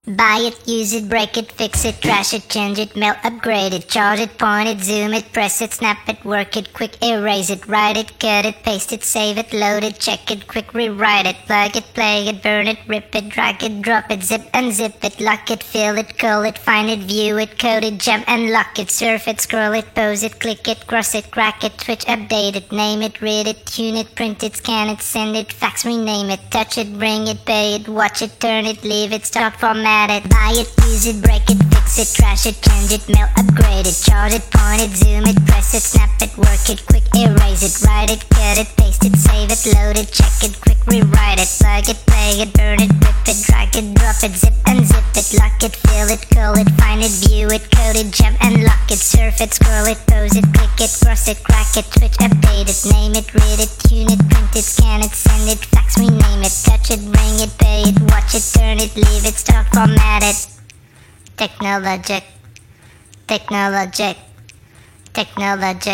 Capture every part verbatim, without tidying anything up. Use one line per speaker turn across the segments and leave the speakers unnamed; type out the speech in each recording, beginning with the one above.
Buy it, use it, break it, fix it, trash it, change it, mail, upgrade it, charge it, point it, zoom it, press it, snap it, work it, quick erase it, write it, cut it, paste it, save it, load it, check it, quick rewrite it, plug it, play it, burn it, rip it, drag it, drop it, zip, unzip it, lock it, fill it, call it, find it, view it, code it, jump and lock it, surf it, scroll it, pose it, click it, cross it, crack it, switch, update it, name it, read it, tune it, print it, scan it, send it, fax, rename it, touch it, bring it, pay it, watch it, turn it, leave it, stop, format it, buy it, use it, break it, fix it, trash it, change it, mail, upgrade it, charge it, point it, zoom it, press it, snap it, work it, quick erase it, write it, cut it, paste it, save it, load it, check it, quick rewrite it, plug it, play it, burn it, rip it, drag it, drop it, zip unzip it, lock it, fill it, call it, find it, view it, code it, jump and lock it, surf it, scroll it, pose it, click it, cross it, crack it, switch, update it, name it, read it, tune it, print it, scan it, send it, fax, rename it, touch it, bring it, pay it, watch it, turn it, leave it, stop, format it. Technologic, Technologic, Technologic.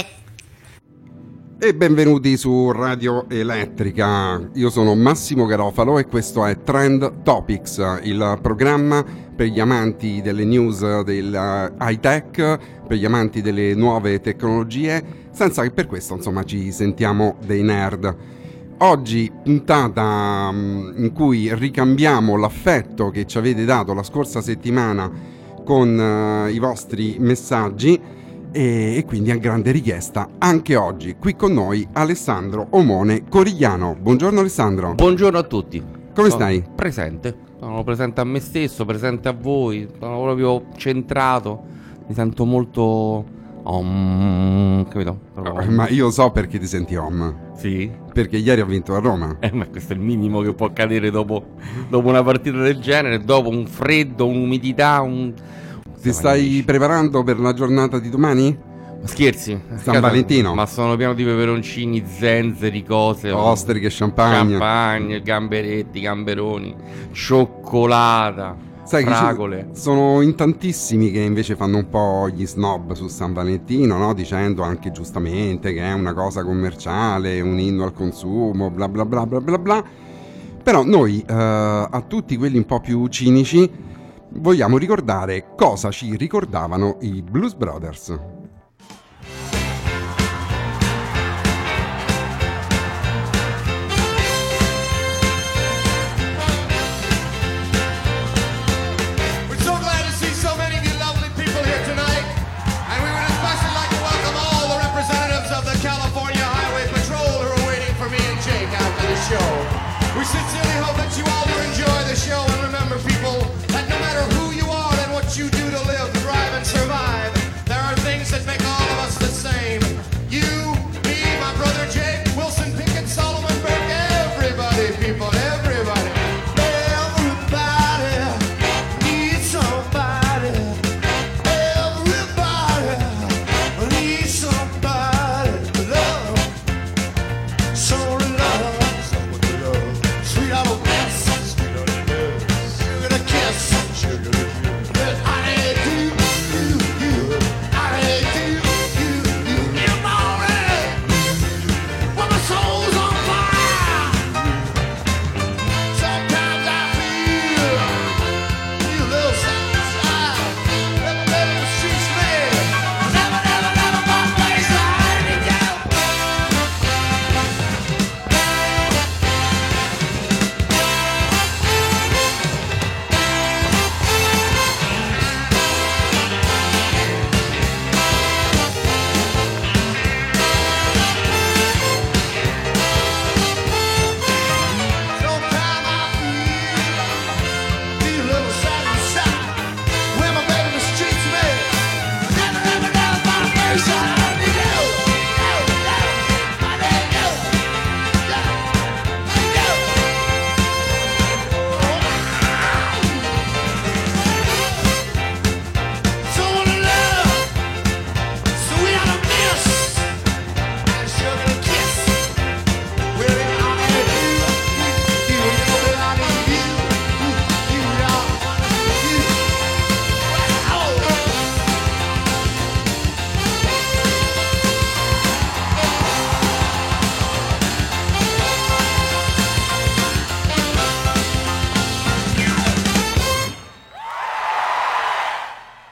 E benvenuti su Radio Elettrica. Io sono Massimo Garofalo e questo è Trend Topics, il programma per gli amanti delle news del high tech, per gli amanti delle nuove tecnologie, senza che per questo insomma ci sentiamo dei nerd. Oggi puntata in cui ricambiamo l'affetto che ci avete dato la scorsa settimana con uh, i vostri messaggi e, e quindi a grande richiesta anche oggi qui con noi Alessandro Omone Corigliano. Buongiorno Alessandro.
Buongiorno a tutti.
Come
sono
stai?
Presente, sono presente a me stesso, presente a voi, sono proprio centrato, mi sento molto om, capito?
Oh, ma io so perché ti senti om.
Sì?
Perché ieri ho vinto a Roma.
Eh, ma questo è il minimo che può accadere dopo, dopo una partita del genere, dopo un freddo, un'umidità, un...
Ti stai preparando per la giornata di domani?
Ma scherzi?
San Valentino?
Ma sono pieno di peperoncini, zenzeri, cose,
ostriche, champagne,
champagne, gamberetti, gamberoni, cioccolata,
sai
fragole.
Che sono in tantissimi che invece fanno un po' gli snob su San Valentino, no? Dicendo anche giustamente che è una cosa commerciale, un inno al consumo, bla bla bla bla bla bla. Però noi eh, a tutti quelli un po' più cinici vogliamo ricordare cosa ci ricordavano i Blues Brothers.
You do to live, thrive, and survive. There are things that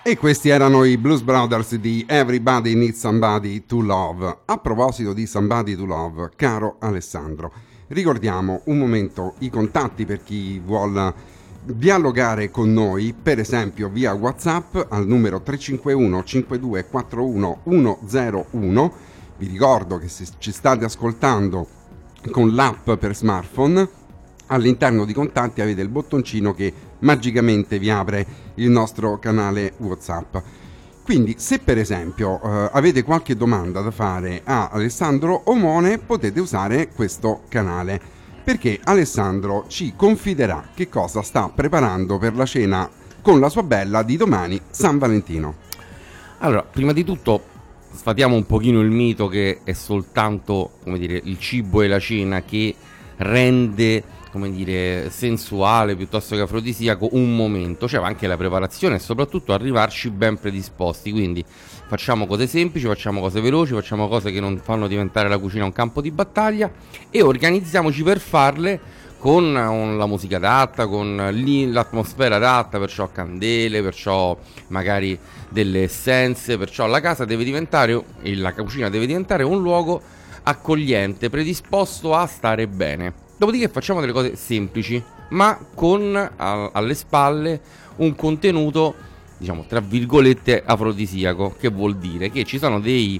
E questi erano i Blues Brothers di Everybody Needs Somebody to Love. A proposito di Somebody to Love, caro Alessandro, ricordiamo un momento i contatti per chi vuol dialogare con noi, per esempio via WhatsApp al numero tre cinque uno cinque due quattro uno uno zero uno. Vi ricordo che se ci state ascoltando con l'app per smartphone, all'interno di contatti avete il bottoncino che magicamente vi apre il nostro canale WhatsApp. Quindi se per esempio eh, avete qualche domanda da fare a Alessandro Omone, potete usare questo canale, perché Alessandro ci confiderà che cosa sta preparando per la cena con la sua bella di domani, San Valentino.
Allora, prima di tutto sfatiamo un pochino il mito che è soltanto, come dire, il cibo e la cena che rende, come dire, sensuale piuttosto che afrodisiaco un momento. C'è anche la preparazione e soprattutto arrivarci ben predisposti. Quindi facciamo cose semplici, facciamo cose veloci, facciamo cose che non fanno diventare la cucina un campo di battaglia e organizziamoci per farle con la musica adatta, con l'atmosfera adatta, perciò candele, perciò magari delle essenze, perciò la casa deve diventare, e la cucina deve diventare un luogo accogliente, predisposto a stare bene. Dopodiché facciamo delle cose semplici, ma con a, alle spalle un contenuto, diciamo, tra virgolette, afrodisiaco, che vuol dire che ci sono dei,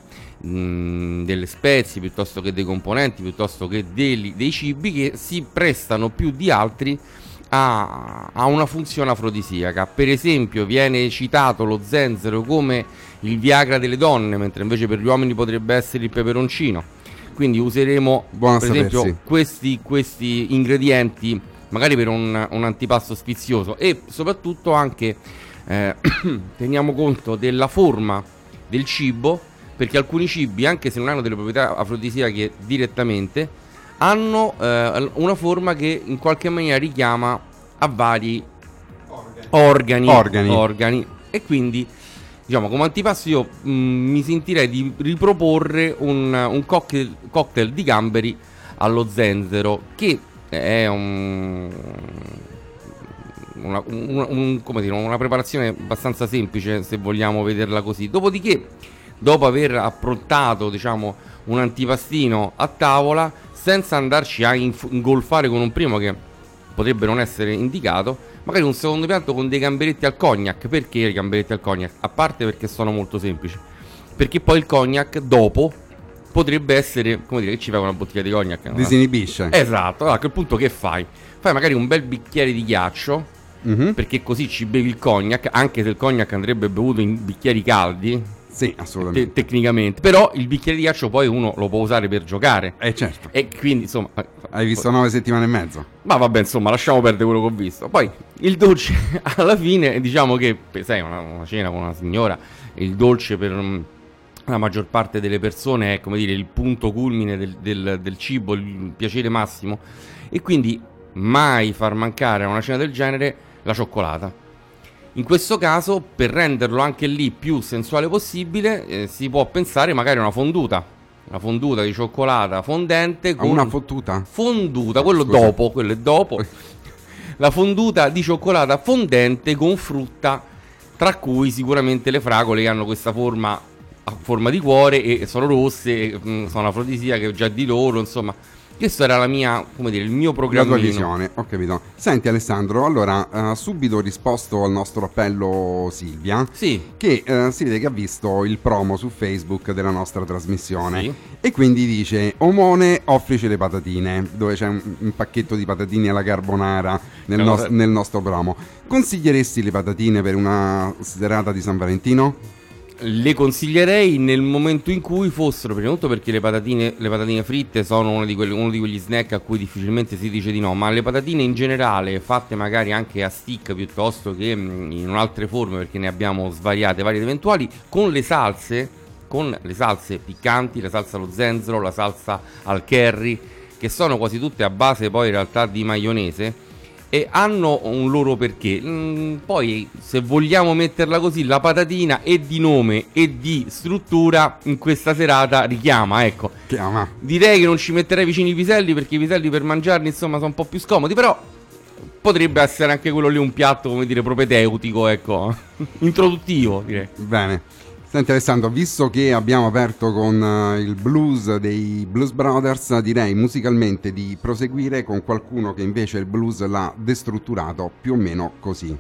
mh, delle spezie, piuttosto che dei componenti, piuttosto che dei, dei cibi che si prestano più di altri a, a una funzione afrodisiaca. Per esempio viene citato lo zenzero come il Viagra delle donne, mentre invece per gli uomini potrebbe essere il peperoncino. Quindi useremo
Buona
per esempio
sapersi.
questi, questi ingredienti magari per un, un antipasto sfizioso, e soprattutto anche eh, teniamo conto della forma del cibo, perché alcuni cibi, anche se non hanno delle proprietà afrodisiache direttamente, hanno eh, una forma che in qualche maniera richiama a vari organi,
Organi.
organi. E quindi, diciamo, come antipasto io mh, mi sentirei di riproporre un, un cocktail, cocktail di gamberi allo zenzero, che è un, una, un, un, come dire, una preparazione abbastanza semplice, se vogliamo vederla così. Dopodiché, dopo aver approntato, diciamo, un antipastino a tavola, senza andarci a inf- ingolfare con un primo che potrebbe non essere indicato, magari un secondo piatto con dei gamberetti al cognac. Perché i gamberetti al cognac? A parte perché sono molto semplici, perché poi il cognac dopo potrebbe essere, come dire, che ci fai con una bottiglia di cognac? No?
Disinibisce.
Esatto. Allora, a quel punto che fai? Fai magari un bel bicchiere di ghiaccio,
Mhm.
perché così ci bevi il cognac, anche se il cognac andrebbe bevuto in bicchieri caldi,
Sì, assolutamente.
te- tecnicamente. Però il bicchiere di ghiaccio poi uno lo può usare per giocare.
Eh certo.
E quindi, insomma,
Hai visto nove settimane e mezzo?
ma vabbè, insomma, lasciamo perdere quello che ho visto. Poi il dolce, alla fine, diciamo che, sai, una, una cena con una signora, il dolce per mm, la maggior parte delle persone è, come dire, il punto culmine del, del, del cibo, il piacere massimo. E quindi mai far mancare a una cena del genere la cioccolata. In questo caso, per renderlo anche lì più sensuale possibile, eh, si può pensare magari a una fonduta. Una fonduta di cioccolata fondente
A
con
una fottuta?
fonduta, quello
Scusa.
dopo, quello è dopo. La fonduta di cioccolata fondente con frutta, tra cui sicuramente le fragole, che hanno questa forma a forma di cuore e sono rosse, e, mh, sono afrodisiache già di loro, insomma. Questo era la mia, come dire, il mio
La tua
programmino.
visione, ho capito. Senti Alessandro, allora ha subito risposto al nostro appello Silvia,
Sì,
che eh, si vede che ha visto il promo su Facebook della nostra trasmissione,
Sì.
e quindi dice: Omone, offrici le patatine, dove c'è un, un pacchetto di patatine alla carbonara nel,
No,
nos-
se-
nel nostro promo. Consiglieresti le patatine per una serata di San Valentino?
le consiglierei nel momento in cui fossero, prima di tutto perché le patatine, le patatine fritte sono uno di, quelli, uno di quegli snack a cui difficilmente si dice di no, ma le patatine in generale, fatte magari anche a stick piuttosto che mh, in altre forme, perché ne abbiamo svariate, varie ed eventuali, con le salse, con le salse piccanti, la salsa allo zenzero, la salsa al curry, che sono quasi tutte a base poi in realtà di maionese, e hanno un loro perché. Mm, poi, se vogliamo metterla così, la patatina è di nome e di struttura in questa serata richiama, ecco.
Chiama.
Direi che non ci metterei vicino i piselli, perché i piselli per mangiarli, insomma, sono un po' più scomodi, però potrebbe essere anche quello lì un piatto, come dire, propedeutico, ecco, introduttivo, direi.
Bene. Senti Alessandro, visto che abbiamo aperto con uh, il blues dei Blues Brothers, direi musicalmente di proseguire con qualcuno che invece il blues l'ha destrutturato più o meno così.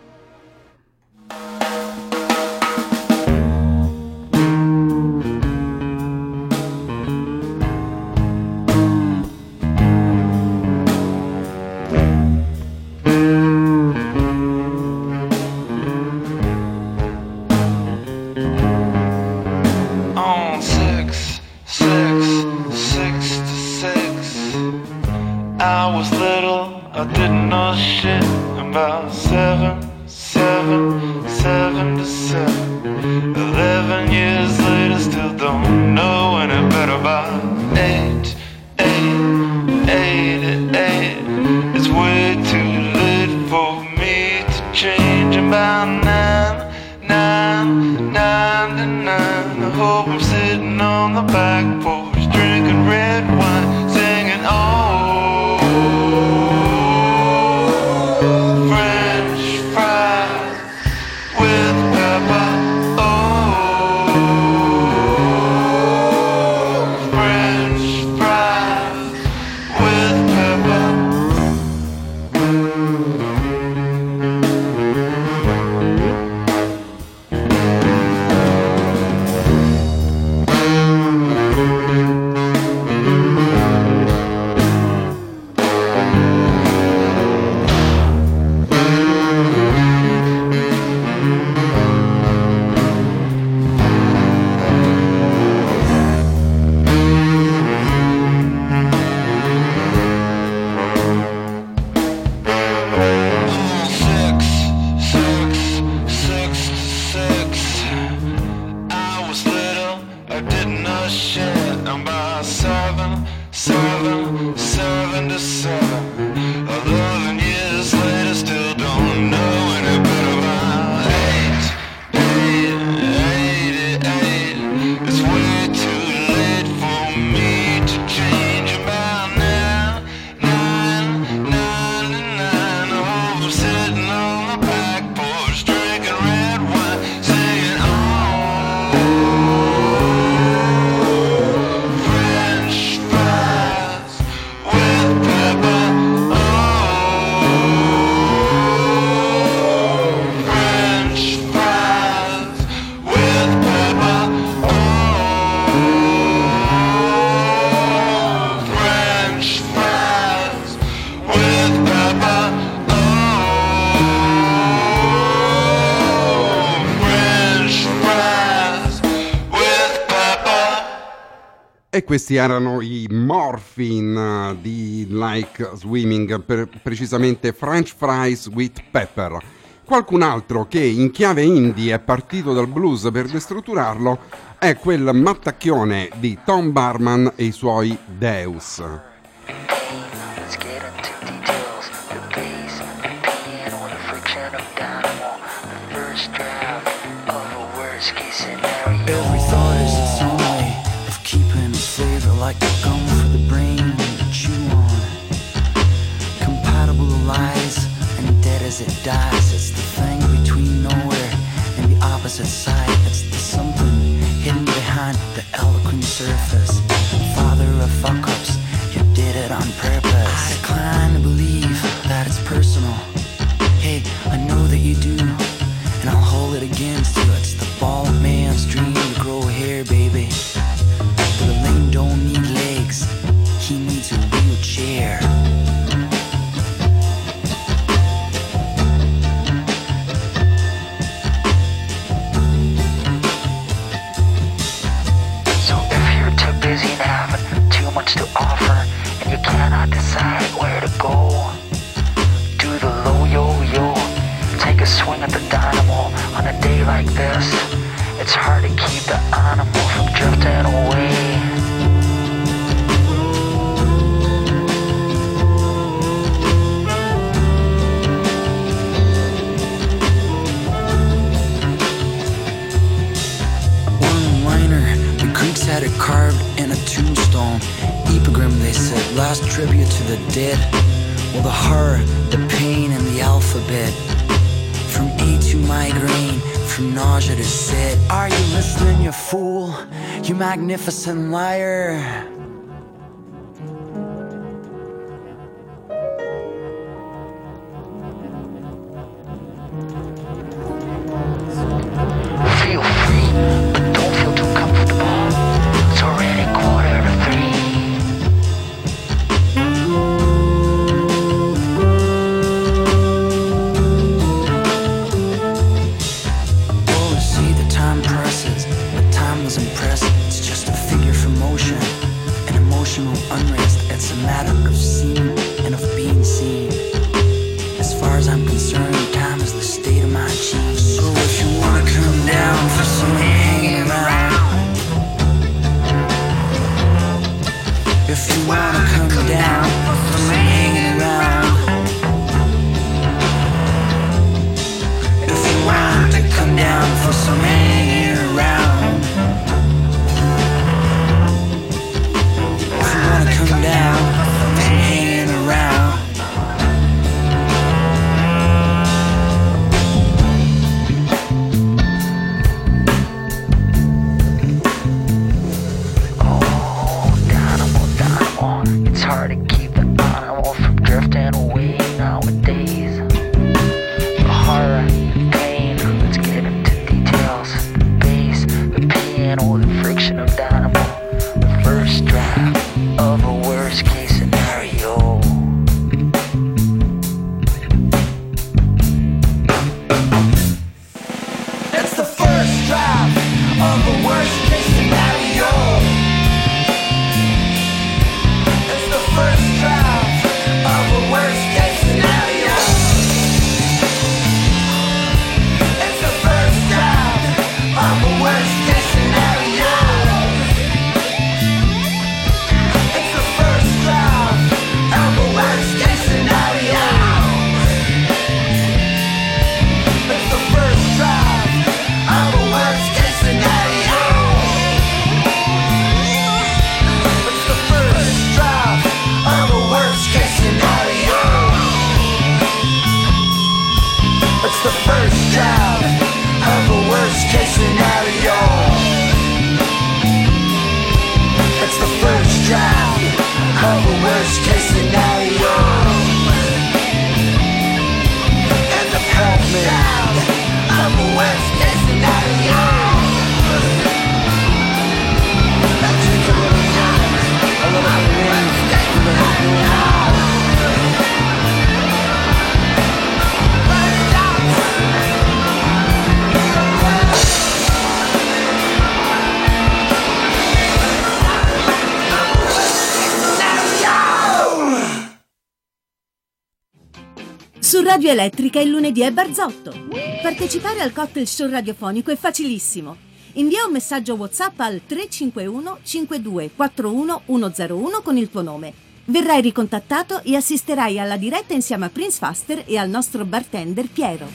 E questi erano i Morphine di Like Swimming, per, precisamente French Fries with Pepper. Qualcun altro che in chiave indie è partito dal blues per destrutturarlo è quel mattacchione di Tom Barman e i suoi Deus.
Like a gum for the brain to chew on. Compatible lies and dead as it dies. It's the thing between nowhere and the opposite side. It's the something hidden behind the eloquent surface. Father of fuck-ups, you did it on purpose. I decline to believe that it's personal. Hey, I know that you do, and I'll hold it against you. It's the bald man's dream to grow hair, baby. But a lame don't need legs, he needs a wheelchair. So if you're too busy and having too much to offer, and you cannot decide where to go, do the low yo-yo, take a swing at the dynamo. On a day like this, it's hard to keep the animal from drifting away. One-liner, the Greeks had it carved in a tombstone. Epigram, they said, last tribute to the dead. Well, the horror, the pain, and the the alphabet. From A to migraine, from nausea to sit. Are you listening, you fool? You magnificent liar.
Feel free, but don't feel too comfortable. It's already quarter to three.
Oh, see, the time presses, but time was impressive. It's just a figure for motion, an emotional unrest. It's a matter of seeing and of being seen. As far as I'm concerned, time is the state of my chi. So if you wanna come down for some hanging around, if you wanna come down for some hanging around, if you want to come down for some hanging around, if you wanna come down for some hanging around.
It's hard to keep the animal from drifting away nowadays. The horror, the pain, let's get into details. The bass, the piano, the friction of dynamo. The first draft of a worst case scenario.
It's the first draft of a worst case scenario. It's the first draft of a worst case scenario. It's the first draft of a worst case scenario. It's the first draft of a worst case scenario. It's the first draft of a worst case scenario. It's the first draft of a worst case scenario. It's the first draft of a worst case scenario. It's the first draft of a worst case scenario. And the first draft of a worst case scenario. That takes a little time, a little bit of wind, a little bit of
Su Radio Elettrica il lunedì è Barzotto. Partecipare al cocktail show radiofonico è facilissimo. Invia un messaggio WhatsApp al tre cinque uno cinque due quattro uno uno zero uno con il tuo nome. Verrai ricontattato e assisterai alla diretta insieme a Prince Faster e al nostro bartender Piero.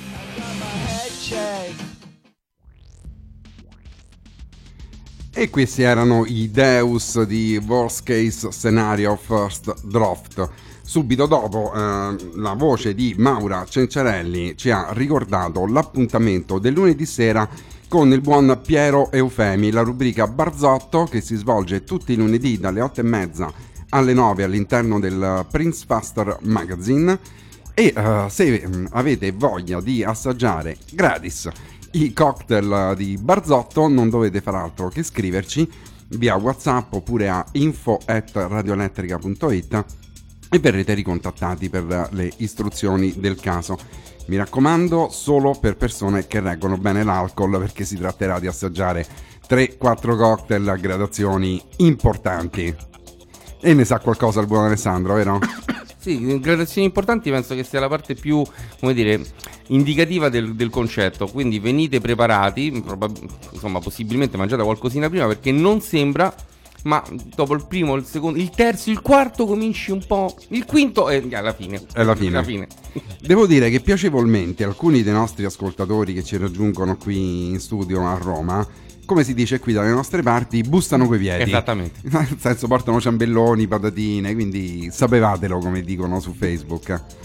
E questi erano i Deus di Worst Case Scenario First Draft. Subito dopo eh, la voce di Maura Cencerelli ci ha ricordato l'appuntamento del lunedì sera con il buon Piero Eufemi, la rubrica Barzotto che si svolge tutti i lunedì dalle otto e mezza alle nove all'interno del Prince Faster Magazine. E uh, se um, avete voglia di assaggiare gratis i cocktail di Barzotto non dovete far altro che scriverci via WhatsApp oppure a info at radioelettrica punto it e verrete ricontattati per le istruzioni del caso. Mi raccomando, solo per persone che reggono bene l'alcol, perché si tratterà di assaggiare tre quattro cocktail a gradazioni importanti. E ne sa qualcosa il buon Alessandro, vero?
Sì, gradazioni importanti penso che sia la parte più, come dire, indicativa del, del concetto. Quindi venite preparati, probab- insomma, possibilmente mangiate qualcosina prima, perché non sembra, ma dopo il primo, il secondo, il terzo, il quarto cominci un po', il quinto e alla fine.
È la fine.
La fine.
Devo dire che piacevolmente alcuni dei nostri ascoltatori che ci raggiungono qui in studio a Roma, come si dice qui dalle nostre parti, bussano coi piedi.
Esattamente.
Nel senso, portano ciambelloni, patatine, quindi sapevatelo, come dicono su Facebook.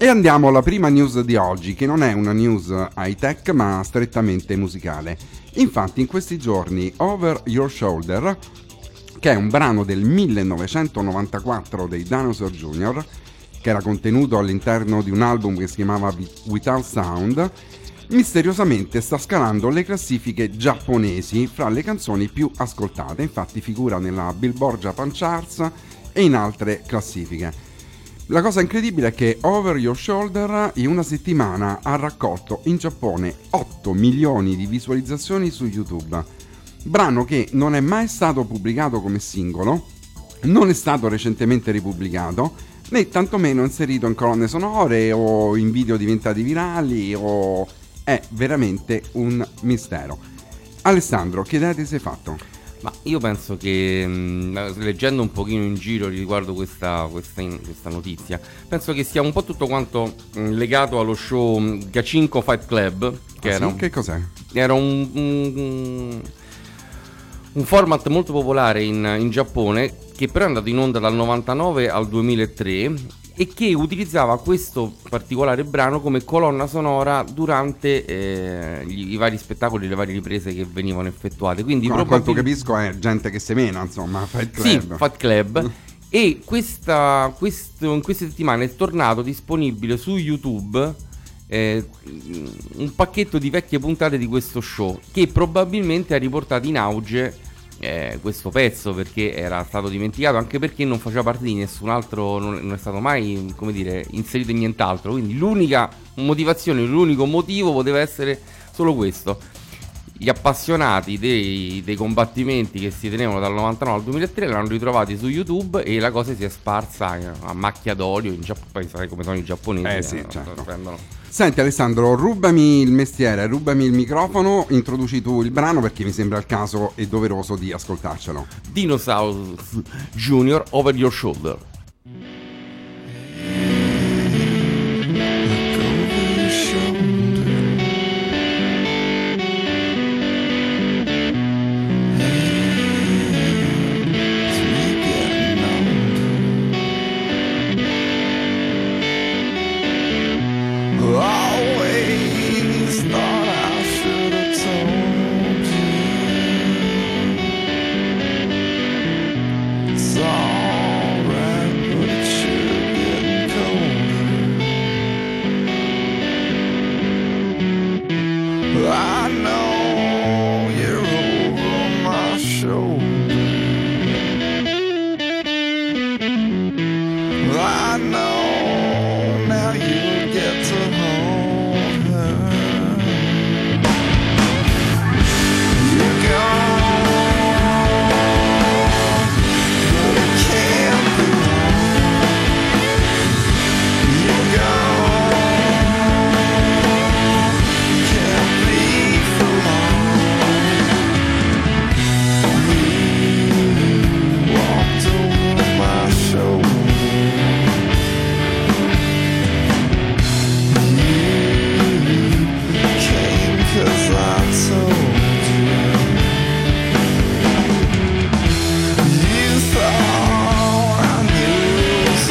E andiamo alla prima news di oggi, che non è una news high tech ma strettamente musicale. Infatti in questi giorni Over Your Shoulder, che è un brano del millenovecentonovantaquattro dei Dinosaur Junior, che era contenuto all'interno di un album che si chiamava Without Sound, misteriosamente sta scalando le classifiche giapponesi fra le canzoni più ascoltate. Infatti figura nella Billboard Japan Charts e in altre classifiche. La cosa incredibile è che Over Your Shoulder in una settimana ha raccolto in Giappone otto milioni di visualizzazioni su YouTube. Brano che non è mai stato pubblicato come singolo, non è stato recentemente ripubblicato, né tantomeno inserito in colonne sonore o in video diventati virali, o è veramente un mistero. Alessandro, che idea ti sei fatto?
Ma io penso che mh, leggendo un pochino in giro riguardo questa, questa, questa notizia, penso che sia un po' tutto quanto mh, legato allo show mh, Gachinko Fight Club, che
Ah,
era,
sì?
un,
Che cos'è?
era un, un, un format molto popolare in, in Giappone, che però è andato in onda dal novantanove al duemilatré e che utilizzava questo particolare brano come colonna sonora durante eh, gli, i vari spettacoli, le varie riprese che venivano effettuate. Quindi
A quanto
probabil-
capisco è gente che semena, insomma, Fight
Sì,
Club.
Fight Club. E questa, questo, in queste settimane è tornato disponibile su YouTube eh, un pacchetto di vecchie puntate di questo show, che probabilmente ha riportato in auge eh, questo pezzo, perché era stato dimenticato, anche perché non faceva parte di nessun altro, non, non è stato mai, come dire, inserito in nient'altro. Quindi l'unica motivazione, l'unico motivo poteva essere solo questo. Gli appassionati dei, dei combattimenti che si tenevano dal novantanove al duemilatré l'hanno ritrovati su YouTube e la cosa si è sparsa a macchia d'olio in Giappone. Poi sai come sono i giapponesi.
Eh sì,
eh,
certo.
prendono.
Senti Alessandro, rubami il mestiere, rubami il microfono, introduci tu il brano perché mi sembra il caso e doveroso di ascoltarcelo.
Dinosaurs Junior, Over Your Shoulder.
Always thought I should have told you. It's alright, but it sure getting colder. I know you're over my shoulder. I know now you get to hold her. You're gone, but it can't be wrong. You're gone, can't be for long. You walked over my shoulder. Cause I told you. You thought I knew it was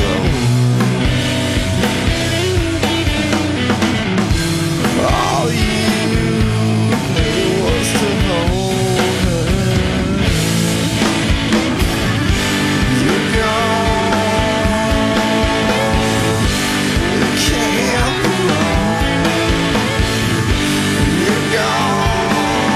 over. All you knew was to hold her. You're gone. It can't be wrong. You're gone.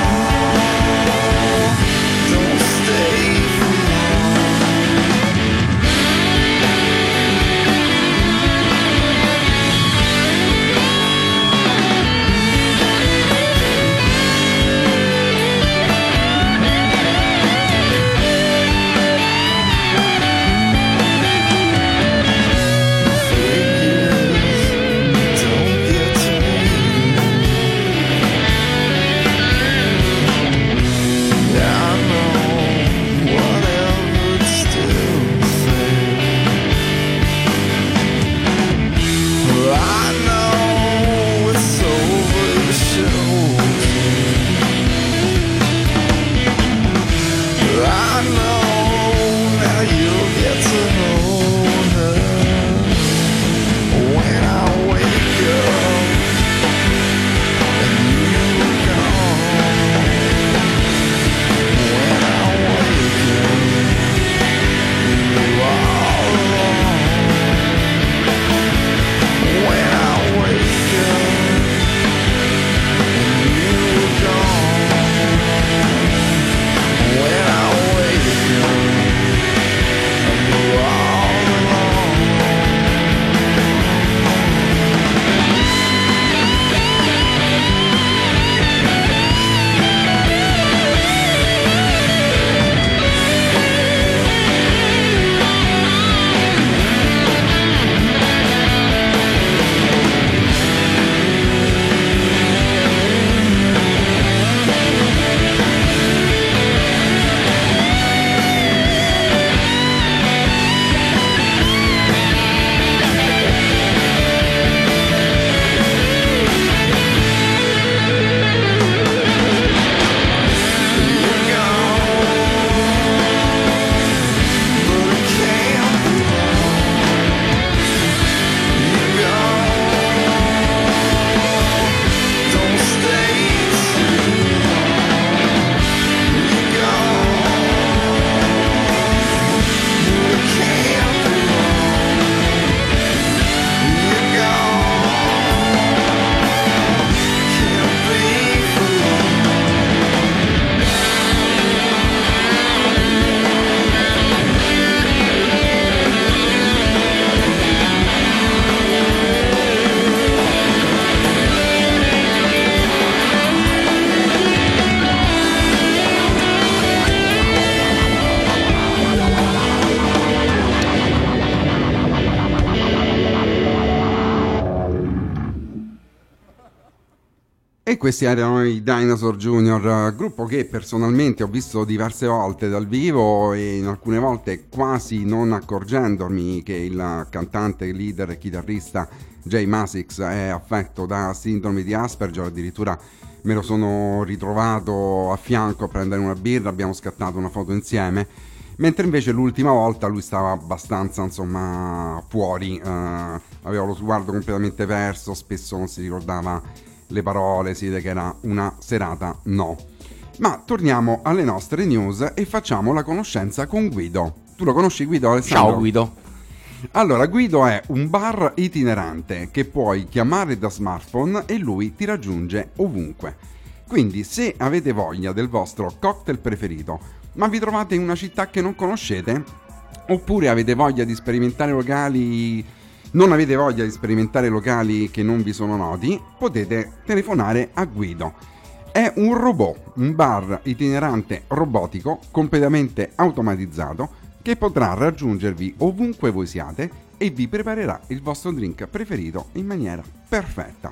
E questi erano i Dinosaur Junior, gruppo che personalmente ho visto diverse volte dal vivo e in alcune volte quasi non accorgendomi che il cantante, leader e chitarrista Jay Masix è affetto da sindrome di Asperger. Addirittura me lo sono ritrovato a fianco a prendere una birra, abbiamo scattato una foto insieme, mentre invece l'ultima volta lui stava abbastanza, insomma, fuori, eh, aveva lo sguardo completamente perso, spesso non si ricordava le parole, si vede che era una serata no. Ma torniamo alle nostre news e facciamo la conoscenza con Guido. Tu lo conosci, Guido, Alessandro?
Ciao Guido.
Allora, Guido è un bar itinerante che puoi chiamare da smartphone e lui ti raggiunge ovunque. Quindi se avete voglia del vostro cocktail preferito, ma vi trovate in una città che non conoscete, oppure avete voglia di sperimentare locali non avete voglia di sperimentare locali che non vi sono noti, potete telefonare a Guido. È un robot, un bar itinerante robotico completamente automatizzato che potrà raggiungervi ovunque voi siate e vi preparerà il vostro drink preferito in maniera perfetta.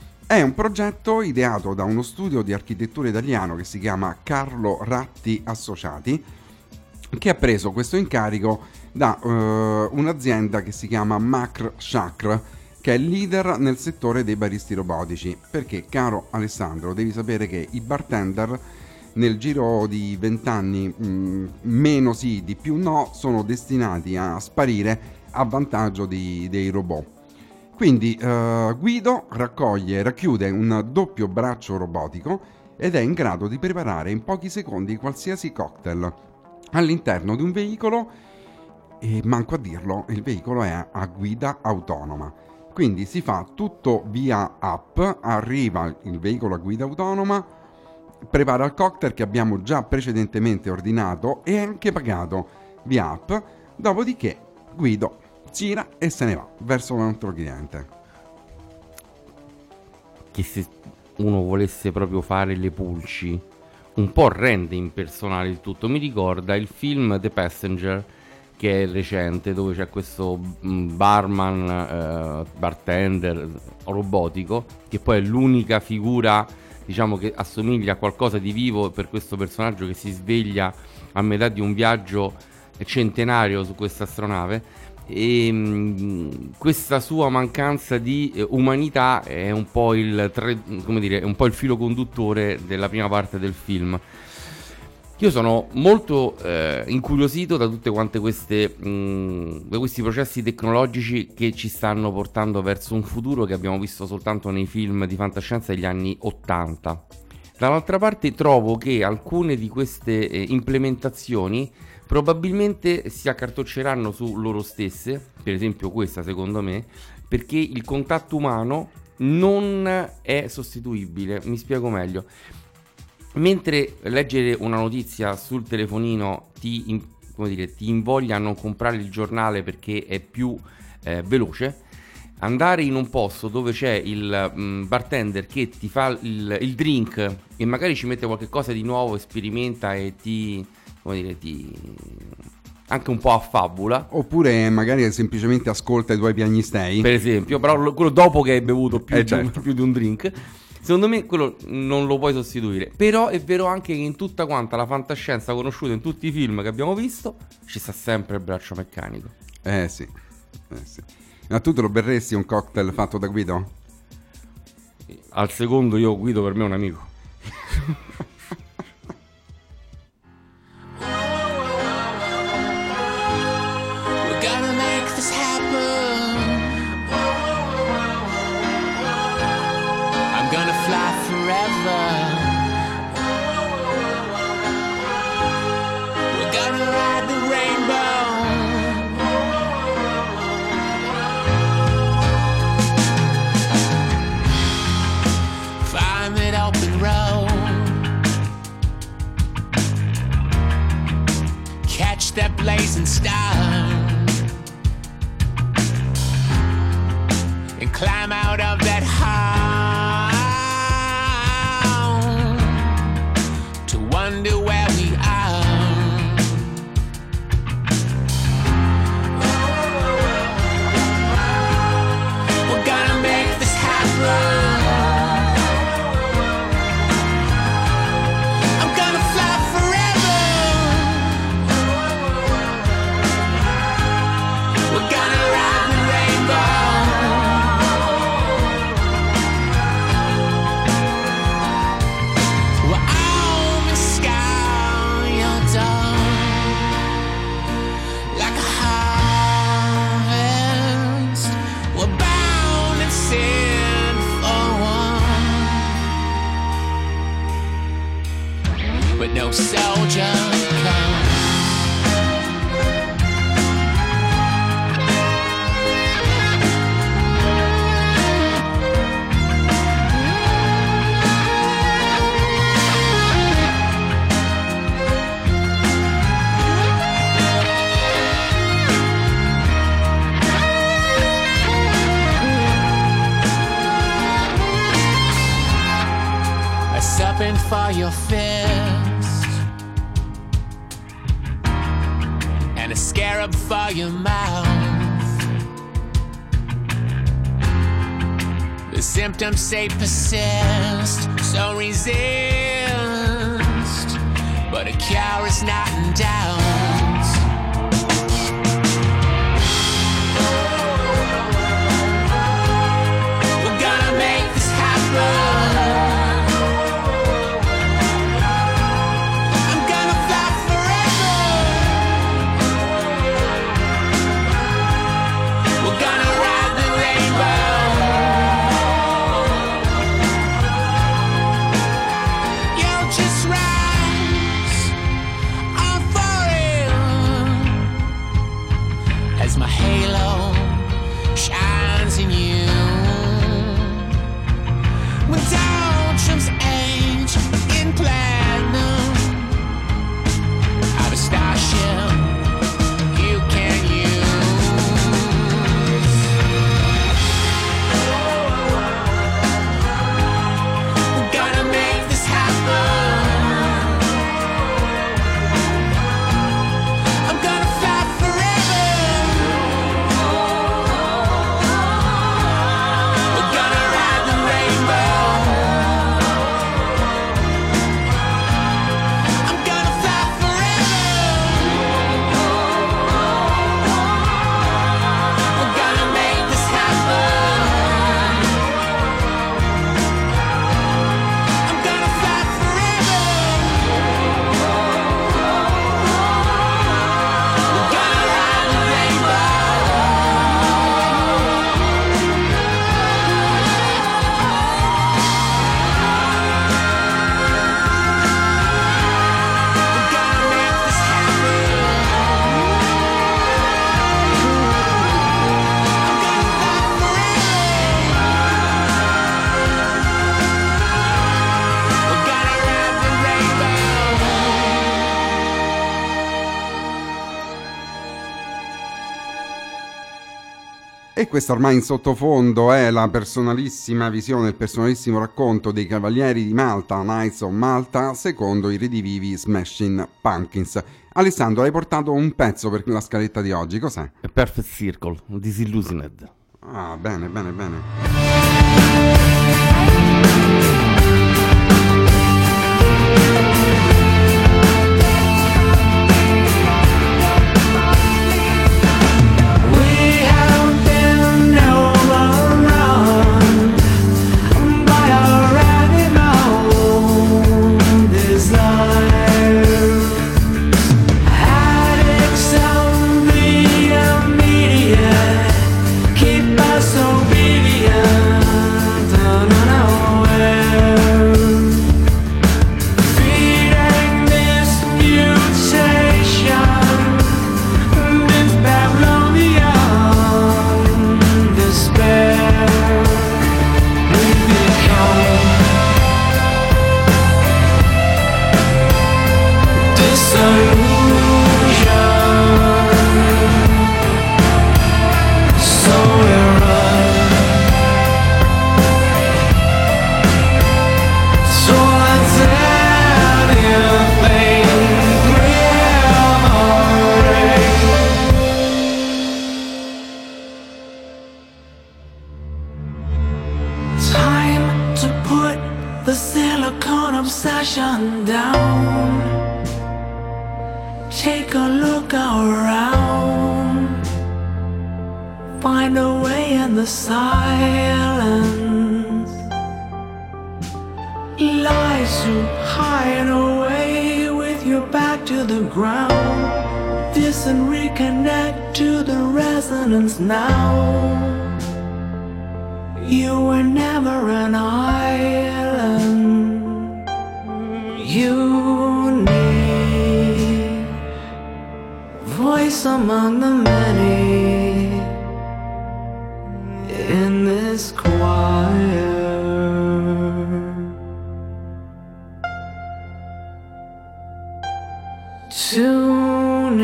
È un progetto ideato da uno studio di architettura italiano che si chiama Carlo Ratti Associati, che ha preso questo incarico da uh, un'azienda che si chiama Macr Chakr, che è leader nel settore dei baristi robotici. Perché, caro Alessandro, devi sapere che i bartender nel giro di vent'anni, mh, meno sì, di più no, sono destinati a sparire a vantaggio di, dei robot. Quindi uh, Guido raccoglie, racchiude un doppio braccio robotico ed è in grado di preparare in pochi secondi qualsiasi cocktail all'interno di un veicolo. E manco a dirlo, il veicolo è a guida autonoma, quindi si fa tutto via app, arriva il veicolo a guida autonoma, prepara il cocktail che abbiamo già precedentemente ordinato e anche pagato via app, dopodiché Guido gira e se ne va verso un altro cliente.
Che se uno volesse proprio fare le pulci, un po' rende impersonale il tutto. Mi ricorda il film The Passenger, che è recente, dove c'è questo barman, eh, bartender robotico, che poi è l'unica figura, diciamo, che assomiglia a qualcosa di vivo per questo personaggio che si sveglia a metà di un viaggio centenario su questa astronave. E mh, questa sua mancanza di eh, umanità è un po' il tre, come dire, è un po' il filo conduttore della prima parte del film. Io sono molto eh, incuriosito da tutte quante queste mh, da questi processi tecnologici che ci stanno portando verso un futuro che abbiamo visto soltanto nei film di fantascienza degli anni ottanta. Dall'altra parte trovo che alcune di queste eh, implementazioni probabilmente si accartocceranno su loro stesse, per esempio questa secondo me, perché il contatto umano non è sostituibile. Mi spiego meglio. Mentre leggere una notizia sul telefonino ti, in, come dire, ti invoglia a non comprare il giornale perché è più eh, veloce, andare in un posto dove c'è il mh, bartender che ti fa il, il drink e magari ci mette qualche cosa di nuovo, sperimenta e ti, come dire, ti anche un po' affabula,
oppure magari semplicemente ascolta i tuoi piagnistei,
per esempio, però quello dopo che hai bevuto più,
eh,
di,
certo.
più di un drink. Secondo me quello non lo puoi sostituire. Però è vero anche che in tutta quanta la fantascienza conosciuta, in tutti i film che abbiamo visto, ci sta sempre il braccio meccanico.
Eh sì, eh sì. Ma tu te lo berresti un cocktail fatto da Guido?
Al secondo io Guido per me è un amico.
We're gonna make this happen. I'm gonna fly forever. We're gonna ride the rainbow. Find that open road. Catch that blazing star. And climb out of that hole to wonder where we are. We're gonna make this happen. but no soldier comes. Supping for your fist and a scarab for your mouth. The symptoms say persist, so resist, but a cure is not in doubt. We're gonna make this happen. My halo shines in you. When doldrums age in platinum, I've a starship you can use. We're gonna make this happen. I'm gonna fight forever.
E questo ormai in sottofondo è la personalissima visione, il personalissimo racconto dei Cavalieri di Malta, Knights of Malta, secondo i redivivi Smashing Pumpkins. Alessandro, hai portato un pezzo per la scaletta di oggi, cos'è?
A Perfect Circle, Disillusioned.
Ah, bene, bene, bene.
Keep us obedient.
obsession down. Take a look around. Find a way in the silence. Lies to hide away with your back to the ground. This and reconnect to the resonance now. You were never an island. You
voice among the many in this choir. Tuning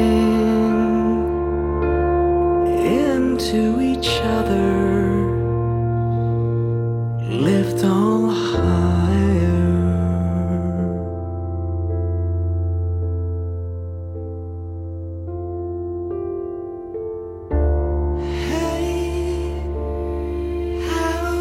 into each other, lift all higher. Hey, how,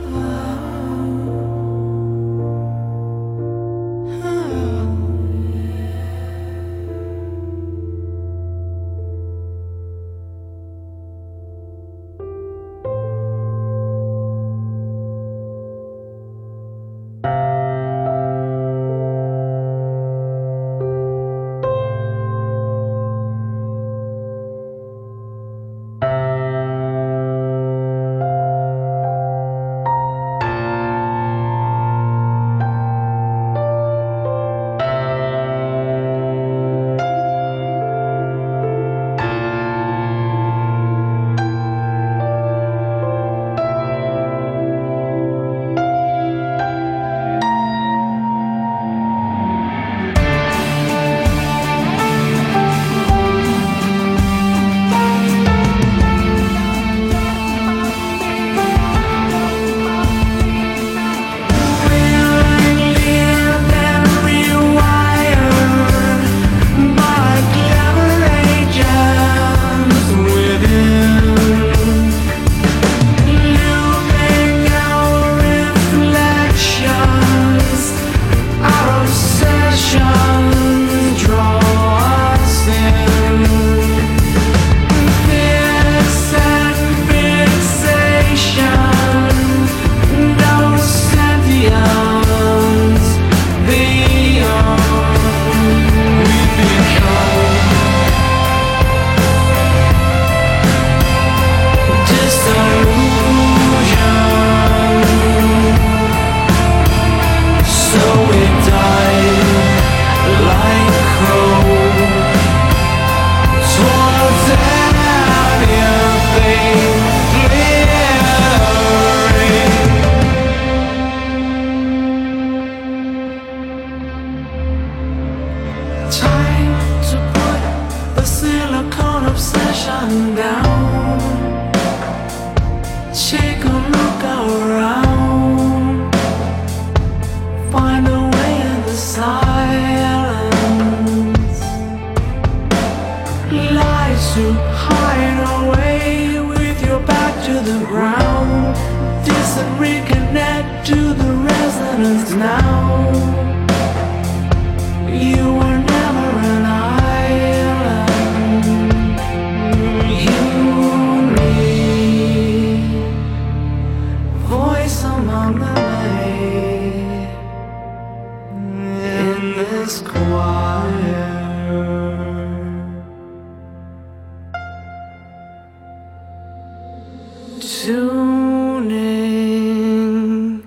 Tuning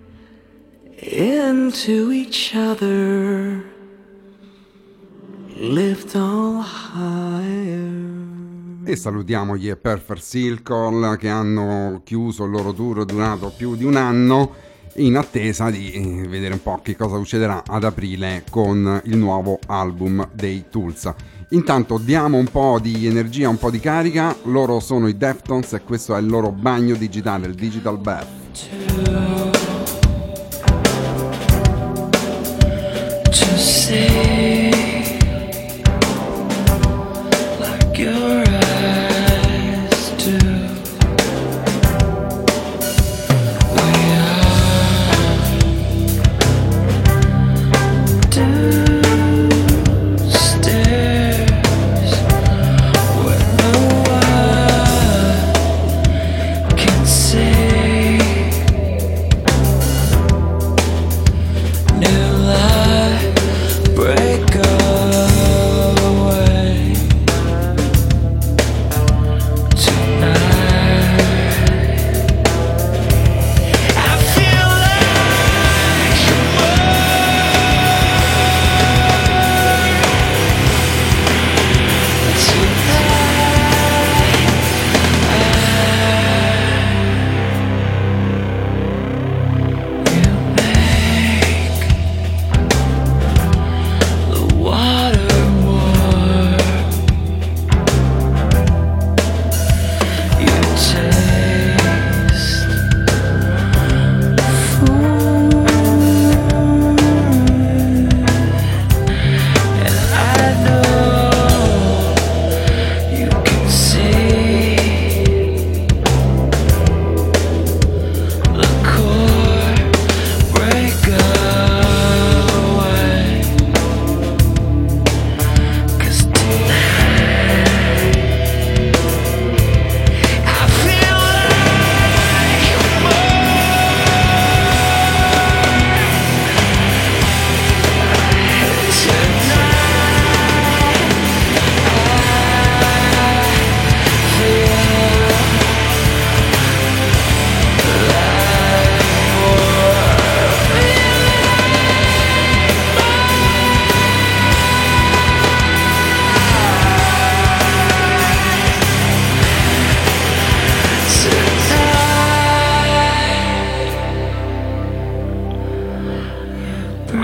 into each other, lift all higher.
E salutiamo gli Perfect Circle che hanno chiuso il loro tour durato più di un anno in attesa di vedere un po' che cosa succederà ad aprile con il nuovo album dei Tulsa. Intanto diamo un po' di energia, un po' di carica. Loro sono i Deftones e questo è il loro bagno digitale, il Digital Bath.
To say like your eyes do, we are downstairs where no one can say.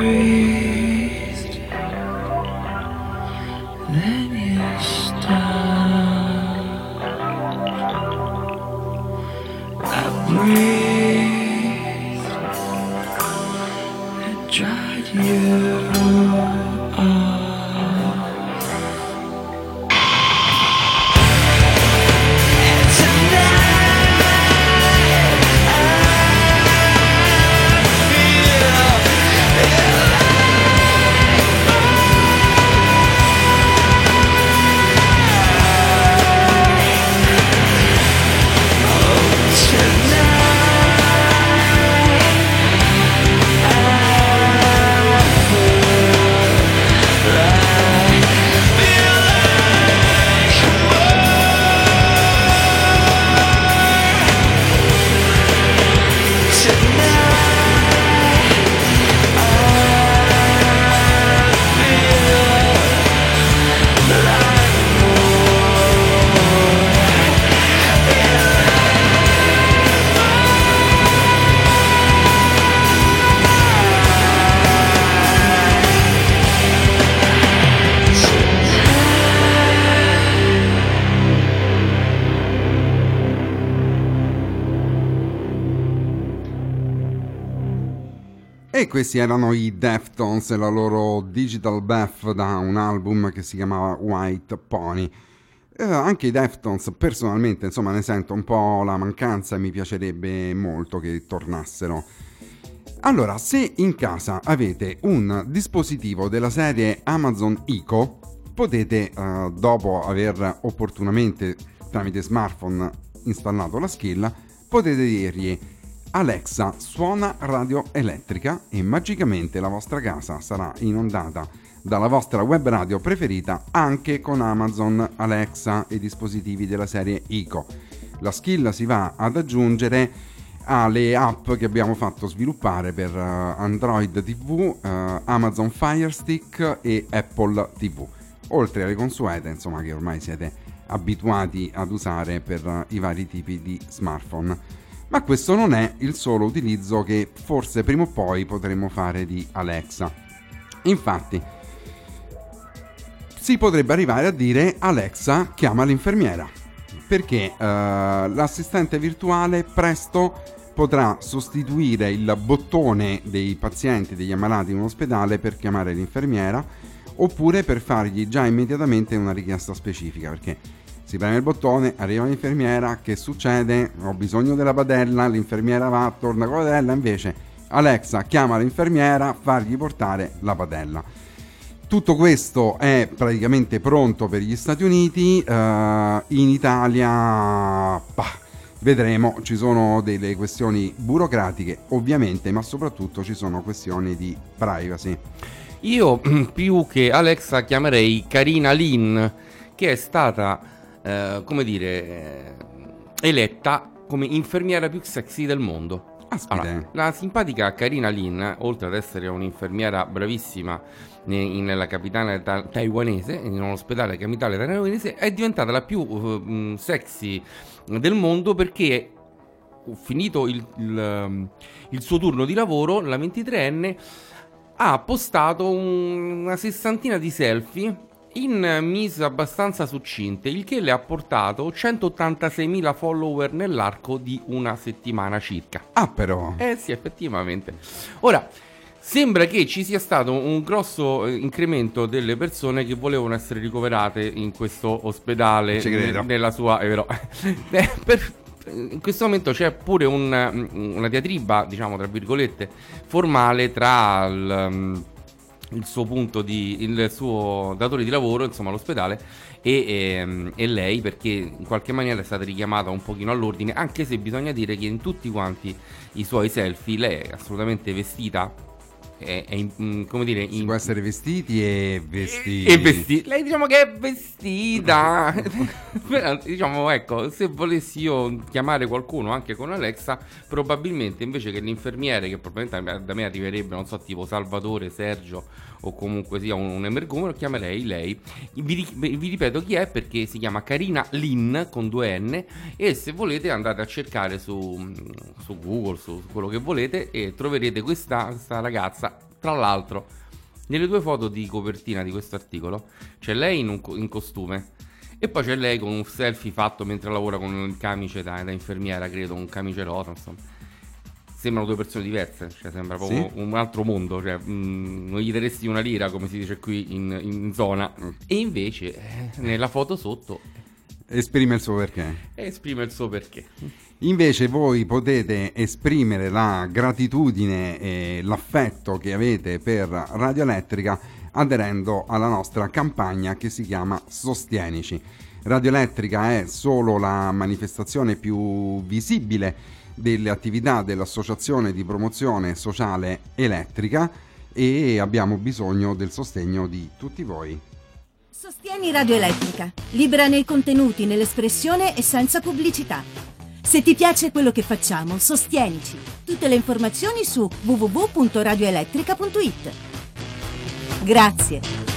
breathed, then you stopped. I breathed and dried you off.
E questi erano i Deftones e la loro Digital Bath da un album che si chiamava White Pony. Eh, anche i Deftones personalmente, insomma, ne sento un po' la mancanza e mi piacerebbe molto che tornassero. Allora, se in casa avete un dispositivo della serie Amazon Echo, potete, eh, dopo aver opportunamente tramite smartphone installato la skill, potete dirgli: Alexa, suona Radio Elettrica, e magicamente la vostra casa sarà inondata dalla vostra web radio preferita anche con Amazon Alexa e dispositivi della serie Echo. La skill si va ad aggiungere alle app che abbiamo fatto sviluppare per Android T V, uh, Amazon Fire Stick e Apple T V, oltre alle consuete, insomma, che ormai siete abituati ad usare per uh, i vari tipi di smartphone. Ma questo non è il solo utilizzo che forse prima o poi potremo fare di Alexa. Infatti, si potrebbe arrivare a dire: Alexa, chiama l'infermiera, perché eh, l'assistente virtuale presto potrà sostituire il bottone dei pazienti, degli ammalati in un ospedale per chiamare l'infermiera, oppure per fargli già immediatamente una richiesta specifica, perché si preme il bottone, arriva l'infermiera, che succede? Ho bisogno della padella, l'infermiera va, torna con la padella, invece Alexa chiama l'infermiera, fargli portare la padella. Tutto questo è praticamente pronto per gli Stati Uniti, uh, in Italia bah, vedremo, ci sono delle questioni burocratiche ovviamente, ma soprattutto ci sono questioni di privacy.
Io più che Alexa chiamerei Karina Lynn, che è stata Eh, come dire, eh, eletta come infermiera più sexy del mondo. Allora, la simpatica Karina Lynn, oltre ad essere un'infermiera bravissima ne, nella capitale ta- taiwanese, in un ospedale capitale taiwanese, è diventata la più uh, sexy del mondo, perché finito il, il, il suo turno di lavoro, la ventitreenne ha postato un, una sessantina di selfie in mise abbastanza succinte, il che le ha portato centottantaseimila follower nell'arco di una settimana circa.
Ah, però.
Eh sì, effettivamente. Ora, sembra che ci sia stato un grosso incremento delle persone che volevano essere ricoverate in questo ospedale, ne- nella sua... Eh, però, eh, per, in questo momento c'è pure un, una diatriba, diciamo tra virgolette, formale tra il... il suo punto di il suo datore di lavoro, insomma l'ospedale, e, e, e lei, perché in qualche maniera è stata richiamata un pochino all'ordine, anche se bisogna dire che in tutti quanti i suoi selfie lei è assolutamente vestita, è, è in, come dire, in...
si può essere vestiti e vestiti
e vestiti. Lei diciamo che è vestita però, diciamo, ecco, se volessi io chiamare qualcuno anche con Alexa, probabilmente invece che l'infermiere, che probabilmente da me arriverebbe, non so, tipo Salvatore, Sergio o comunque sia un, un emergumeno, chiamerei lei. Vi, vi ripeto chi è, perché si chiama Karina Lynn con due N, e se volete andate a cercare su, su Google, su quello che volete, e troverete questa, questa ragazza Tra l'altro, nelle due foto di copertina di questo articolo c'è lei in, un co- in costume e poi c'è lei con un selfie fatto mentre lavora con il camice da, da infermiera, credo, un camice rosa, insomma. Sembrano due persone diverse, cioè sembra proprio sì? un altro mondo, cioè mh, non gli daresti una lira, come si dice qui in, in zona. E invece eh, nella foto sotto
esprime il suo perché.
Esprime il suo perché.
Invece voi potete esprimere la gratitudine e l'affetto che avete per Radio Elettrica aderendo alla nostra campagna che si chiama Sostienici. Radio Elettrica è solo la manifestazione più visibile delle attività dell'Associazione di Promozione Sociale Elettrica e abbiamo bisogno del sostegno di tutti voi.
Sostieni Radio Elettrica, libera nei contenuti, nell'espressione e senza pubblicità. Se ti piace quello che facciamo, sostienici. Tutte le informazioni su w w w punto radioelettrica punto i t. Grazie.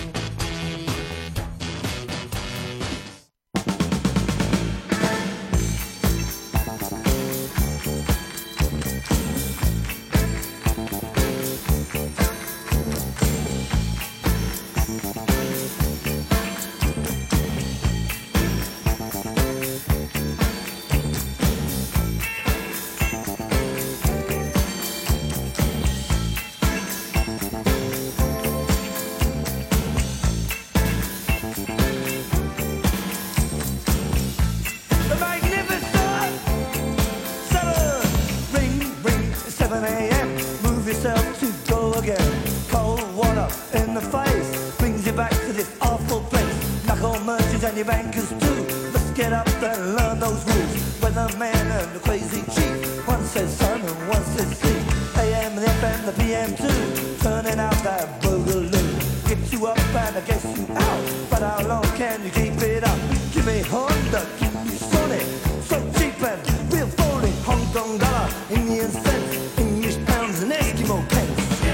And your bankers too. Let's get up and learn those rules. Weatherman and the crazy chief. One says sun and one says sea. A M and F M, the P M too. Turning out that boogaloo. Get you up and I guess you out. But how long can you keep it up? Give me Honda, keep me Sonic. So cheap and real phony. Hong Kong dollar, Indian cents, English pounds and Eskimo pence.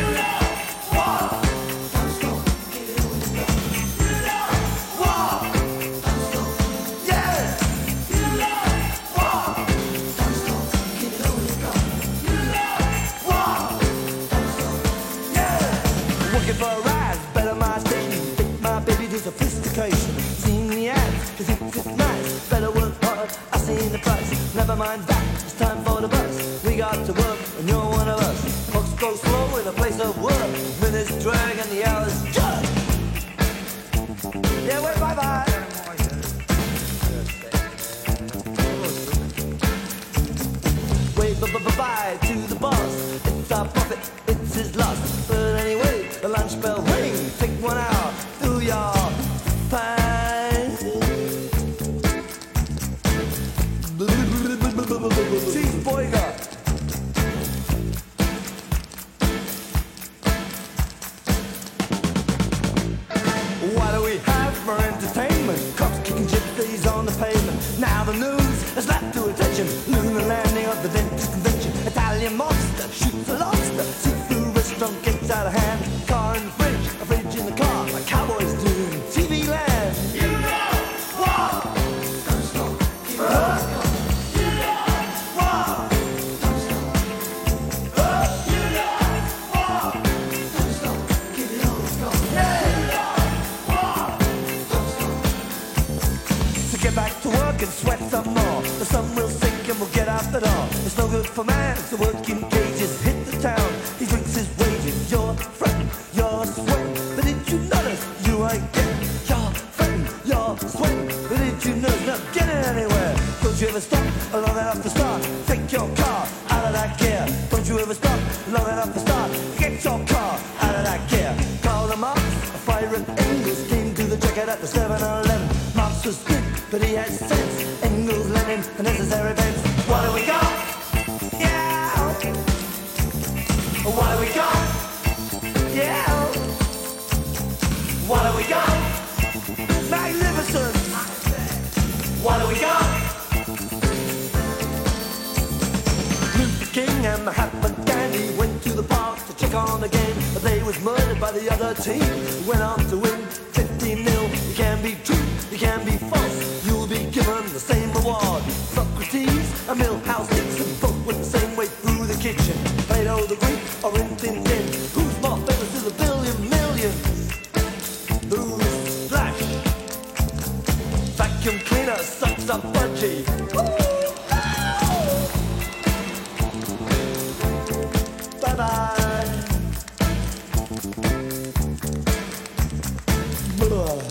Sophistication, seen the ads, cause it's just nice. Better work hard, I seen the price. Never mind that, it's time for the bus. We got to work, and you're one of us. Clocks go slow in a place of work. Minutes drag and the hours judge. Yeah, wait, bye bye. Wait, bye-bye to the boss. It's our profit, it's his loss. But anyway, the lunch bell ring. Take one hour, do your fine. Chief Boyga. What do we have for entertainment? Cops kicking gypsies on the pavement. Now the news has left to attention. Lunar landing of the dentist convention. Italian monster shoots a lobster. Seafood restaurant gets out of hand. Car in the fridge, a fridge in the car. Like cowboys do in T V land. You know what? Don't stop, keep it up. You know what? Don't stop. You know what? Don't stop, keep it on. Yeah. You know what? Don't stop. So get back to work and sweat some more. The sun will sink and we'll get out the door. It's no good for man to work in cages. Hit the town, he drinks his wages. Your friend, your sweat. But did you notice you ain't getting your friend, your sweat? But did you notice not getting anywhere? Don't you ever stop long enough to start? Take your car out of that gear. Don't you ever stop long enough to start? Get your car out of that gear. Call them up, a fire and Engels came to the jacket at the seven eleven. Marx was good, but he had sense. Engels, Lenin, the necessary events. What do we got? Yeah. What do we got? Yeah. What do we got? Magnificent. What do we got? Luther King and Mahatma Gandhi went to the park to check on the game, but they was murdered by the other team. Went on to win fifteen nil. You can be true, you can be false. You'll be given the same reward. Socrates and Milhouse Dixon both went the same way through the kitchen. Plato the Greek or Rin Tin Tin. Who's more famous a billion million. Who's Flash? Vacuum cleaner sucks up budgie. Bye bye. Blah.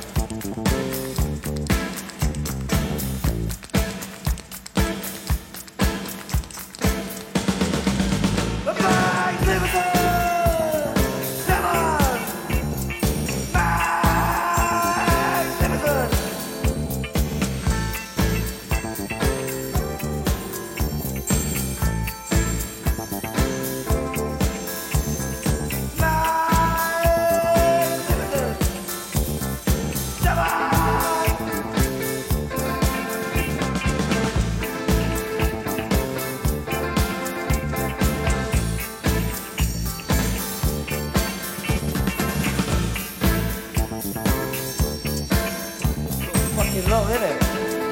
No, isn't it?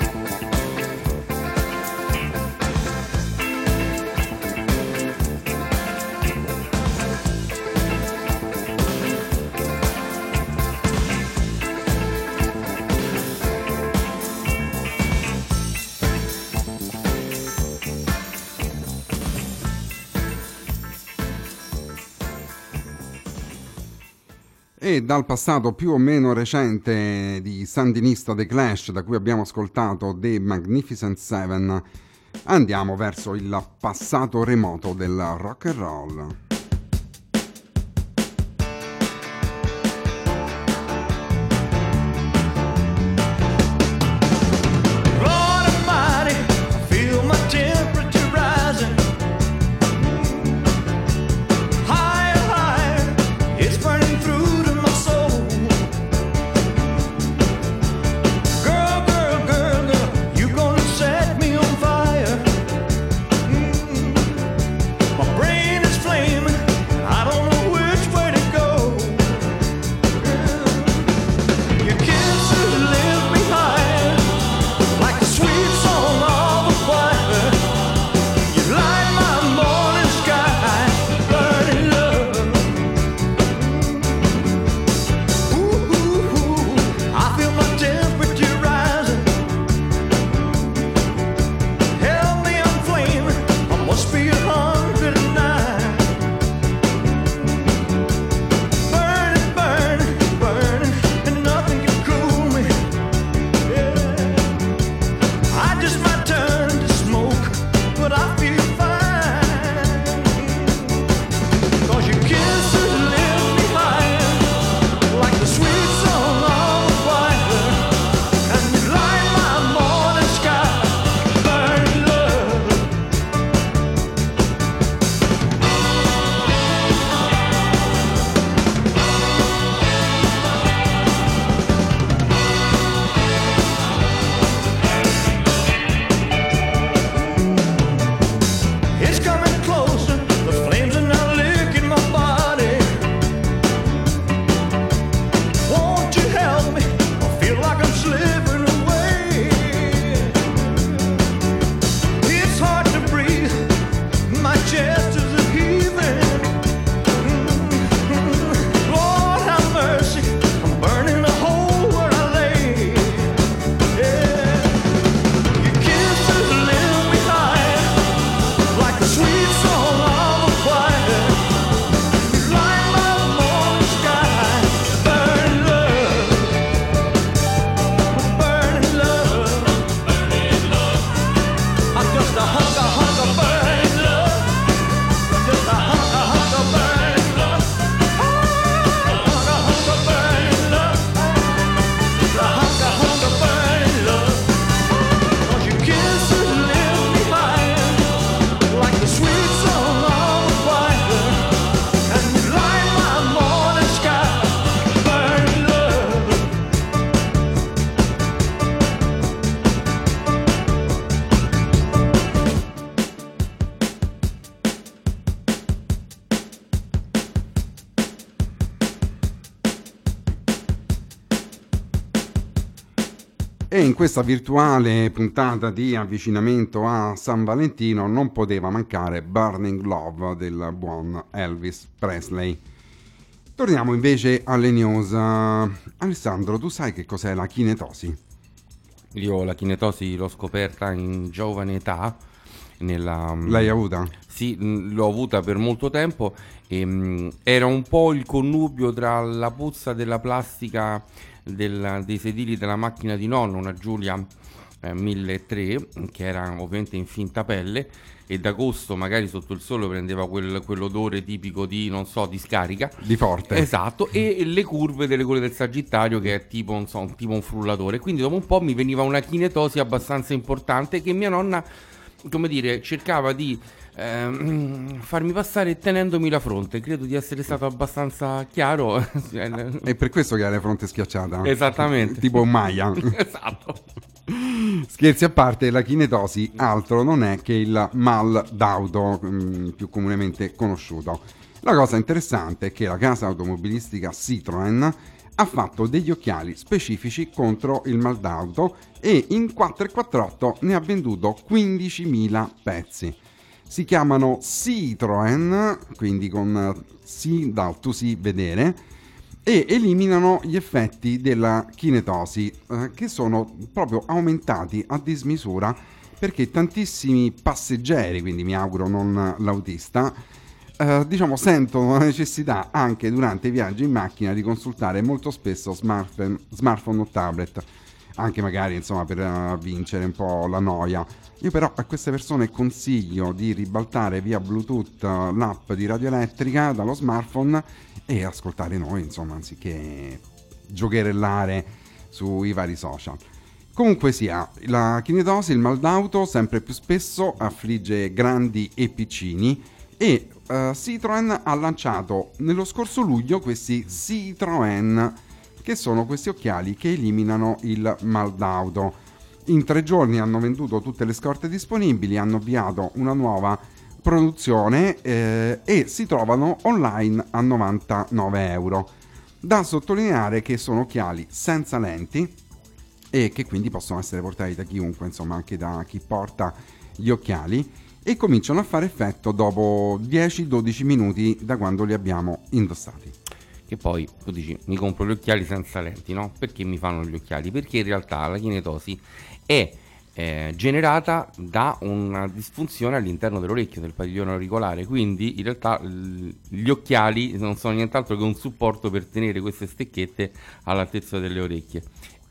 E dal passato più o meno recente di sandinista The Clash, da cui abbiamo ascoltato The Magnificent Seven, andiamo verso il passato remoto del rock and roll. E in questa virtuale puntata di avvicinamento a San Valentino non poteva mancare Burning Love del buon Elvis Presley. Torniamo invece alle news. Uh, Alessandro, tu sai che cos'è la kinetosi?
Io la kinetosi l'ho scoperta in giovane età. Nella,
L'hai avuta?
Sì, l'ho avuta per molto tempo e mh, era un po' il connubio tra la puzza della plastica del, dei sedili della macchina di nonno, una Giulia eh, milletrecento, che era ovviamente in finta pelle, e d'agosto magari sotto il sole prendeva quel, quell'odore tipico di, non so, di scarica.
Di forte.
Esatto, e le curve delle quelle del Sagittario, che è tipo, non so, tipo un frullatore. Quindi dopo un po' mi veniva una kinetosi abbastanza importante che mia nonna, come dire, cercava di ehm, farmi passare tenendomi la fronte. Credo di essere stato abbastanza chiaro.
È per questo che hai la fronte schiacciata.
Esattamente.
Tipo Maya.
Esatto.
Scherzi a parte, la kinetosi altro non è che il mal d'auto, mh, più comunemente conosciuto. La cosa interessante è che la casa automobilistica Citroën ha fatto degli occhiali specifici contro il mal d'auto e in quattro e quarantotto ne ha venduto quindicimila pezzi. Si chiamano Citroën, quindi con si dal tu si vedere, e eliminano gli effetti della kinetosi, eh, che sono proprio aumentati a dismisura perché tantissimi passeggeri, quindi mi auguro non l'autista, eh, diciamo sentono la necessità anche durante i viaggi in macchina di consultare molto spesso smartphone, smartphone o tablet, anche magari insomma per uh, vincere un po' la noia. Io però a queste persone consiglio di ribaltare via Bluetooth uh, l'app di Radio Elettrica dallo smartphone e ascoltare noi, insomma, anziché giocherellare sui vari social. Comunque sia, la kinetosi, il mal d'auto, sempre più spesso affligge grandi e piccini e uh, Citroën ha lanciato nello scorso luglio questi Citroën, che sono questi occhiali che eliminano il mal d'auto. In tre giorni hanno venduto tutte le scorte disponibili, hanno avviato una nuova produzione eh, e si trovano online a novantanove euro. Da sottolineare che sono occhiali senza lenti e che quindi possono essere portati da chiunque, insomma anche da chi porta gli occhiali, e cominciano a fare effetto dopo dieci dodici minuti da quando li abbiamo indossati.
Che poi tu dici mi compro gli occhiali senza lenti, no? Perché mi fanno gli occhiali? Perché in realtà la kinetosi è eh, generata da una disfunzione all'interno dell'orecchio, del padiglione auricolare, quindi in realtà l- gli occhiali non sono nient'altro che un supporto per tenere queste stecchette all'altezza delle orecchie.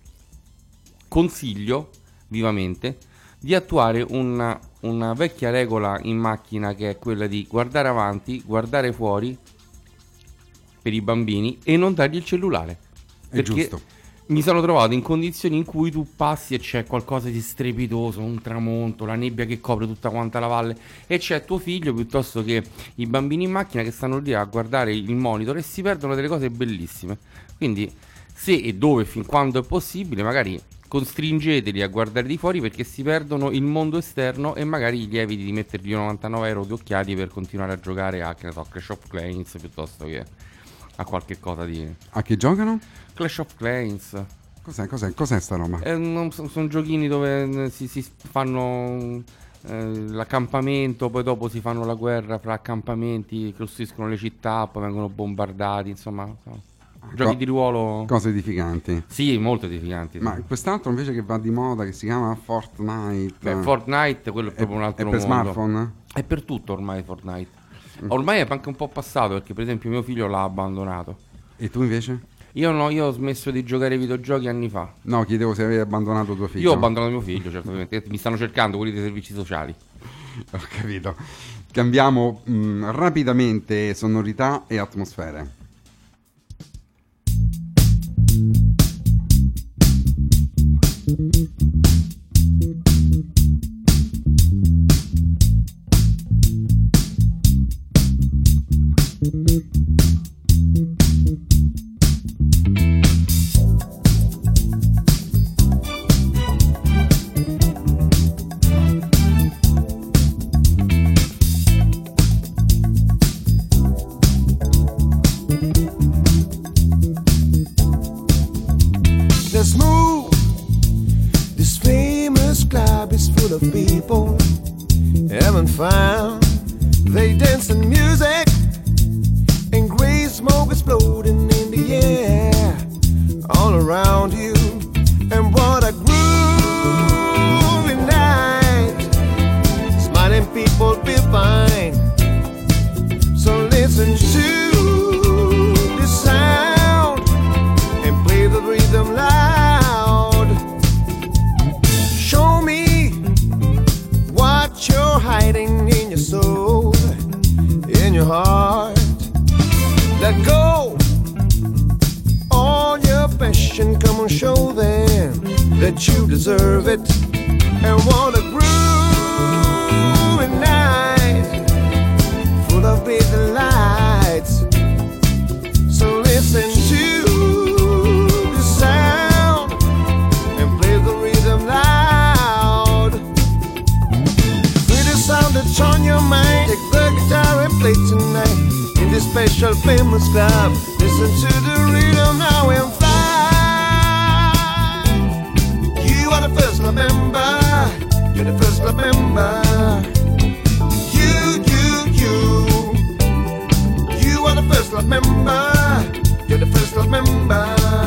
Consiglio vivamente di attuare una, una vecchia regola in macchina, che è quella di guardare avanti, guardare fuori per i bambini e non dargli il cellulare.
È
perché
giusto.
Mi sono trovato in condizioni in cui tu passi e c'è qualcosa di strepitoso, un tramonto, la nebbia che copre tutta quanta la valle, e c'è tuo figlio piuttosto che i bambini in macchina che stanno lì a guardare il monitor e si perdono delle cose bellissime. Quindi se e dove, fin quando è possibile, magari costringeteli a guardare di fuori, perché si perdono il mondo esterno e magari gli eviti di mettergli novantanove euro di occhiali per continuare a giocare a, che ne so, Clash of Clans piuttosto che a qualche cosa di...
A che giocano?
Clash of Clans.
Cos'è, cos'è, cos'è sta roba?
Eh, non, sono giochini dove si, si fanno eh, l'accampamento, poi dopo si fanno la guerra fra accampamenti, costruiscono le città, poi vengono bombardati, insomma, giochi
Co-
di ruolo.
Cose edificanti.
Sì, molto edificanti. Sì.
Ma quest'altro invece che va di moda, che si chiama Fortnite.
Beh, Fortnite, quello è proprio
è,
un altro
è per
mondo.
smartphone?
È per tutto ormai Fortnite. Ormai è anche un po' passato, perché per esempio mio figlio l'ha abbandonato.
E tu invece?
Io no, io ho smesso di giocare ai videogiochi anni fa.
No, chiedevo se avevi abbandonato tuo figlio.
Io ho abbandonato mio figlio, certamente. Mi stanno cercando quelli dei servizi sociali.
Ho capito. Cambiamo mh, rapidamente sonorità e atmosfere.
Let's move. This famous club is full of people, having fun. They dance in music, and gray smoke exploding.
around you. And what a groovy night. Smiling people feel fine. So listen to the sound and play the rhythm loud. Show me what you're hiding in your soul, in your heart. Let go all your passion, come on, show them that you deserve it. And what a groovy night, full of big lights. So listen to the sound and play the rhythm loud. Feel the sound that's on your mind. Take the guitar and play tonight in this special famous club. Listen to the rhythm now and fly. You are the first club member. You're the first club member. You, you, you. You are the first club member. You're the first club member.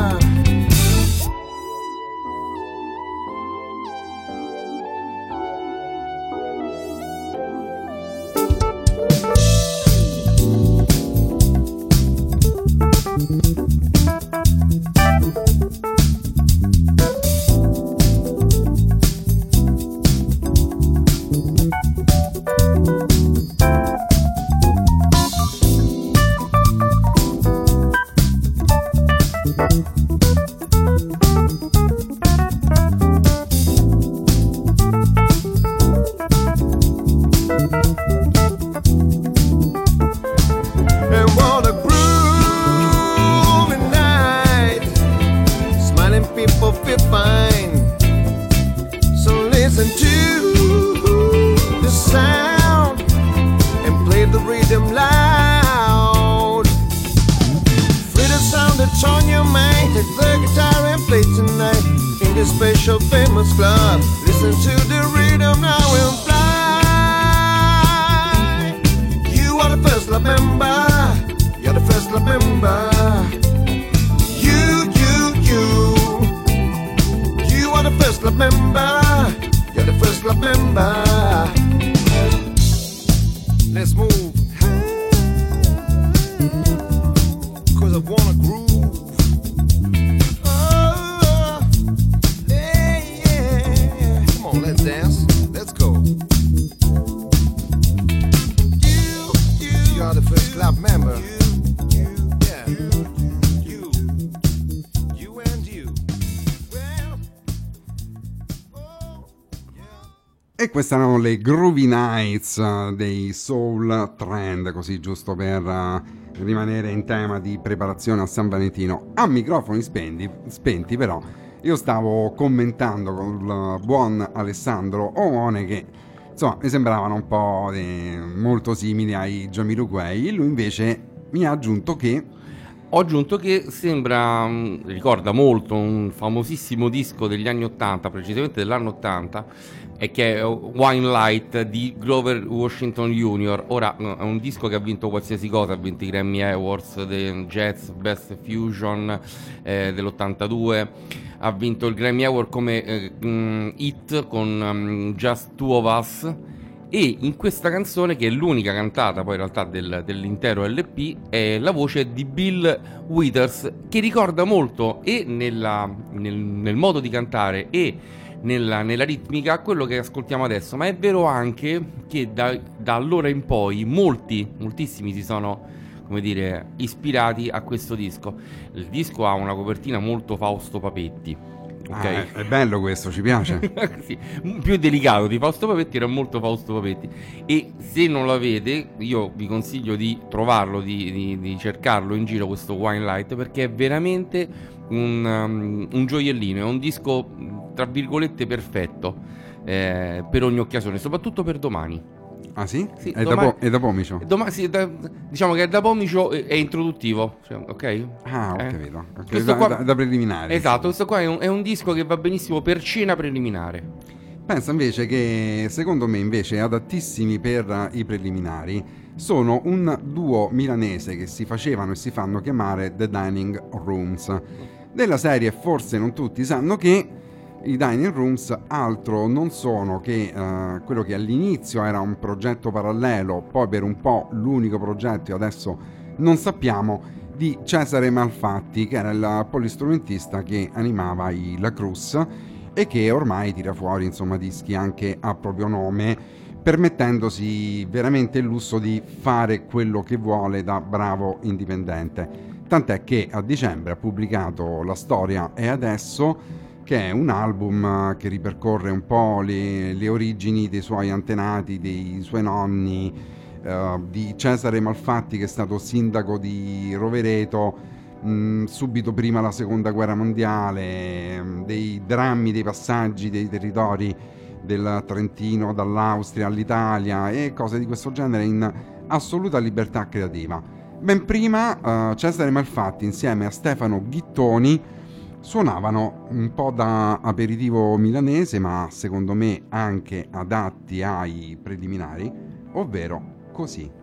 E queste erano le Groovy Nights uh, dei Soul Trend, così giusto per uh, rimanere in tema di preparazione a San Valentino. A microfoni spenti, spenti però, io stavo commentando con il buon Alessandro Oone che insomma mi sembravano un po' di, molto simili ai Jamiroquai, e lui invece mi ha aggiunto che
Ho aggiunto che sembra, ricorda molto un famosissimo disco degli anni ottanta, precisamente dell'anno ottanta, e che è Wine Light di Grover Washington junior Ora è un disco che ha vinto qualsiasi cosa, ha vinto i Grammy Awards del Jazz Best Fusion eh, dell'ottantadue, ha vinto il Grammy Award come eh, um, hit con um, Just Two of Us. E in questa canzone, che è l'unica cantata poi in realtà del, dell'intero L P, è la voce di Bill Withers, che ricorda molto e nella, nel, nel modo di cantare e nella, nella ritmica quello che ascoltiamo adesso. Ma è vero anche che da, da allora in poi molti, moltissimi si sono, come dire, ispirati a questo disco. Il disco ha una copertina molto Fausto Papetti. Okay.
Ah, è bello questo, ci piace.
Sì, più delicato di Fausto Papetti, era molto Fausto Papetti. E se non lo avete, io vi consiglio di trovarlo, di, di, di cercarlo in giro, questo Wine Light, perché è veramente un, um, un gioiellino. È un disco tra virgolette perfetto eh, per ogni occasione, soprattutto per domani.
Ah sì?
Sì,
è,
domani,
da po- è da pomicio?
Domani, sì, da, diciamo che è da pomicio, è, è introduttivo, cioè, ok?
Ah, ho
eh.
capito. Okay.
Da,
Da,
qua,
da, da preliminare.
Esatto, questo qua è un, è un disco che va benissimo per cena preliminare.
Pensa invece che secondo me invece adattissimi per i preliminari sono un duo milanese che si facevano e si fanno chiamare The Dining Rooms. della serie forse non tutti sanno che i Dining Rooms altro non sono che uh, quello che all'inizio era un progetto parallelo, poi per un po' l'unico progetto, e adesso non sappiamo, di Cesare Malfatti, che era il polistrumentista che animava i La Cruz e che ormai tira fuori insomma dischi anche a proprio nome, permettendosi veramente il lusso di fare quello che vuole da bravo indipendente. Tant'è che a dicembre ha pubblicato La storia è adesso, che è un album che ripercorre un po' le, le origini dei suoi antenati, dei suoi nonni, eh, di Cesare Malfatti, che è stato sindaco di Rovereto mh, subito prima la seconda guerra mondiale, mh, dei drammi, dei passaggi dei territori del Trentino dall'Austria all'Italia e cose di questo genere in assoluta libertà creativa. Ben prima uh, Cesare Malfatti insieme a Stefano Ghittoni suonavano un po' da aperitivo milanese, ma secondo me anche adatti ai preliminari, ovvero così.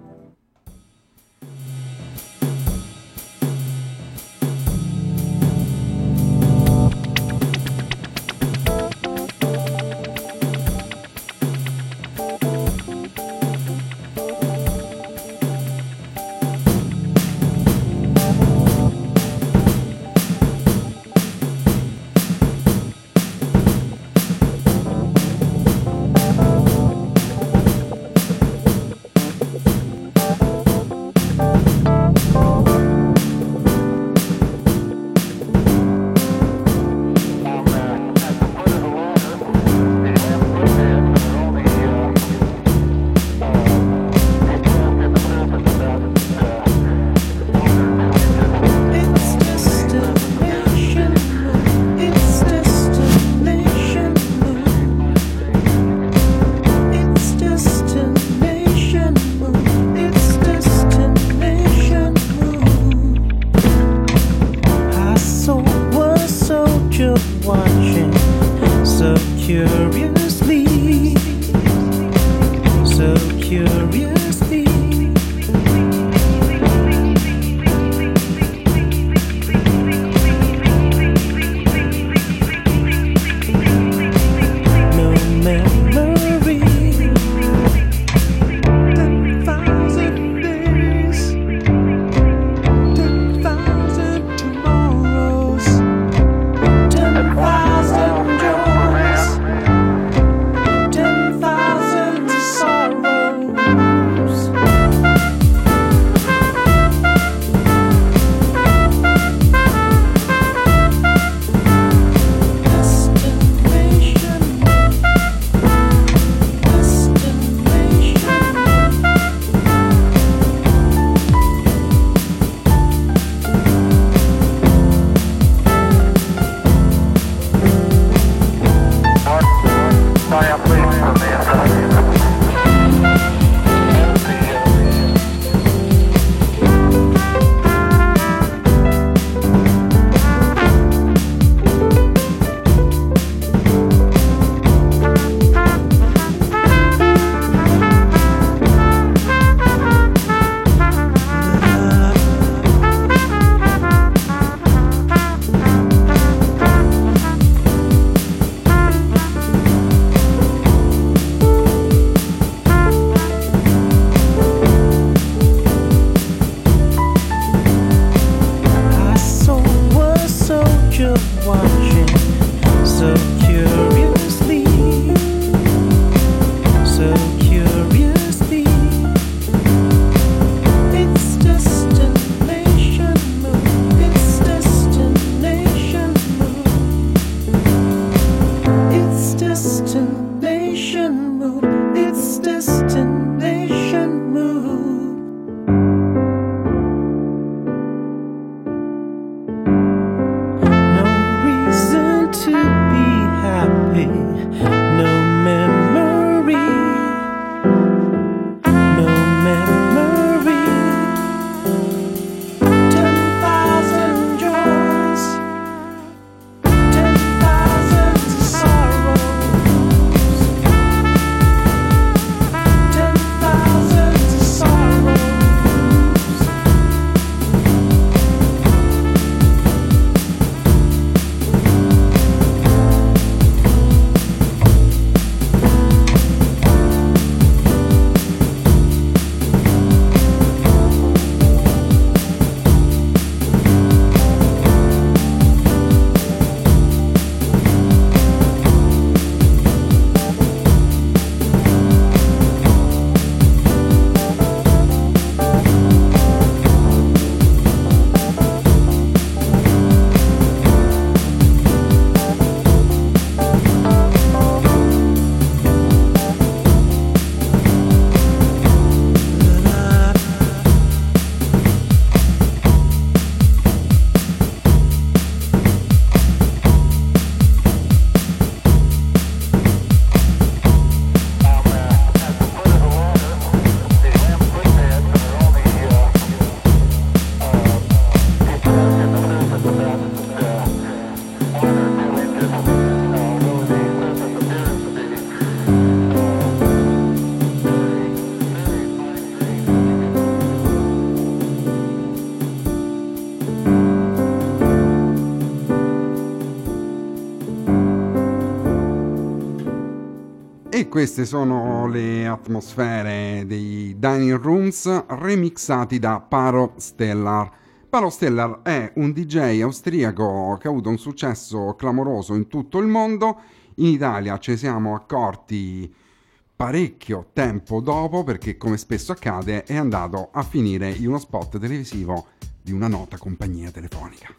E queste sono le atmosfere dei dining rooms remixati da Paro Stellar. Paro Stellar è un D J austriaco che ha avuto un successo clamoroso in tutto il mondo. In Italia ci siamo accorti parecchio tempo dopo perché, come spesso accade, è andato a finire in uno spot televisivo di una nota compagnia telefonica.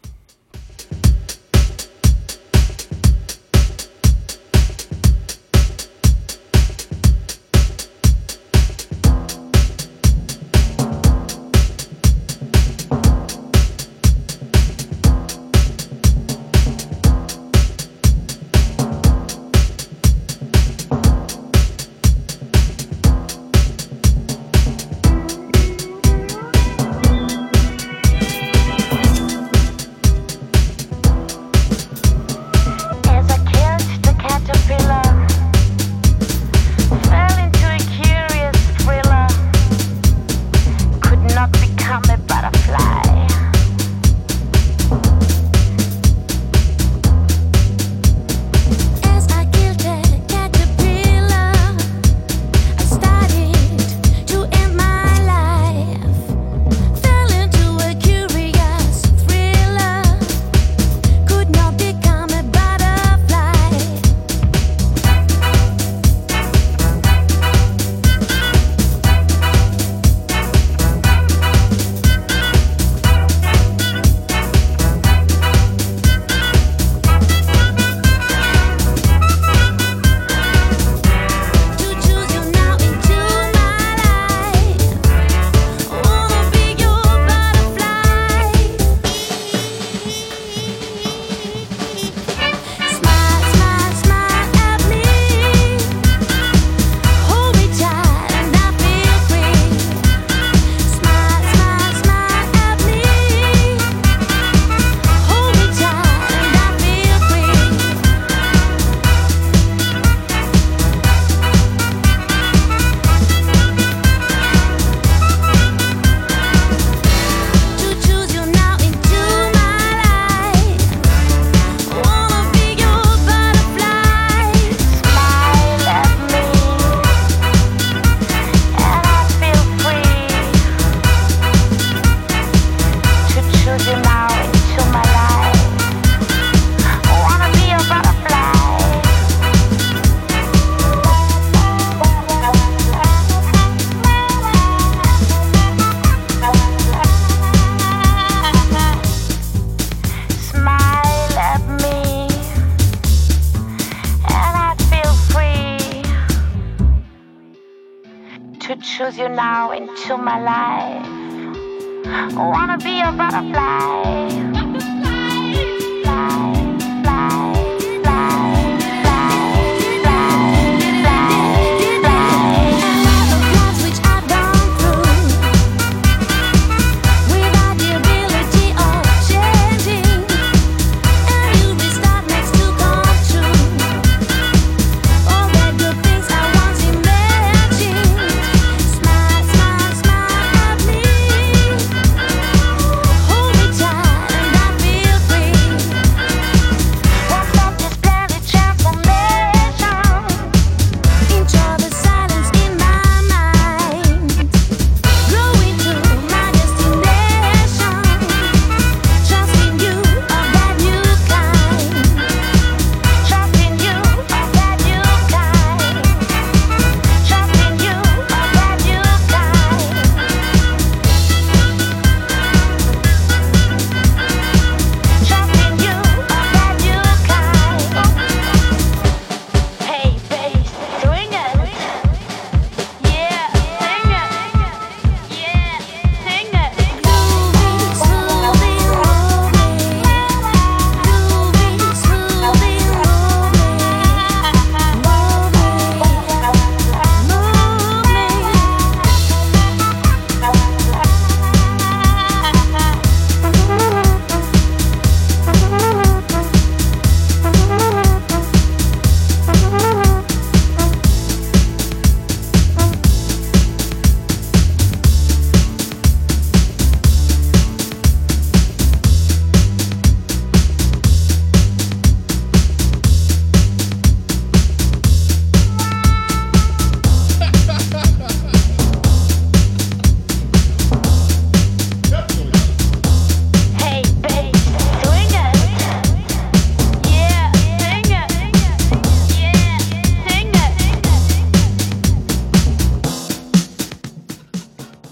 Choose you now into my life. I wanna be a butterfly.
Hold me tight.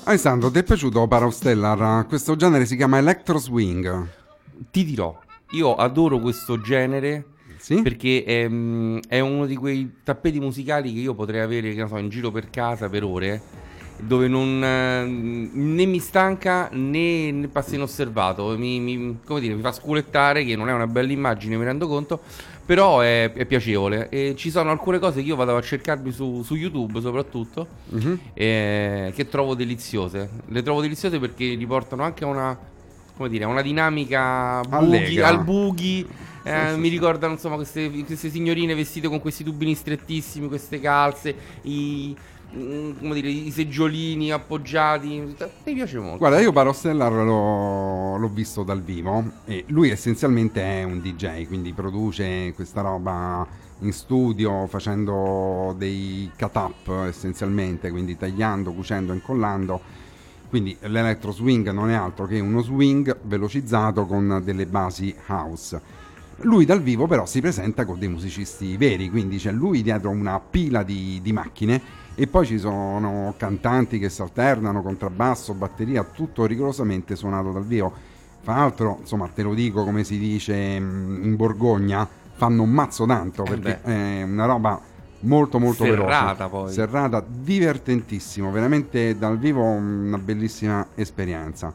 Alessandro, ti è piaciuto Parastellar? Questo genere si chiama Electro Swing.
Ti dirò, io adoro questo genere,
sì?
Perché è, è uno di quei tappeti musicali che io potrei avere, che non so, in giro per casa per ore, dove non né mi stanca né, né passa inosservato, mi, mi, come dire, mi fa sculettare, che non è una bella immagine, mi rendo conto, però è, è piacevole, e ci sono alcune cose che io vado a cercarmi su, su YouTube soprattutto, uh-huh. eh, che trovo deliziose. Le trovo deliziose perché riportano anche a una, come dire, una dinamica boogie, al boogie. Eh, sì, mi ricordano insomma queste, queste signorine vestite con questi tubini strettissimi, queste calze, i, come dire, i seggiolini appoggiati. Mi piace molto.
Guarda, io Parastellar l'ho, l'ho visto dal vivo, e lui essenzialmente è un D J, quindi produce questa roba in studio facendo dei cut-up essenzialmente, quindi tagliando, cucendo, incollando. Quindi l'electro swing non è altro che uno swing velocizzato con delle basi house. Lui dal vivo però si presenta con dei musicisti veri, quindi c'è lui dietro una pila di, di macchine, e poi ci sono cantanti che si alternano, contrabbasso, batteria, tutto rigorosamente suonato dal vivo. Tra l'altro, insomma, te lo dico come si dice in Borgogna, fanno un mazzo tanto, perché eh è una roba molto molto
serrata,
veloce,
poi
serrata, divertentissimo, veramente dal vivo una bellissima esperienza.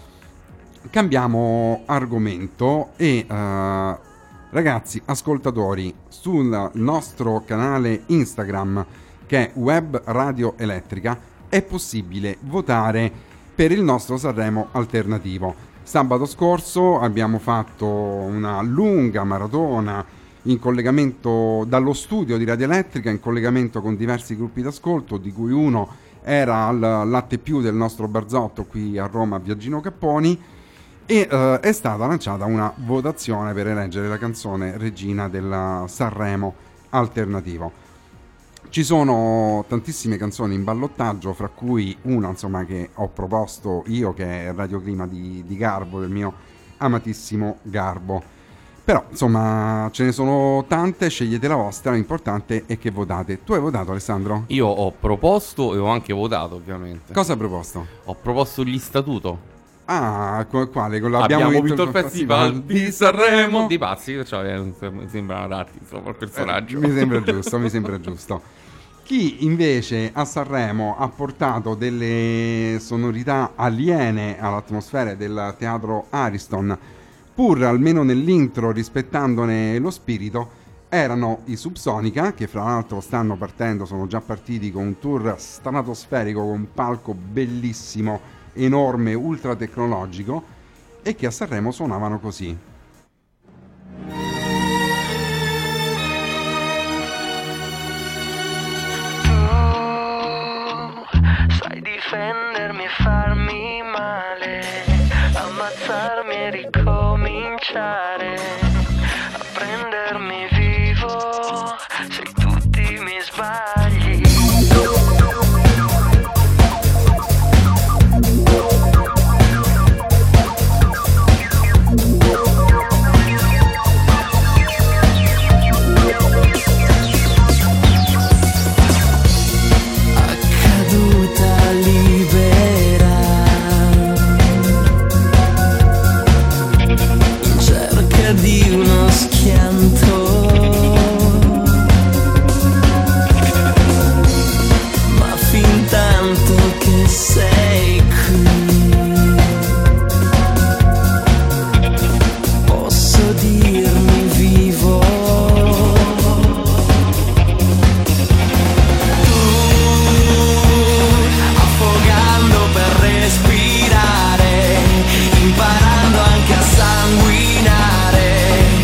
Cambiamo argomento e uh, ragazzi ascoltatori, sul nostro canale Instagram, che è Web Radio Elettrica, è possibile votare per il nostro Sanremo alternativo. Sabato scorso abbiamo fatto una lunga maratona in collegamento dallo studio di Radio Elettrica, in collegamento con diversi gruppi d'ascolto, di cui uno era al Latte Più del nostro Barzotto qui a Roma, a Viagino Capponi, e uh, è stata lanciata una votazione per eleggere la canzone regina del Sanremo alternativo. Ci sono tantissime canzoni in ballottaggio, fra cui una insomma che ho proposto io, che è Radio Clima di, di Garbo, del mio amatissimo Garbo. Però insomma ce ne sono tante, scegliete la vostra, l'importante è che votate. Tu hai votato, Alessandro?
Io ho proposto e ho anche votato, ovviamente.
Cosa hai proposto?
Ho proposto gli Statuto.
Ah, quale? Abbiamo,
Abbiamo vinto, vinto
il
festival, festival di Sanremo di pazzi, cioè, mi sembra adatti insomma il personaggio.
Eh, mi sembra giusto, mi sembra giusto. Chi invece a Sanremo ha portato delle sonorità aliene all'atmosfera del teatro Ariston, pur almeno nell'intro rispettandone lo spirito, erano i Subsonica, che fra l'altro stanno partendo, sono già partiti con un tour stratosferico, con un palco bellissimo, enorme, ultra tecnologico, e che a Sanremo suonavano così.
Sai difendermi e farmi male, ammazzarmi e ricominciare, a prendermi vivo se tutti mi sbagli. Di uno schianto, ma fin tanto che sei qui, posso dirmi vivo. Tu, affogando per respirare, imparando anche a sanguinare,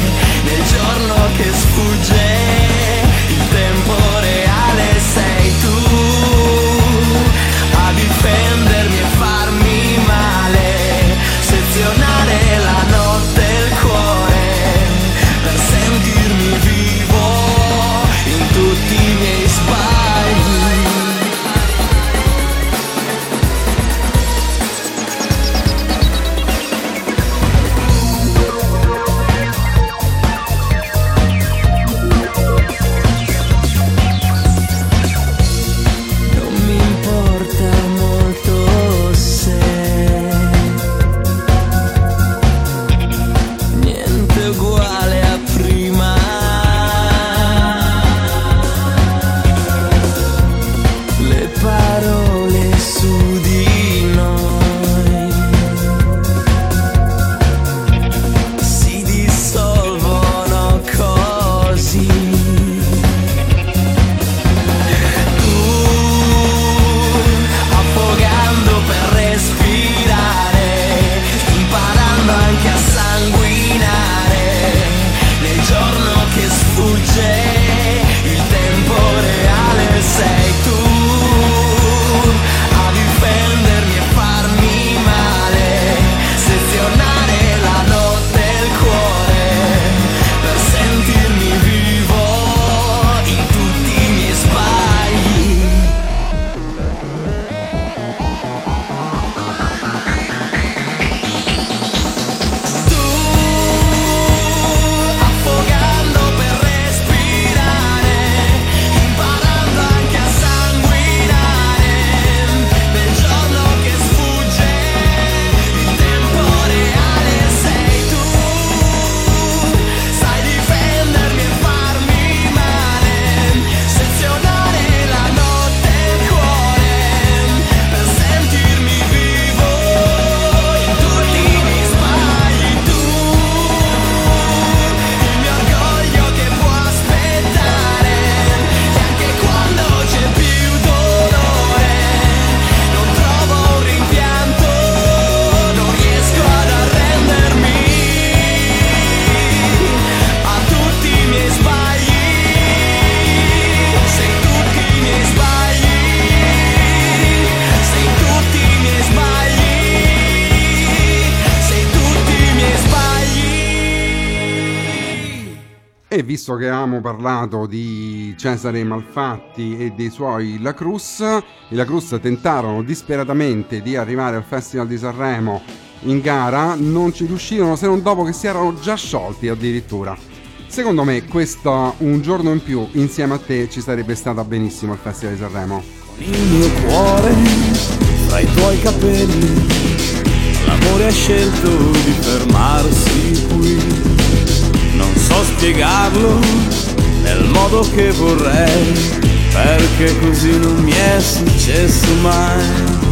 E visto che abbiamo parlato di Cesare Malfatti e dei suoi La Cruz, i La Cruz tentarono disperatamente di arrivare al Festival di Sanremo in gara, non ci riuscirono se non dopo che si erano già sciolti addirittura. Secondo me questo Un giorno in più insieme a te ci sarebbe stata benissimo al Festival di Sanremo.
Il mio cuore fra i tuoi capelli, l'amore ha scelto di fermarsi qui. Non so spiegarlo nel modo che vorrei, perché così non mi è successo mai.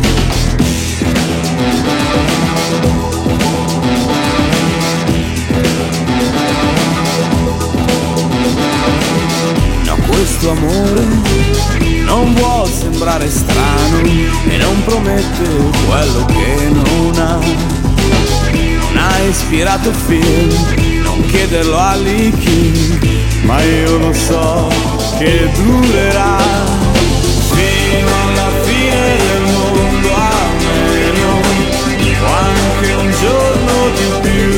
No, questo amore non vuol sembrare strano e non promette quello che non ha. Non ha ispirato film, non chiederlo a Lee King, ma io lo so che durerà fino alla fine del mondo, almeno anche un giorno di più.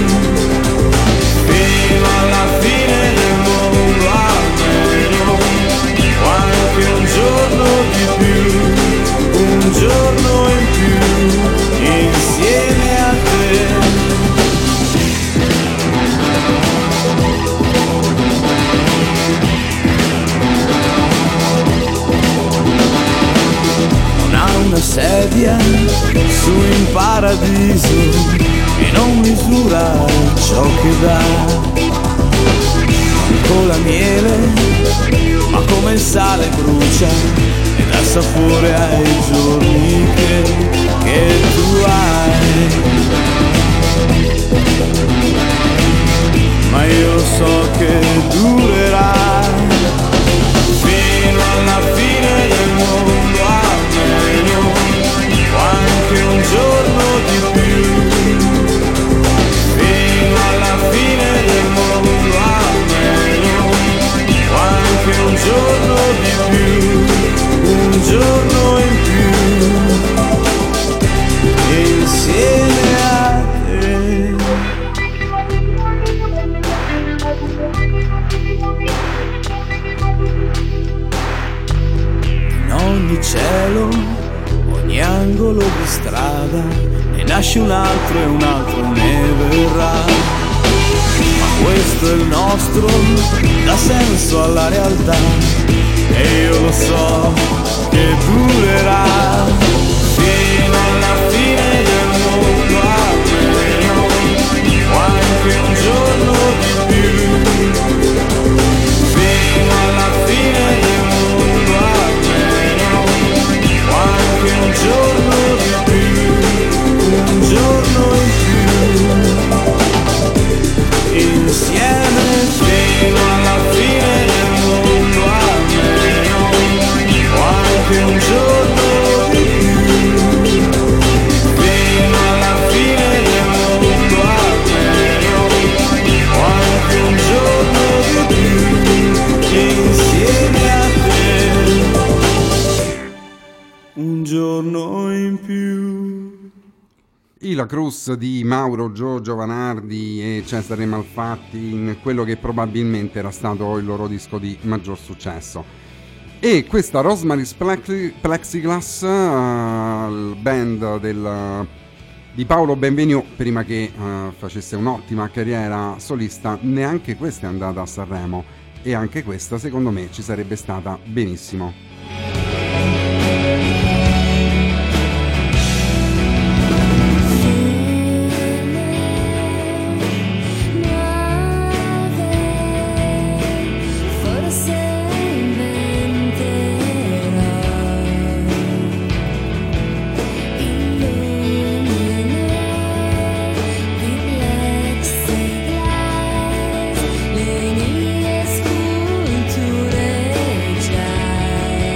Fino alla fine del mondo, almeno anche un giorno di più, un giorno in più insieme a te. Una sedia su in paradiso e non misura ciò che dà, non con la miele ma come il sale brucia e dà sapore ai giorni che, che tu hai. Ma io so che durerà fino alla fine del mondo, almeno anche un giorno di più. Fino alla fine del mondo, almeno anche un giorno di più, un giorno in più insieme a te. In ogni cielo, ogni angolo di strada, ne nasce un altro e un altro ne verrà. Ma questo è il nostro, dà senso alla realtà, e io lo so che durerà fino alla fine del mondo, almeno anche un giorno di più. Fino alla fine del mondo, almeno anche un giorno di più, un giorno in più insieme fino alla fine del mondo, almeno anche un giorno di più. Fino alla fine del mondo, almeno anche un giorno di più insieme a te, un giorno in più.
I La Cruz di Mauro Gio Giovanardi e Cesare Malfatti in quello che probabilmente era stato il loro disco di maggior successo. E questa Rosemary's Plexi- Plexiglass, uh, il band del, di Paolo Benvenu, prima che uh, facesse un'ottima carriera solista, neanche questa è andata a Sanremo, e anche questa secondo me ci sarebbe stata benissimo.
Le mie sculture già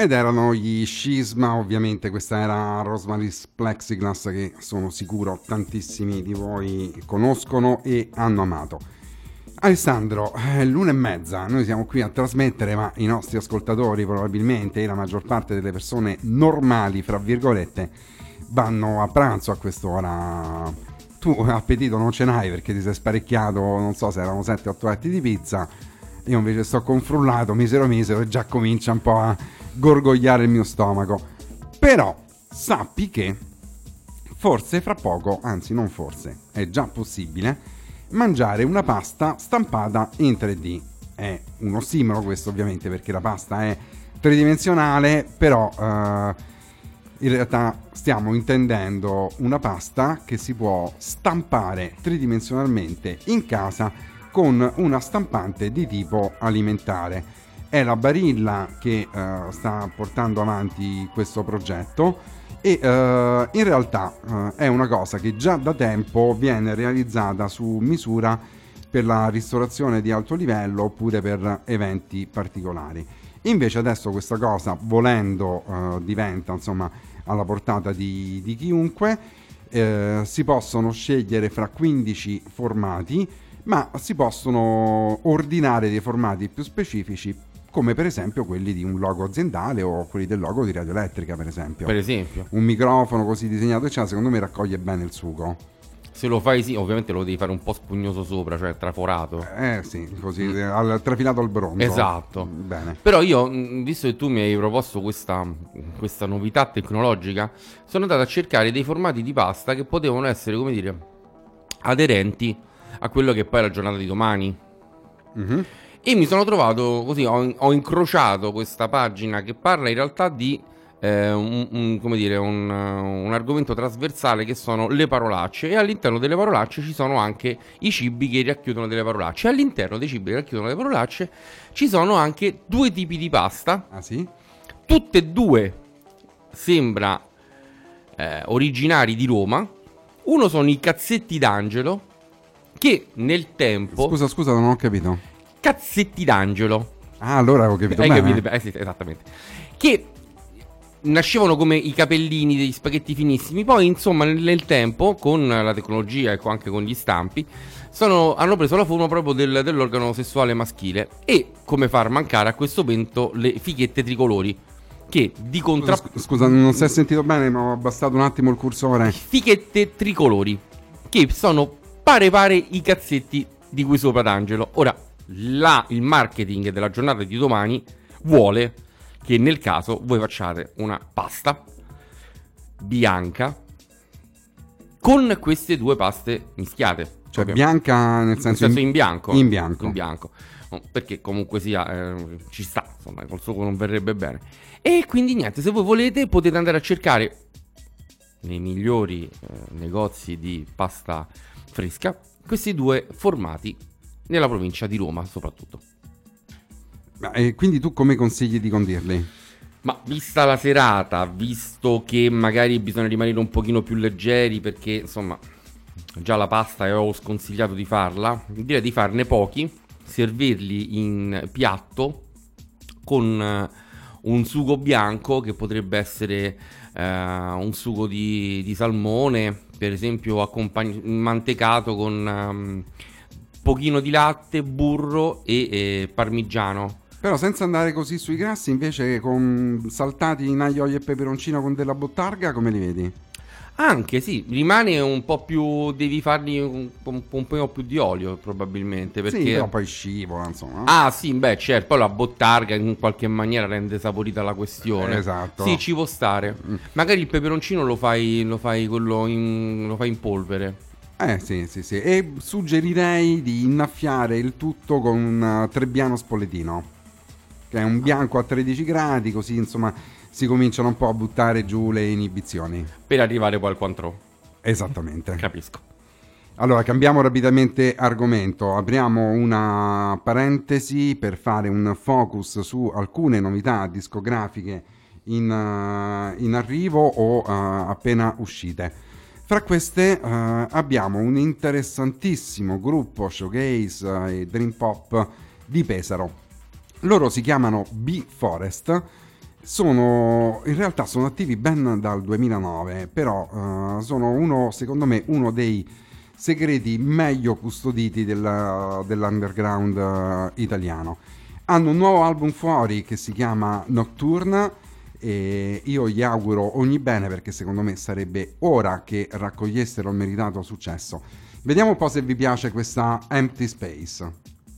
Ed erano gli Scisma, ovviamente questa era Rosemary's Plexiglass, che sono sicuro tantissimi di voi conoscono e hanno amato. Alessandro, è l'una e mezza, noi siamo qui a trasmettere, ma i nostri ascoltatori probabilmente, e la maggior parte delle persone normali, fra virgolette, vanno a pranzo a quest'ora. Tu appetito non ce n'hai perché ti sei sparecchiato, non so se erano sette otto etti di pizza, io invece sto confrullato, misero misero, e già comincia un po' a gorgogliare il mio stomaco. Però sappi che forse fra poco, anzi non forse, è già possibile mangiare una pasta stampata in tre D. È un ossimoro questo ovviamente, perché la pasta è tridimensionale, però eh, in realtà stiamo intendendo una pasta che si può stampare tridimensionalmente in casa con una stampante di tipo alimentare. È la Barilla che eh, sta portando avanti questo progetto e eh, in realtà eh, è una cosa che già da tempo viene realizzata su misura per la ristorazione di alto livello oppure per eventi particolari. Invece adesso questa cosa, volendo, eh, diventa insomma alla portata di, di chiunque. Eh, si possono scegliere fra quindici formati, ma si possono ordinare dei formati più specifici, come per esempio quelli di un logo aziendale o quelli del logo di Radio Elettrica, per esempio.
Per esempio.
Un microfono così disegnato, eccetera, secondo me raccoglie bene il sugo.
Se lo fai, sì, ovviamente lo devi fare un po' spugnoso sopra, cioè traforato.
Eh sì, così, mm. al, trafilato al bronzo.
Esatto.
Bene.
Però io, visto che tu mi hai proposto questa, questa novità tecnologica, sono andato a cercare dei formati di pasta che potevano essere, come dire, aderenti a quello che poi è la giornata di domani.
Mm-hmm.
E mi sono trovato così, ho, ho incrociato questa pagina che parla in realtà di eh, un, un, come dire, un, un argomento trasversale, che sono le parolacce, e all'interno delle parolacce ci sono anche i cibi che racchiudono delle parolacce. All'interno dei cibi che racchiudono le parolacce ci sono anche due tipi di pasta.
Ah sì?
Tutte e due sembra eh, originari di Roma. Uno sono i cazzetti d'angelo, che nel tempo...
Scusa, scusa, non ho capito.
Cazzetti d'angelo.
Ah, allora avevo capito
Hai
bene.
capito? Eh, sì, esattamente. Che nascevano come i capellini degli spaghetti finissimi, poi insomma nel, nel tempo, con la tecnologia e anche con gli stampi, sono, hanno preso la forma proprio del, dell'organo sessuale maschile. E come far mancare a questo punto le fichette tricolori, che di contra...
Scusa, scusa, non si è sentito bene, ma ho abbassato un attimo il cursore.
Fichette tricolori, che sono pare pare i cazzetti di cui sopra d'angelo. Ora, la, il marketing della giornata di domani vuole che nel caso voi facciate una pasta bianca con queste due paste mischiate.
Cioè
Ovviamente.
bianca nel senso,
nel senso in, in bianco.
In bianco.
In bianco. Perché comunque sia, eh, ci sta, insomma, col sugo non verrebbe bene. E quindi niente, se voi volete potete andare a cercare nei migliori eh, negozi di pasta fresca questi due formati nella provincia di Roma soprattutto.
Ma, e quindi tu come consigli di condirli?
Ma vista la serata, visto che magari bisogna rimanere un pochino più leggeri, perché insomma già la pasta avevo sconsigliato di farla, direi di farne pochi, servirli in piatto con uh, un sugo bianco, che potrebbe essere uh, un sugo di, di salmone, per esempio accompagn- mantecato con um, pochino di latte, burro e eh, parmigiano.
Però senza andare così sui grassi, invece con saltati in aglio, olio e peperoncino con della bottarga, come li vedi?
Anche sì, rimane un po' più, devi fargli un, un, un po' più di olio probabilmente, perché...
Sì, però poi scivola, insomma.
Ah sì, beh certo, poi la bottarga in qualche maniera rende saporita la questione.
Esatto.
Sì, ci può stare. Mm. Magari il peperoncino lo fai, lo fai quello in, lo fai in polvere.
Eh sì, sì, sì. E suggerirei di innaffiare il tutto con un Trebbiano Spoletino, che è un bianco a tredici gradi, così insomma si cominciano un po' a buttare giù le inibizioni.
Per arrivare poi al Cointreau.
Esattamente.
Capisco.
Allora, cambiamo rapidamente argomento. Apriamo una parentesi per fare un focus su alcune novità discografiche in, uh, in arrivo o uh, appena uscite. Fra queste uh, abbiamo un interessantissimo gruppo showgaze uh, e dream pop di Pesaro. Loro si chiamano B-Forest sono in realtà sono attivi ben dal duemilanove, però uh, sono uno, secondo me, uno dei segreti meglio custoditi della, dell'underground uh, italiano. Hanno un nuovo album fuori che si chiama Nocturne e io gli auguro ogni bene, perché secondo me sarebbe ora che raccogliessero il meritato successo. Vediamo un po' se vi piace questa Empty Space.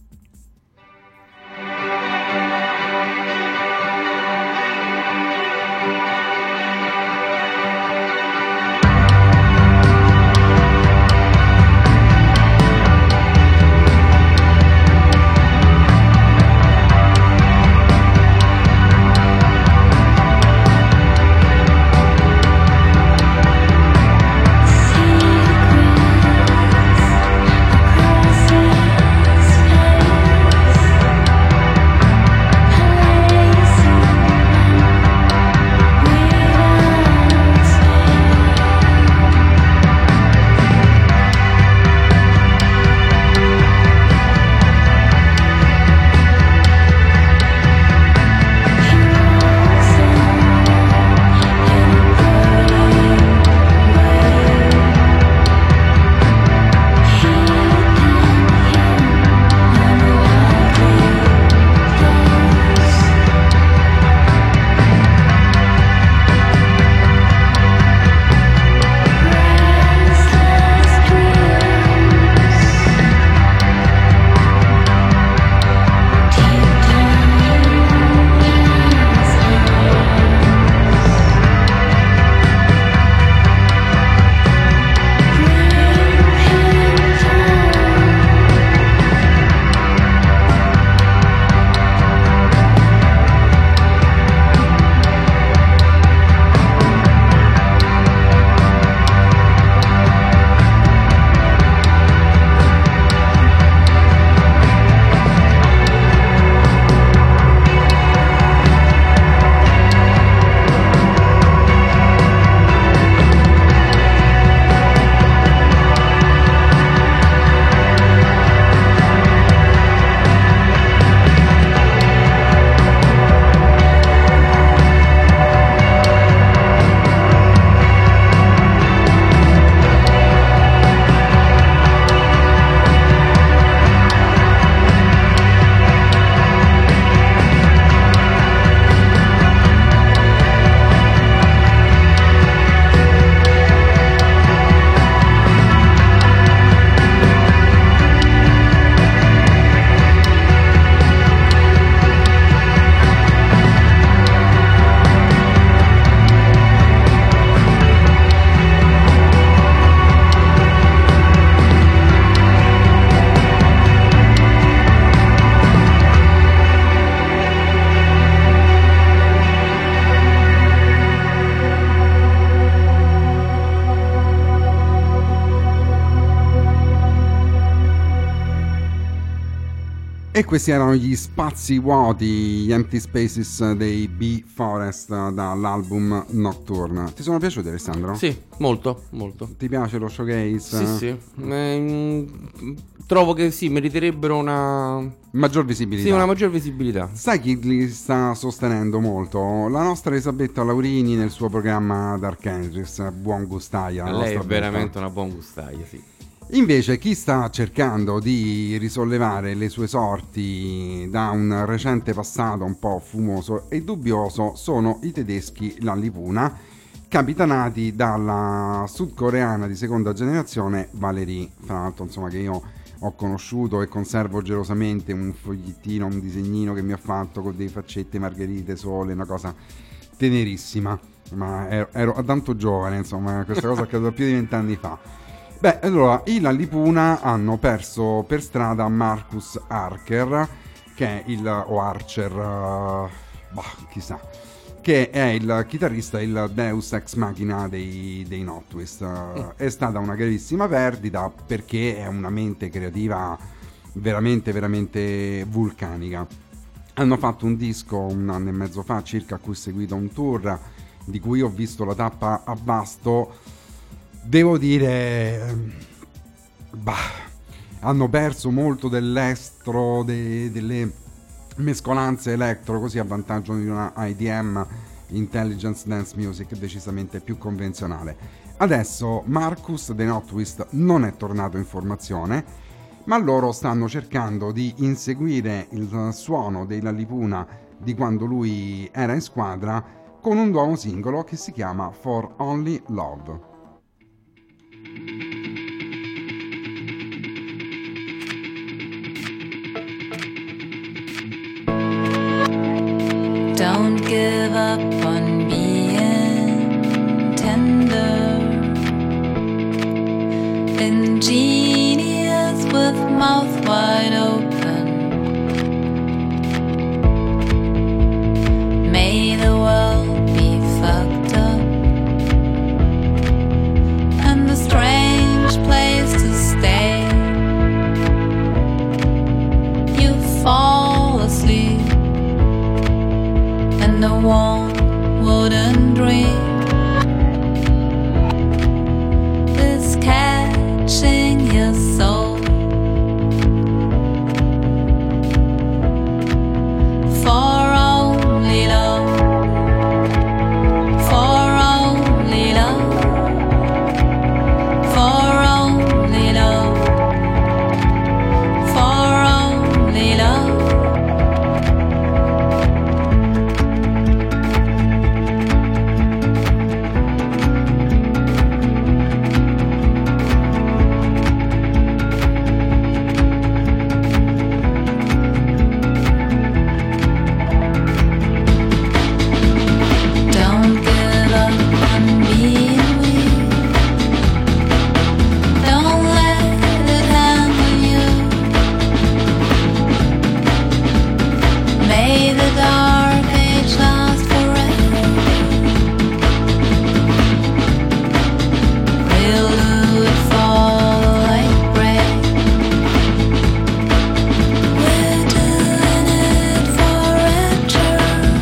E questi erano gli spazi vuoti, gli empty spaces dei B-Forest dall'album Nocturne. Ti sono piaciuti, Alessandro?
Sì, molto, molto.
Ti piace lo showcase?
Sì, sì. Eh, trovo che sì, meriterebbero una
maggior visibilità.
Sì, una maggior visibilità.
Sai chi li sta sostenendo molto? La nostra Elisabetta Laurini nel suo programma Dark Angels, Buon Gustaia.
Lei è veramente una buon gustaia, sì.
Invece chi sta cercando di risollevare le sue sorti da un recente passato un po' fumoso e dubbioso sono i tedeschi Lallipuna, capitanati dalla sudcoreana di seconda generazione Valérie. Fra l'altro, insomma, che io ho conosciuto e conservo gelosamente, un fogliettino, un disegnino che mi ha fatto con dei faccette, margherite, sole, una cosa tenerissima. Ma ero, ero tanto giovane, insomma, questa cosa è accaduta più di vent'anni fa. Beh, allora, i Lallipuna hanno perso per strada Marcus Archer, che è il, o Archer, uh, bah, chissà, che è il chitarrista, il Deus Ex Machina dei, dei Notwist. Uh, è stata una gravissima perdita perché è una mente creativa veramente, veramente vulcanica. Hanno fatto un disco un anno e mezzo fa circa, a cui è seguito un tour, di cui ho visto la tappa a Vasto. Devo dire, bah, hanno perso molto dell'estro, de, delle mescolanze electro, così a vantaggio di una I D M, Intelligence Dance Music, decisamente più convenzionale. Adesso Marcus dei Notwist non è tornato in formazione, ma loro stanno cercando di inseguire il suono dei Lallipuna di quando lui era in squadra con un nuovo singolo che si chiama For Only Love.
Don't give up on being tender, ingenious with mouth wide open. May the world be fucked up and a strange place to stay. You fall asleep and the warm wooden dream is catching your soul. For only love, for only love, for only love, for only love. Don't give up on being weak. Don't let it handle you. May the dark age last forever. We'll do it fall like rain. We're doing it forever.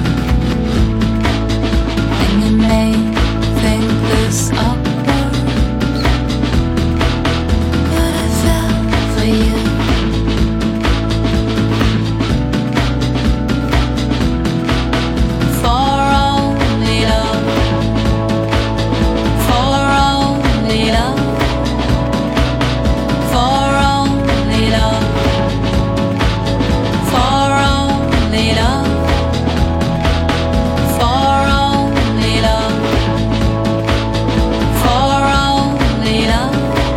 And you may think this awkward, but I fell for you. For only love, for only love, for only love, for only love, for only love, for only love,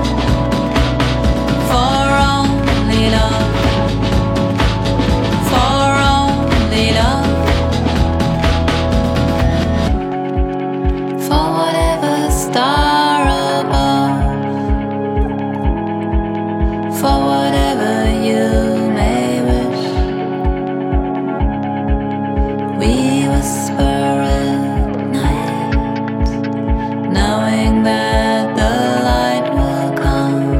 for only love, for only love. For whatever star above, for whatever you may wish, we whisper at night, knowing that the light will come,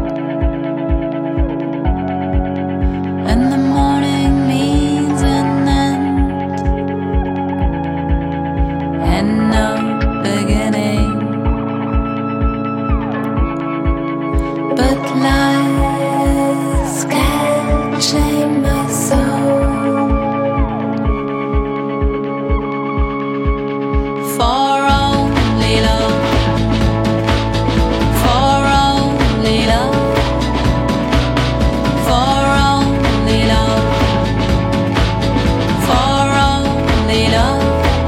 and the morning means an end and no beginning. But lies catching my soul. For only love, for only love, for only love, for only love,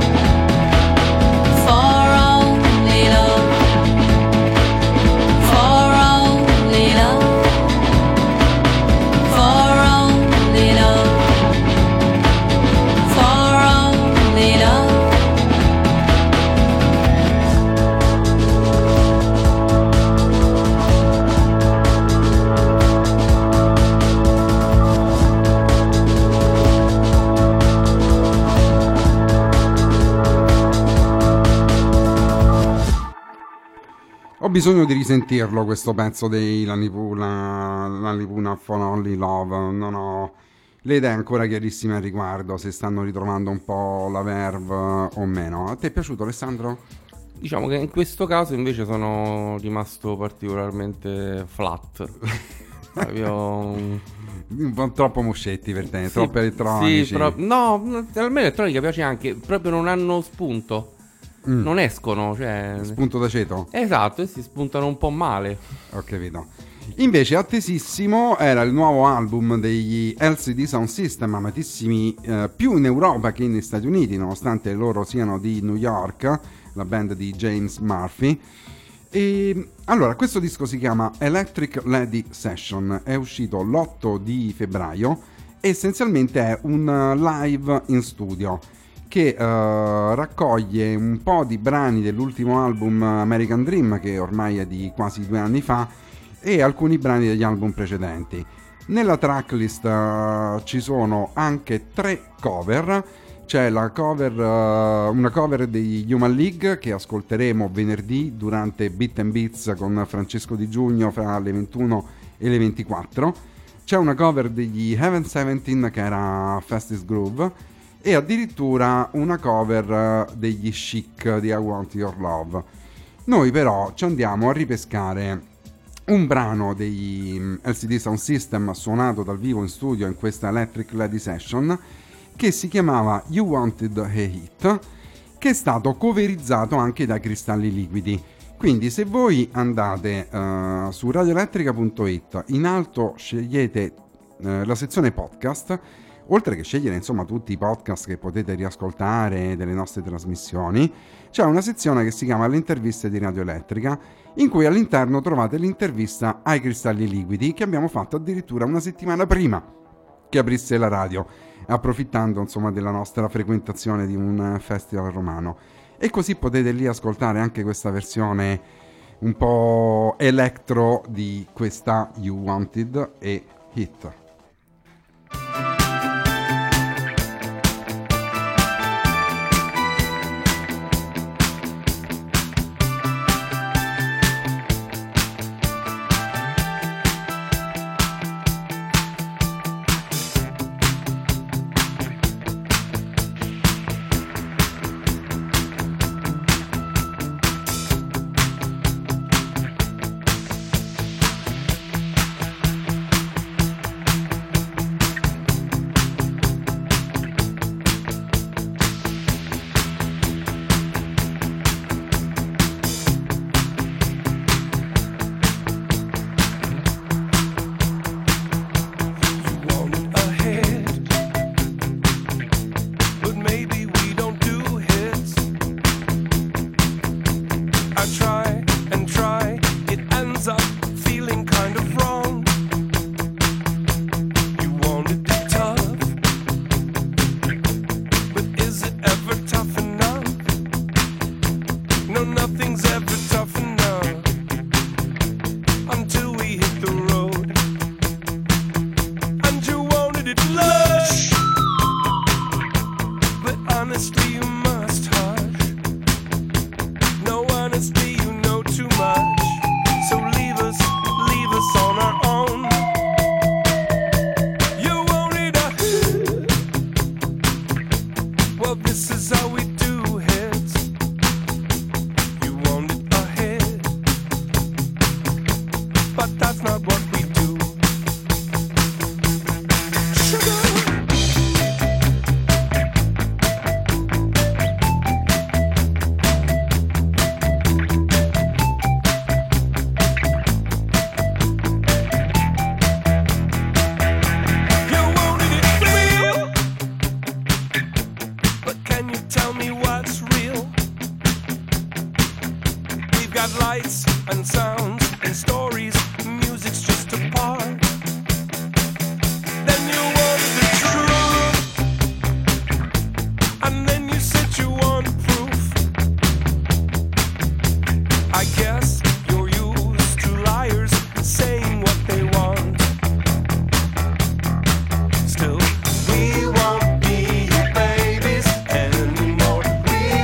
for only love, for only love, for only love, for only love.
Ho bisogno di risentirlo questo pezzo dei Lallipuna, Lallipuna For Only Love. Non ho le idee ancora chiarissime al riguardo, se stanno ritrovando un po' la verve o meno. A te è piaciuto, Alessandro?
Diciamo che in questo caso invece sono rimasto particolarmente flat. Proprio...
un po' troppo Muschetti per te,
Sì,
troppo elettronici.
sì, tro- no, a me l'elettronica piace anche, proprio non hanno spunto.
Mm.
Non escono, cioè...
Spunto d'aceto?
Esatto, e si spuntano un po' male.
Ho capito. Invece attesissimo era il nuovo album degli L C D Sound System, amatissimi eh, più in Europa che negli Stati Uniti, nonostante loro siano di New York, la band di James Murphy. E allora, questo disco si chiama Electric Lady Session, è uscito l'otto di febbraio e essenzialmente è un live in studio che uh, raccoglie un po' di brani dell'ultimo album American Dream, che ormai è di quasi due anni fa, e alcuni brani degli album precedenti. Nella tracklist uh, ci sono anche tre cover. C'è la cover, uh, una cover degli Human League che ascolteremo venerdì durante Beat and Beats con Francesco Di Giugno fra le ventuno e le ventiquattro. C'è una cover degli Heaven diciassette che era Fastest Groove, e addirittura una cover degli Chic di I Want Your Love. Noi però ci andiamo a ripescare un brano degli L C D Sound System suonato dal vivo in studio in questa Electric Lady Session, che si chiamava You Wanted a Hit, che è stato coverizzato anche dai Cristalli Liquidi. Quindi se voi andate uh, su radioelettrica punto it, in alto scegliete uh, la sezione podcast, oltre che scegliere insomma tutti i podcast che potete riascoltare delle nostre trasmissioni, c'è una sezione che si chiama Le interviste di Radio Elettrica, in cui all'interno trovate l'intervista ai Cristalli Liquidi che abbiamo fatto addirittura una settimana prima che aprisse la radio, approfittando insomma della nostra frequentazione di un festival romano. E così potete lì ascoltare anche questa versione un po' electro di questa You Wanted a Hit.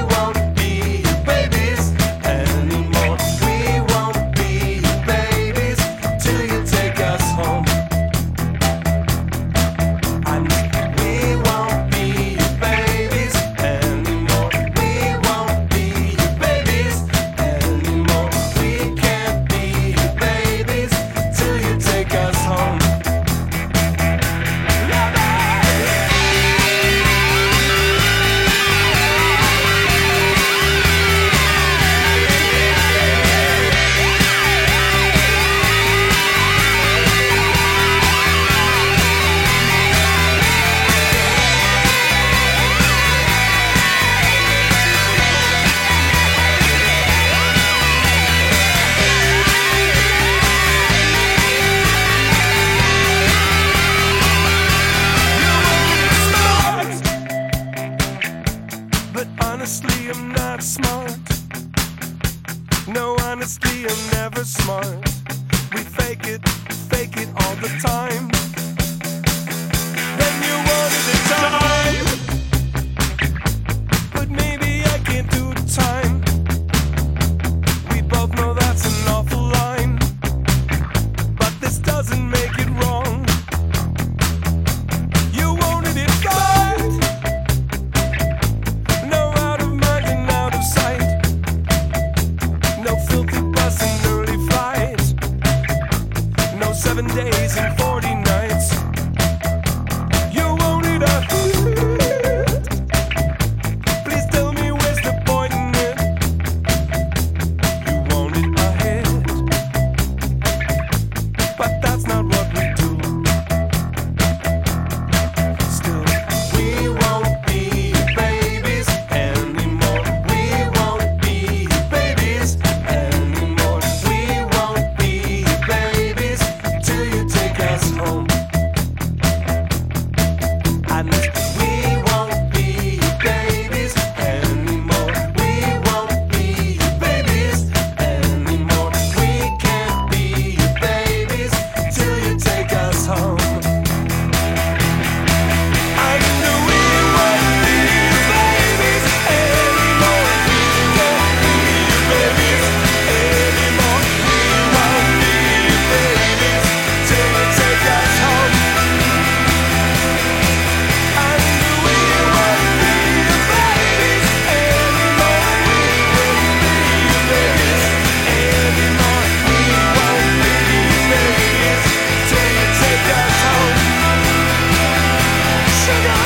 Babies
honestly, I'm not smart. No, honestly, I'm never smart. We fake it, fake it all the time. Then you wanted the time, but maybe I can't do the time. We both know that's an awful line, but this doesn't make it wrong. You wanted it right. No, out of mind and out of sight. No filthy bus and early flights. No seven days and forty nights. You wanted a hit. Please tell me where's the point in it. You wanted a hit, but that's not what we do. Still, we won't be babies anymore. We won't be babies anymore. We won't be babies till you take us home. And we won't be babies anymore. We won't be babies anymore. We can't be babies till you take us home. And we won't be babies anymore. We can't be babies anymore. We won't be babies till you take us home. And we won't be babies anymore. We won't be babies anymore. We won't be babies till you take us home. Sugar.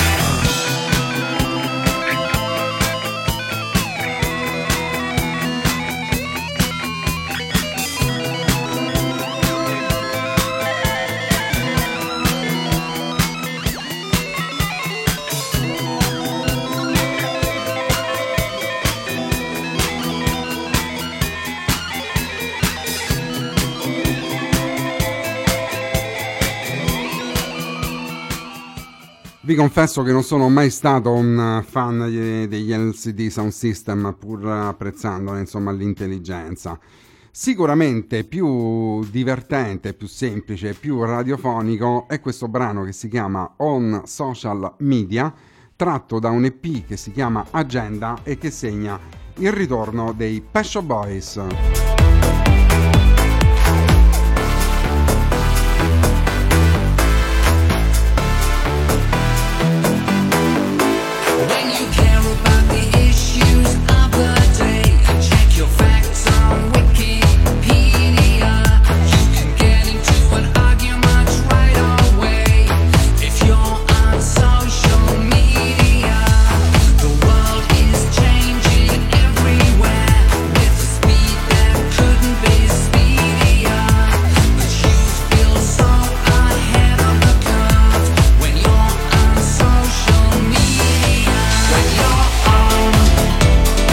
Vi confesso che non sono mai stato un fan degli degli L C D Sound System, pur apprezzandone insomma l'intelligenza. Sicuramente più divertente, più semplice, più radiofonico è questo brano che si chiama On Social Media, tratto da un E P che si chiama Agenda e che segna il ritorno dei Pet Shop Boys.
When you care about the issues of the day, check your facts on Wikipedia. You can get into an argument right away if you're on social media. The world is changing everywhere with a speed that couldn't be speedier. But you feel so ahead of the curve when you're on social media. When you're on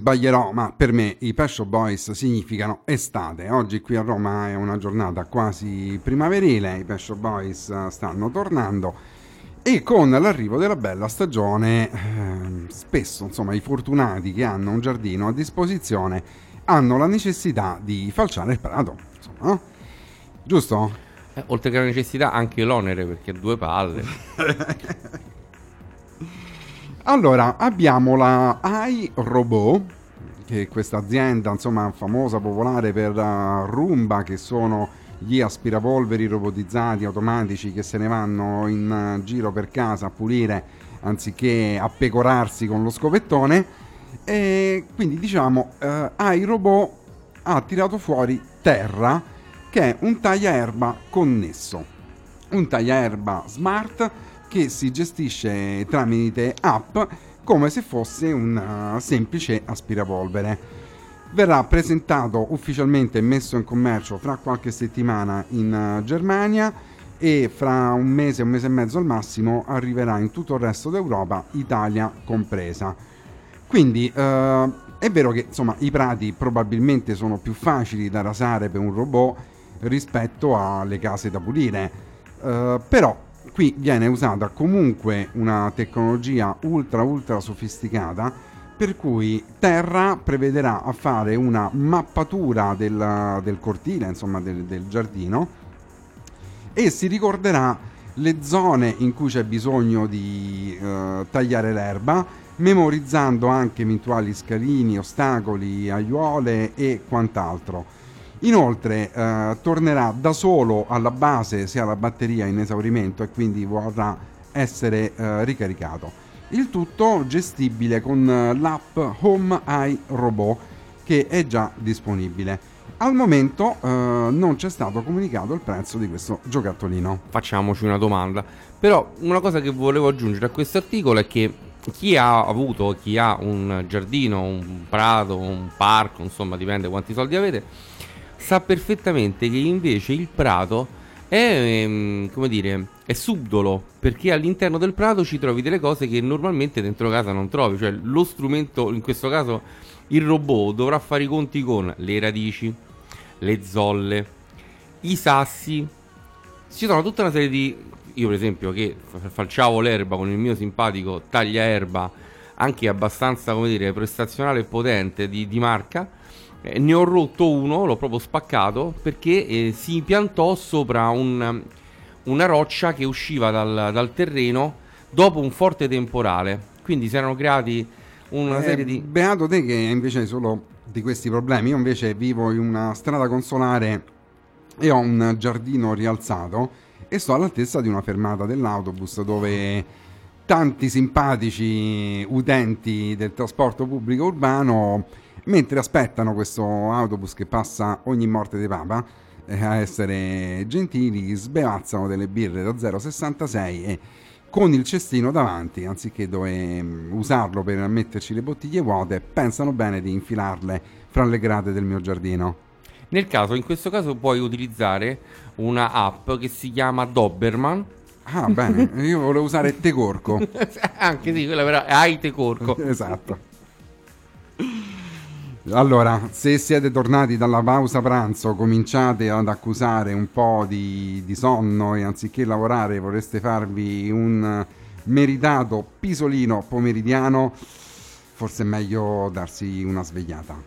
sbaglierò, ma per me i Pet Shop Boys significano estate. Oggi qui a Roma è una giornata quasi primaverile, i Pet Shop Boys stanno tornando e con l'arrivo della bella stagione eh, spesso, insomma, i fortunati che hanno un giardino a disposizione hanno la necessità di falciare il prato, insomma, no? Giusto?
Eh, oltre che la necessità anche l'onere, perché ha due palle.
Allora, abbiamo la iRobot, che è questa azienda, insomma, famosa, popolare per uh, Roomba, che sono gli aspirapolveri robotizzati, automatici, che se ne vanno in uh, giro per casa a pulire anziché appecorarsi con lo scopettone. E quindi, diciamo, uh, iRobot ha tirato fuori Terra, che è un tagliaerba connesso, un tagliaerba smart che si gestisce tramite app come se fosse un uh, semplice aspirapolvere. Verrà presentato ufficialmente e messo in commercio fra qualche settimana in uh, Germania e fra un mese, un mese e mezzo al massimo arriverà in tutto il resto d'Europa, Italia compresa. Quindi uh, è vero che, insomma, i prati probabilmente sono più facili da rasare per un robot rispetto alle case da pulire, uh, però qui viene usata comunque una tecnologia ultra ultra sofisticata, per cui Terra prevederà a fare una mappatura del, del cortile, insomma del, del giardino, e si ricorderà le zone in cui c'è bisogno di eh, tagliare l'erba, memorizzando anche eventuali scalini, ostacoli, aiuole e quant'altro. Inoltre eh, tornerà da solo alla base se ha la batteria in esaurimento e quindi vorrà essere eh, ricaricato. Il tutto gestibile con l'app Home iRobot, che è già disponibile. Al momento eh, non c'è stato comunicato il prezzo di questo giocattolino.
Facciamoci una domanda. Però una cosa che volevo aggiungere a questo articolo è che chi ha avuto, chi ha un giardino, un prato, un parco, insomma dipende quanti soldi avete, sa perfettamente che invece il prato è, ehm, come dire, è subdolo, perché all'interno del prato ci trovi delle cose che normalmente dentro casa non trovi. Cioè lo strumento, in questo caso il robot, dovrà fare i conti con le radici, le zolle, i sassi. Ci sono tutta una serie di... Io per esempio, che falciavo l'erba con il mio simpatico tagliaerba, anche abbastanza, come dire, prestazionale e potente, di, di marca, Eh, ne ho rotto uno, l'ho proprio spaccato, perché eh, si piantò sopra un, una roccia che usciva dal, dal terreno dopo un forte temporale. Quindi si erano creati una
eh,
serie di...
Beato te che invece hai solo di questi problemi. Io invece vivo in una strada consolare e ho un giardino rialzato e sto all'altezza di una fermata dell'autobus dove tanti simpatici utenti del trasporto pubblico urbano, mentre aspettano questo autobus che passa ogni morte di papa, eh, a essere gentili, sbevazzano delle birre da zero virgola sessantasei e con il cestino davanti, anziché dove usarlo per metterci le bottiglie vuote, pensano bene di infilarle fra le grate del mio giardino.
Nel caso, in questo caso puoi utilizzare una app che si chiama Doberman.
Ah, bene, io volevo usare Tecorco.
Anche sì, quella però hai Tecorco.
Esatto. Allora, se siete tornati dalla pausa pranzo, cominciate ad accusare un po' di, di sonno e anziché lavorare vorreste farvi un meritato pisolino pomeridiano, forse è meglio darsi una svegliata.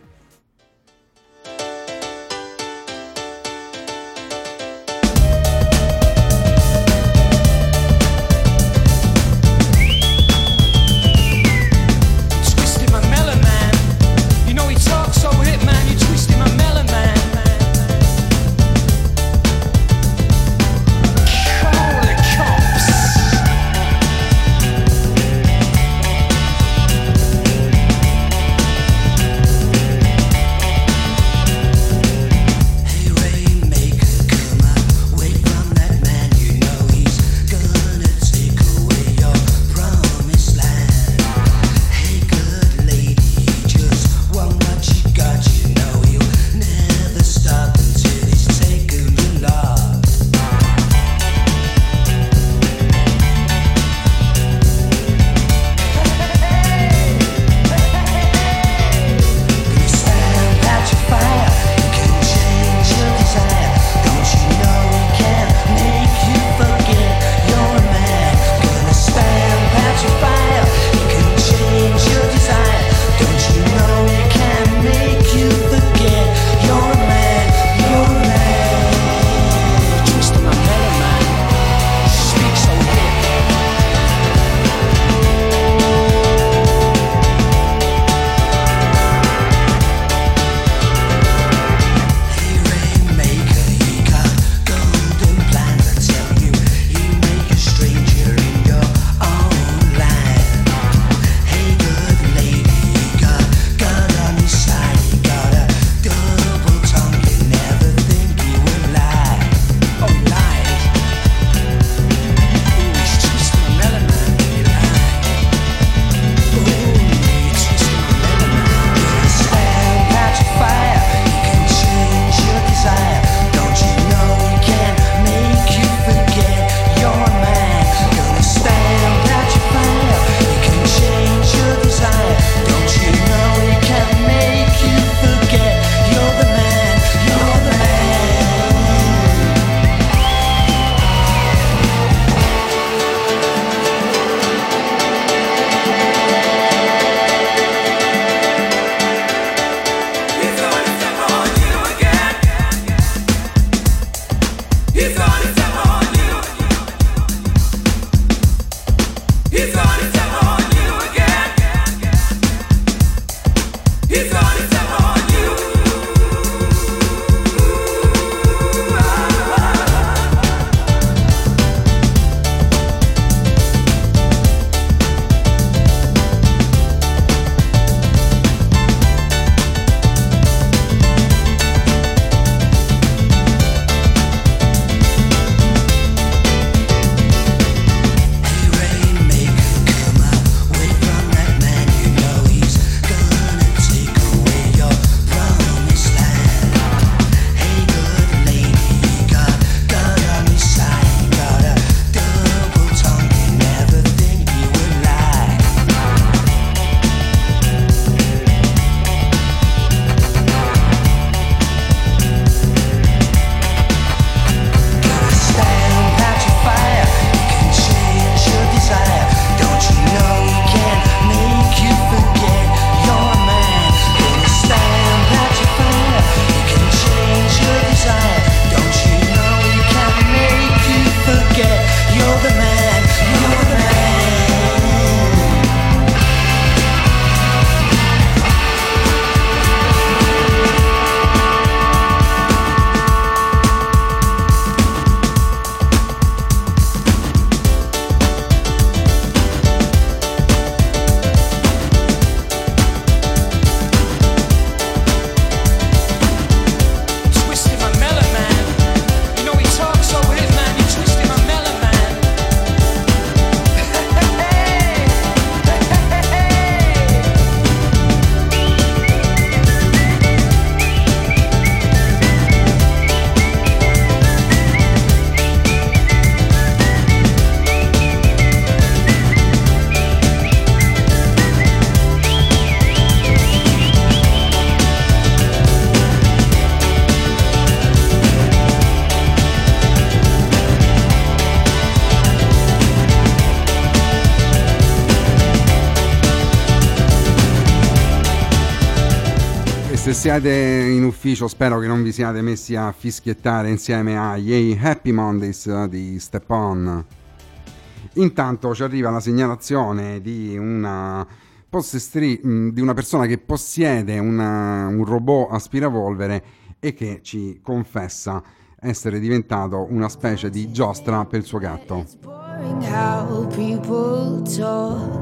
siete in ufficio spero che non vi siate messi a fischiettare insieme agli Hey Happy Mondays di Step On. Intanto ci arriva la segnalazione di una possessri- di una persona che possiede una, un robot aspirapolvere e che ci confessa essere diventato una specie di giostra per il suo gatto.
How people talk.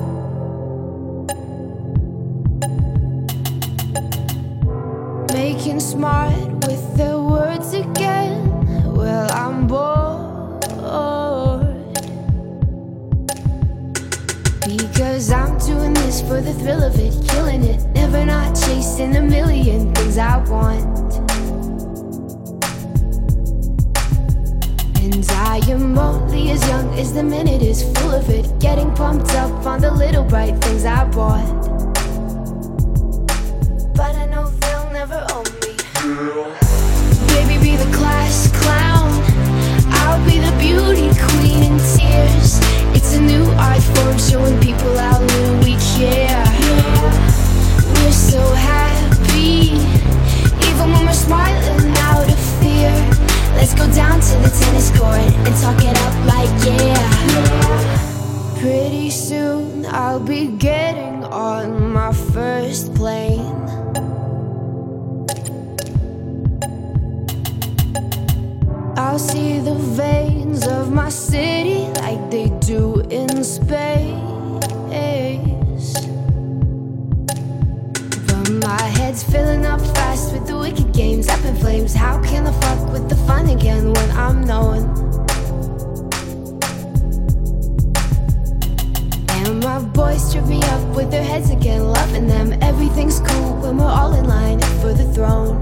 Making smart with their words again. Well, I'm bored because I'm doing this for the thrill of it, killing it, never not chasing a million things I want. And I am only as young as the minute is full of it, getting pumped up on the little bright things I bought. But I know they'll never own me. Baby, be the class clown, I'll be the beauty queen in tears. It's a new art form showing people how little we care. We're so happy, even when we're smiling out of fear. Let's go down to the tennis court and talk it up like yeah. Pretty soon I'll be getting on my first plane. I'll see the veins of my city like they do in space. But my head's filling up fast with the wicked games up in flames. How can I fuck with the fun again when I'm known? And my boys trip me up with their heads again, loving them. Everything's cool when we're all in line for the throne.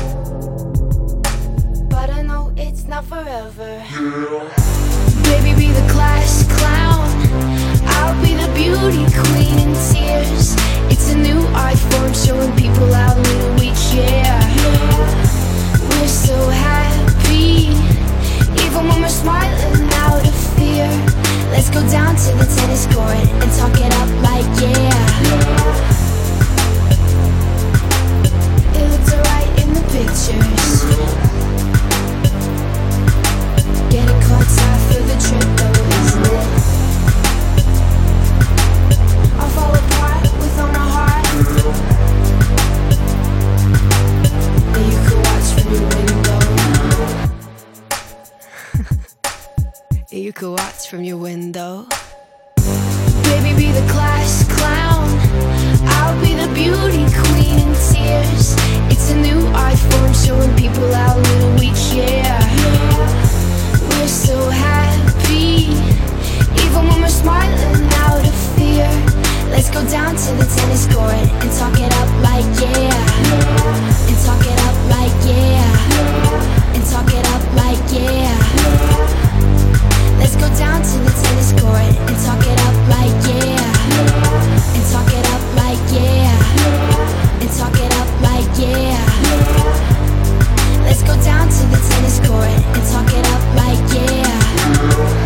But I know it's not forever. Baby, be the class clown, I'll be the beauty queen in tears. It's a new art form showing people how little we care. We're so happy, even when we're smiling out of fear. Let's go down to the tennis court and talk it up like yeah. It looks alright in the pictures. Getting caught side for the trip though, isn't it? I'll fall apart with all my heart. And you can watch from your window. And you can watch from your window. Baby, be the class clown, I'll be the beauty queen in tears. It's a new art form showing people how little we care. We're so happy, even when we're smiling out of fear. Let's go down to the tennis court and talk it up like yeah. And talk it up like yeah. And talk it up like yeah. Let's go down to the tennis court and talk it up like yeah. And talk it up like yeah. And talk it up like yeah. Let's go down to the tennis court and talk it up like yeah.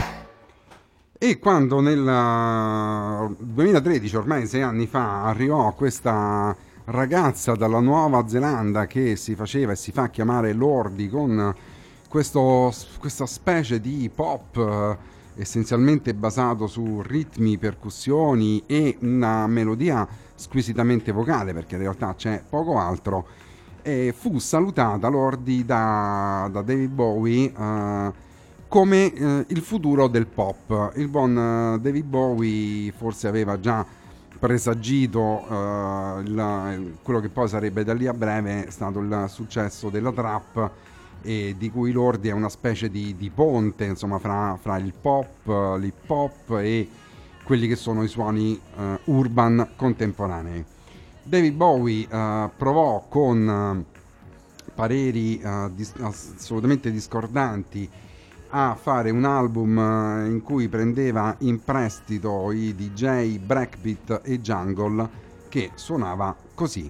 E quando nel duemilatredici, ormai sei anni fa, arrivò questa ragazza dalla Nuova Zelanda che si faceva e si fa chiamare Lordi, con questo, questa specie di pop eh, essenzialmente basato su ritmi, percussioni e una melodia squisitamente vocale, perché in realtà c'è poco altro, e fu salutata Lordi da, da David Bowie eh, come eh, il futuro del pop. Il buon eh, David Bowie forse aveva già presagito eh, il, quello che poi sarebbe da lì a breve stato il successo della trap, e di cui Lordi è una specie di, di ponte, insomma, fra, fra il pop, l'hip hop e quelli che sono i suoni eh, urban contemporanei. David Bowie eh, provò con eh, pareri eh, dis- assolutamente discordanti a fare un album eh, in cui prendeva in prestito i D J Breakbeat e Jungle, che suonava così.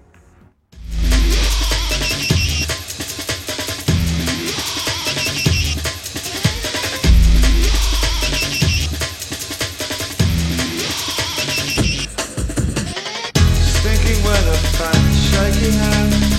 Stinking weather, fat shaky hand.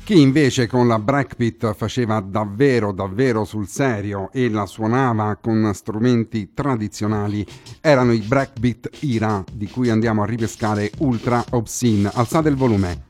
Chi invece con la Breakbeat faceva davvero davvero sul serio e la suonava con strumenti tradizionali erano i Breakbeat Era, di cui andiamo a ripescare Ultra Obscene. Alzate il volume.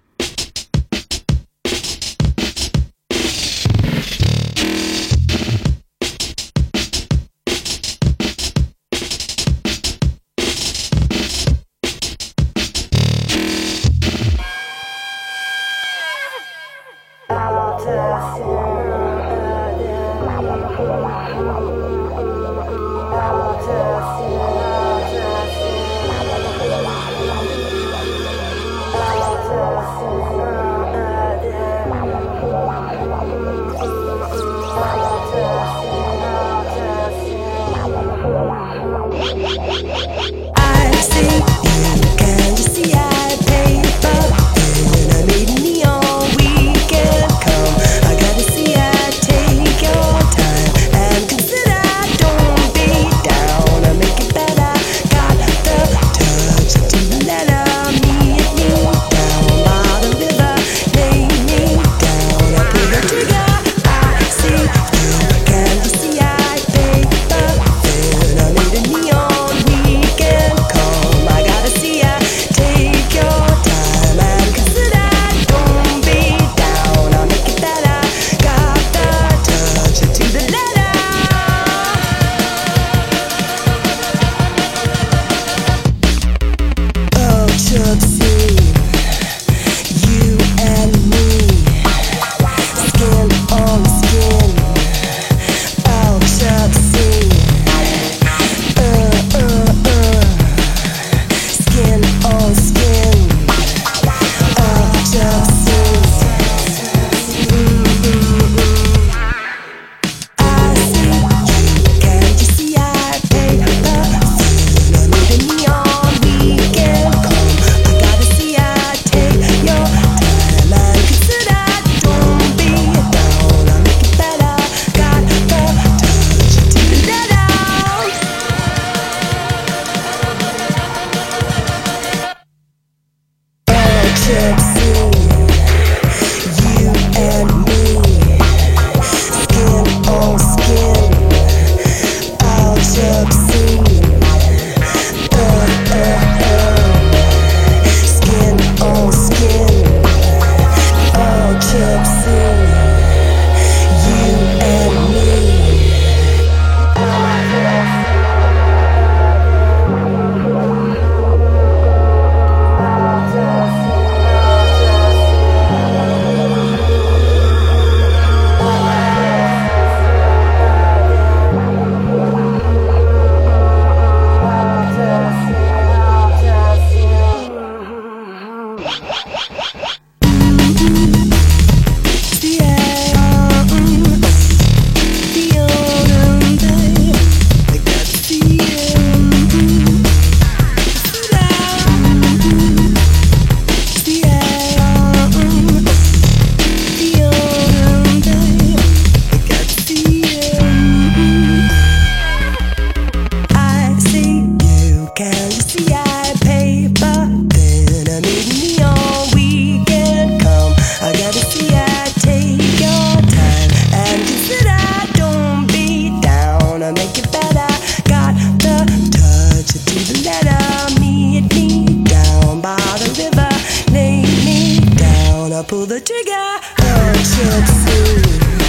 pull the trigger. Oh, gypsy,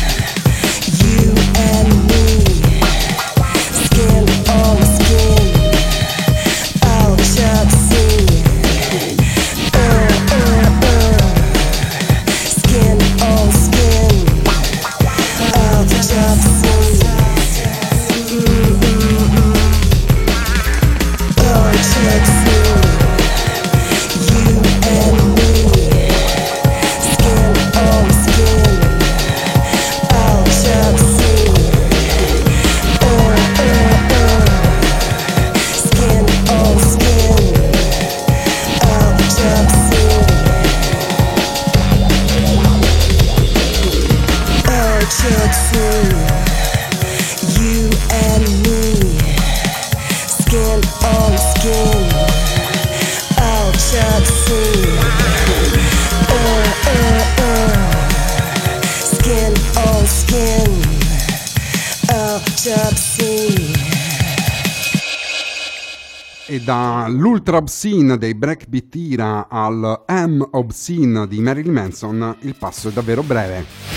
you and me, skin on skin. Oh, gypsy, uh, uh, uh, skin on skin. Oh, gypsy, mm-mm-mm. Oh, gypsy, you and me. Oh
E dall'ultra obscene dei Breakbeat Era al M obscene di Marilyn Manson, il passo è davvero breve.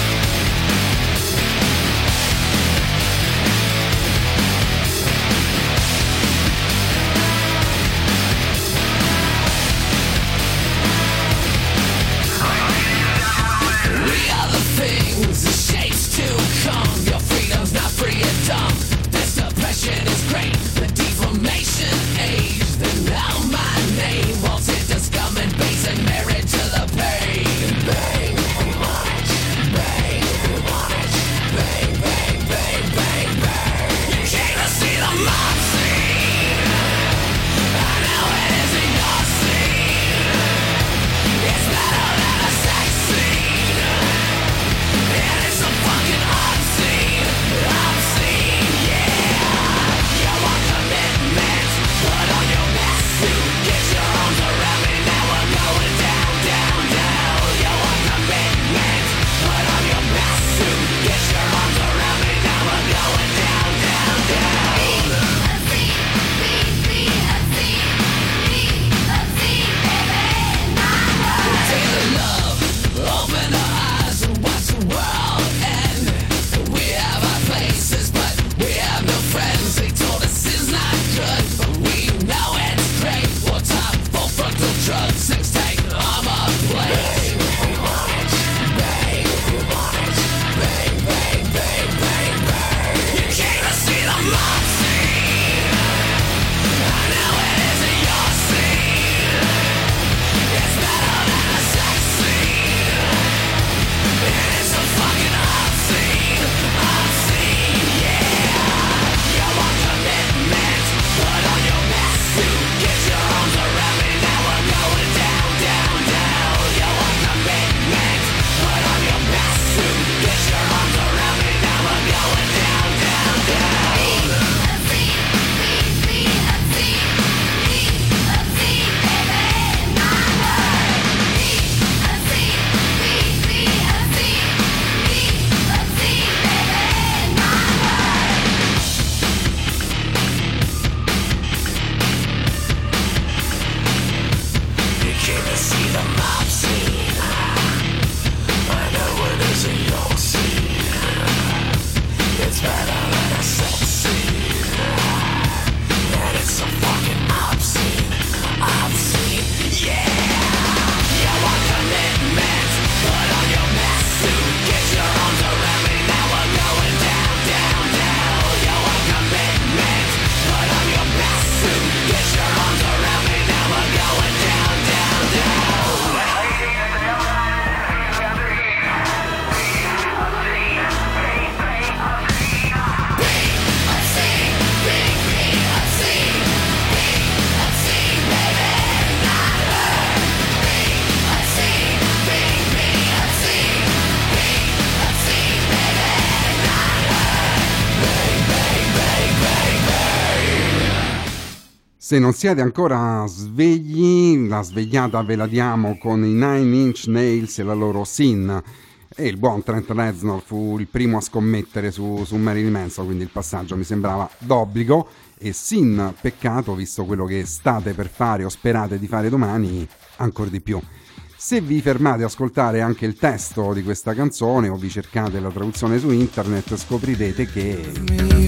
Se non siete ancora svegli, la svegliata ve la diamo con i Nine Inch Nails e la loro Sin. E il buon Trent Reznor fu il primo a scommettere su, su Marilyn Manson, quindi il passaggio mi sembrava d'obbligo. E Sin, peccato, visto quello che state per fare o sperate di fare domani, ancora di più. Se vi fermate ad ascoltare anche il testo di questa canzone o vi cercate la traduzione su internet, scoprirete che...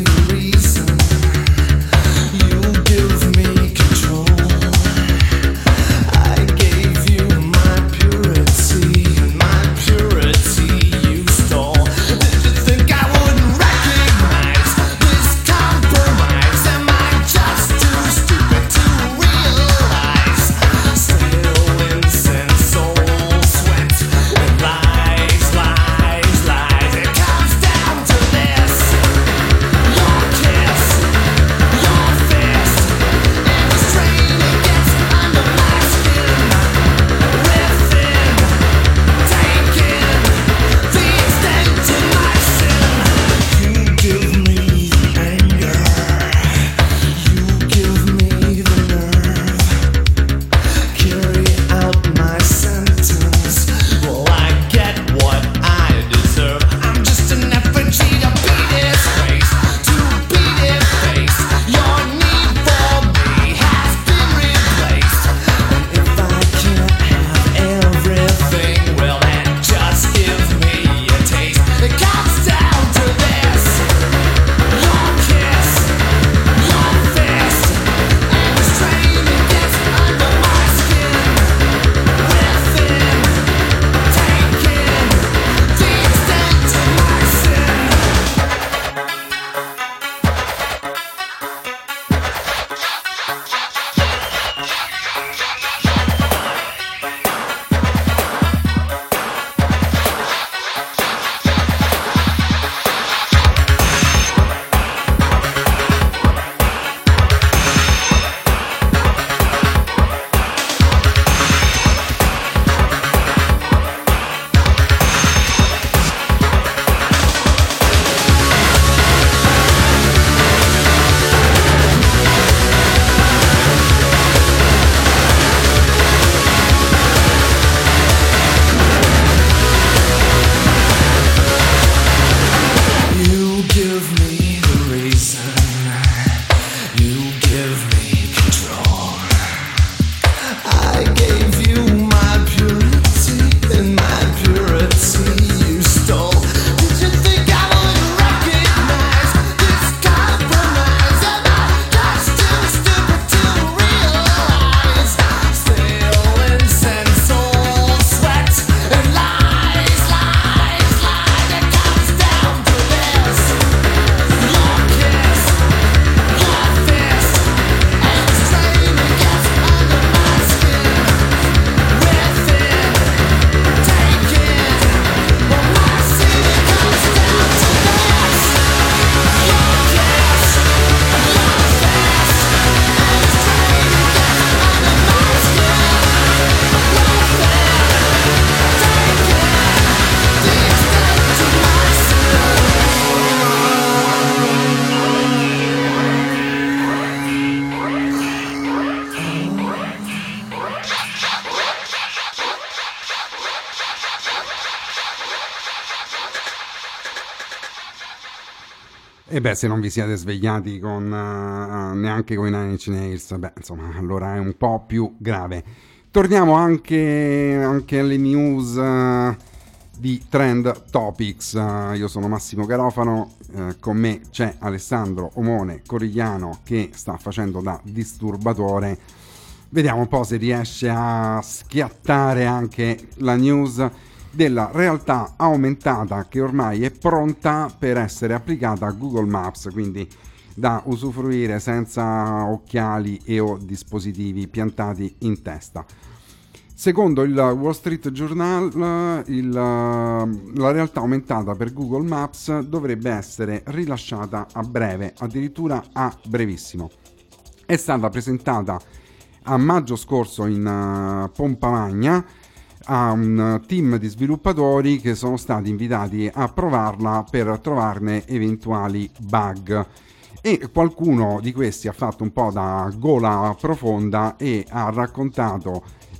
Lies, lies, it comes down to this. You're
E beh, se non vi siete svegliati con uh, neanche con i Nine Inch Nails, beh, insomma, allora è un po' più grave. Torniamo anche, anche alle news uh, di Trend Topics. Uh, io sono Massimo Garofano, uh, con me c'è Alessandro Omone Corigliano che sta facendo da disturbatore. Vediamo un po' se riesce a schiattare anche la news della realtà aumentata che ormai è pronta per essere applicata a Google Maps, quindi da usufruire senza occhiali e o dispositivi piantati in testa. Secondo il Wall Street Journal, il, la realtà aumentata per Google Maps dovrebbe essere rilasciata a breve, addirittura a brevissimo. È stata presentata a maggio scorso in uh, Pompa Magna a un team di sviluppatori che sono stati invitati a provarla per trovarne eventuali bug, e qualcuno di questi ha fatto un po' da gola profonda e ha raccontato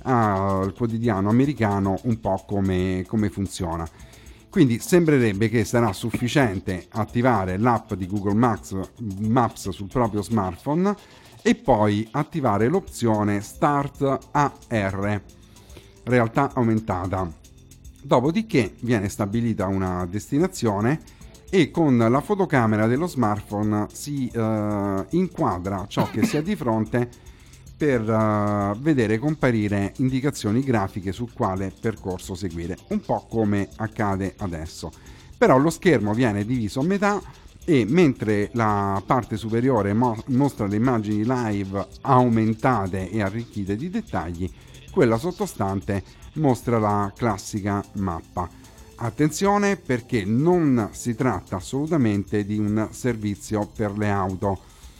al quotidiano americano un po' come, come funziona. Quindi sembrerebbe che sarà sufficiente attivare l'app di Google Maps, Maps sul proprio smartphone e poi attivare l'opzione Start A R, realtà aumentata. Dopodiché viene stabilita una destinazione e con la fotocamera dello smartphone si uh, inquadra ciò che si ha di fronte per uh, vedere comparire indicazioni grafiche sul quale percorso seguire, un po' come accade adesso. Però lo schermo viene diviso a metà e mentre la parte superiore mo- mostra le immagini live aumentate e arricchite di dettagli, quella sottostante mostra la classica mappa. Attenzione, perché non si tratta assolutamente di un servizio per le auto,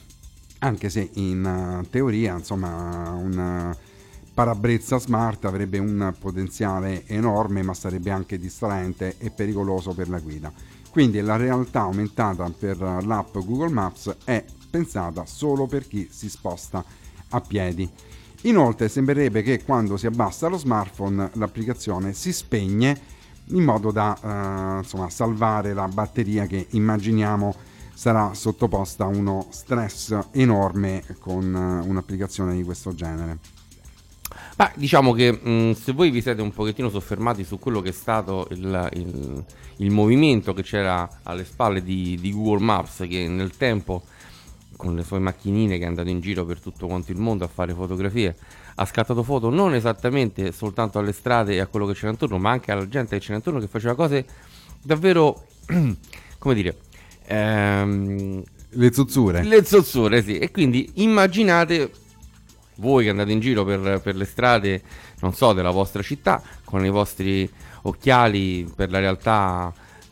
anche se in uh, teoria, insomma, un uh, parabrezza smart avrebbe un potenziale enorme, ma sarebbe anche distraente e pericoloso per la guida. Quindi la realtà aumentata per uh, l'app Google Maps è pensata solo per chi si sposta a piedi. Inoltre sembrerebbe che quando si abbassa lo smartphone l'applicazione si spegne in modo da uh, insomma, salvare la batteria, che immaginiamo sarà sottoposta a uno stress enorme con uh, un'applicazione di questo genere.
Beh, diciamo che mh, se voi vi siete un pochettino soffermati su quello che è stato il, il, il movimento che c'era alle spalle di, di Google Maps, che nel tempo con le sue macchinine che è andato in giro per tutto quanto il mondo a fare fotografie, ha scattato foto non esattamente soltanto alle strade e a quello che c'era intorno, ma anche alla gente che c'era intorno, che faceva cose davvero come dire ehm,
le zozzure
le zozzure sì. E quindi immaginate voi che andate in giro per, per le strade, non so, della vostra città, con i vostri occhiali per la realtà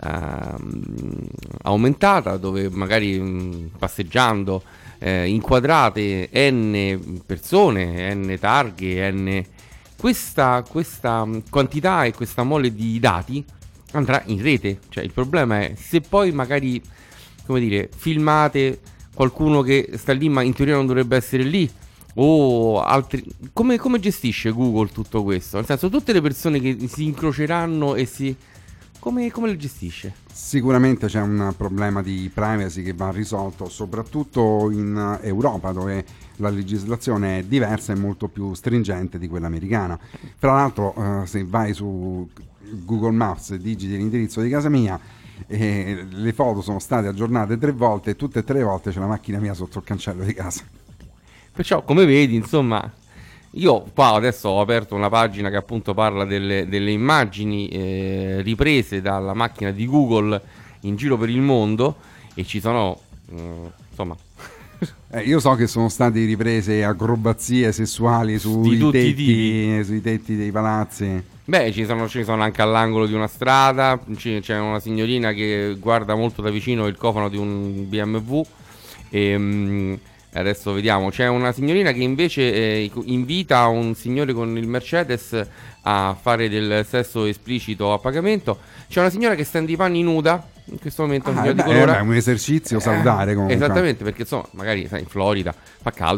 ehm, aumentata, dove magari mh, passeggiando eh, inquadrate n persone, n targhe, n questa, questa quantità e questa mole di dati andrà in rete. Cioè il problema è se poi magari, come dire, filmate qualcuno che sta lì ma in teoria non dovrebbe essere lì, o altri, come, come gestisce Google tutto questo? Nel senso, tutte le persone che si incroceranno e si come, come le gestisce?
Sicuramente c'è un problema di privacy che va risolto, soprattutto in Europa, dove la legislazione è diversa e molto più stringente di quella americana. Fra l'altro eh, se vai su Google Maps e digiti l'indirizzo di casa mia, eh, le foto sono state aggiornate tre volte e tutte e tre volte c'è la macchina mia sotto il cancello di casa.
Perciò, come vedi, insomma, io qua adesso ho aperto una pagina che appunto parla delle, delle immagini eh, riprese dalla macchina di Google in giro per il mondo, e ci sono, eh, insomma...
Eh, io so che sono state riprese acrobazie sessuali sui tetti, sui tetti dei palazzi.
Beh, ci sono, ci sono anche all'angolo di una strada, c'è una signorina che guarda molto da vicino il cofano di un B M W, e... Mh, adesso vediamo, c'è una signorina che invece eh, invita un signore con il Mercedes a fare del sesso esplicito a pagamento. C'è una signora che stende i panni nuda in questo momento,
ah, beh, è un esercizio salutare comunque.
Esattamente, perché insomma magari sai, in Florida fa caldo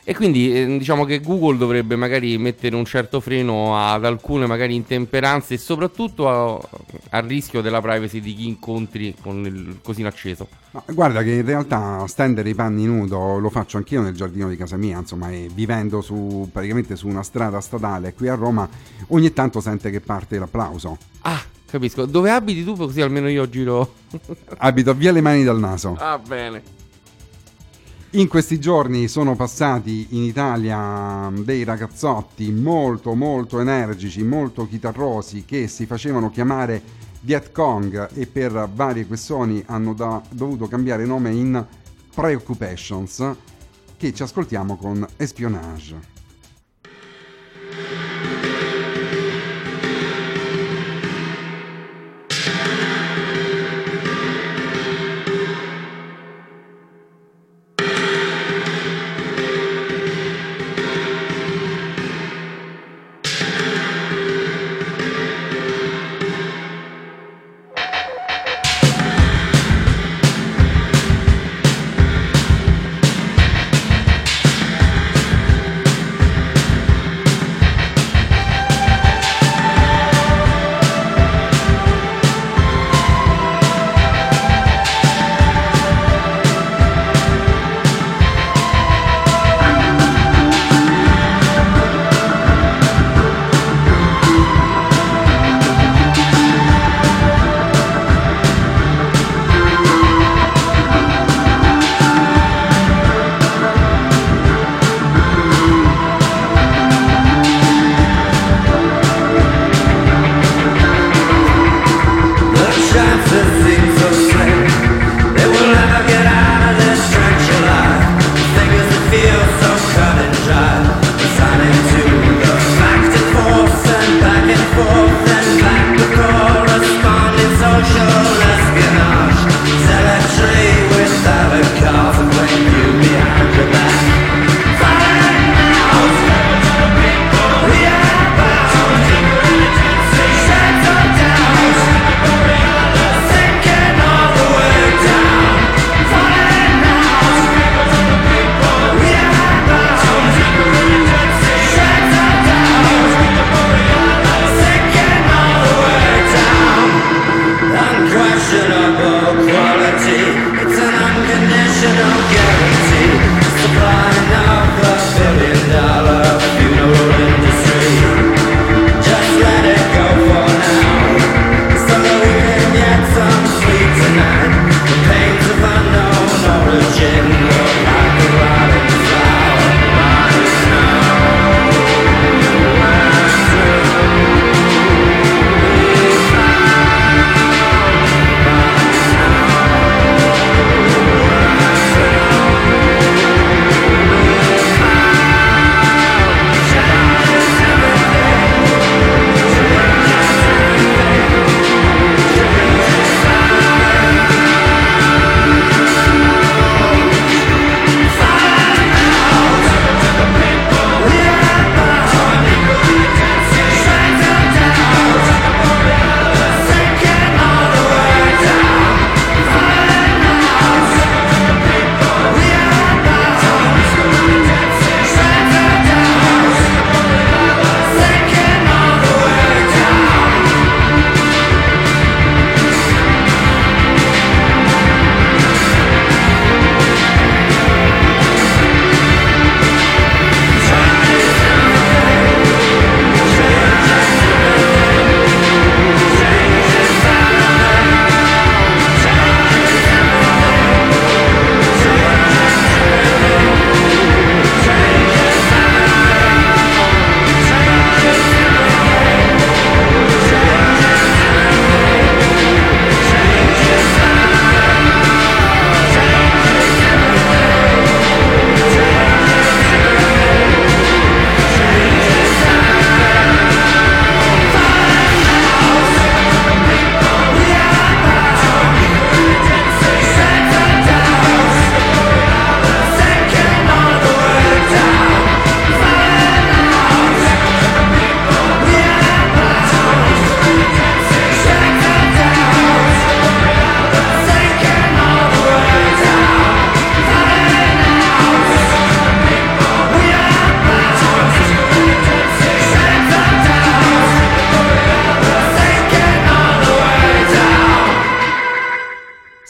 E quindi eh, diciamo che Google dovrebbe magari mettere un certo freno ad alcune magari intemperanze e soprattutto a, al rischio della privacy di chi incontri con il cosino acceso.
Ma guarda che in realtà stendere i panni nudo lo faccio anch'io nel giardino di casa mia, insomma, e vivendo su praticamente su una strada statale qui a Roma, ogni tanto sente che parte l'applauso.
Ah, capisco. Dove abiti tu? Così almeno io giro.
Abito a via le mani dal naso.
Ah, bene.
In questi giorni sono passati in Italia dei ragazzotti molto molto energici, molto chitarrosi, che si facevano chiamare Viet Cong e per varie questioni hanno da, dovuto cambiare nome in Preoccupations, che ci ascoltiamo con Espionage.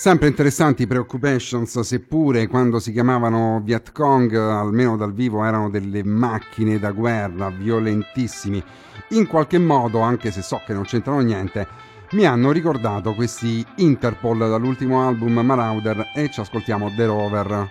Sempre interessanti Preoccupations, seppure quando si chiamavano Viet Cong, almeno dal vivo erano delle macchine da guerra, violentissimi. In qualche modo, anche se so che non c'entrano niente, mi hanno ricordato questi Interpol dall'ultimo album Marauder, e ci ascoltiamo The Rover.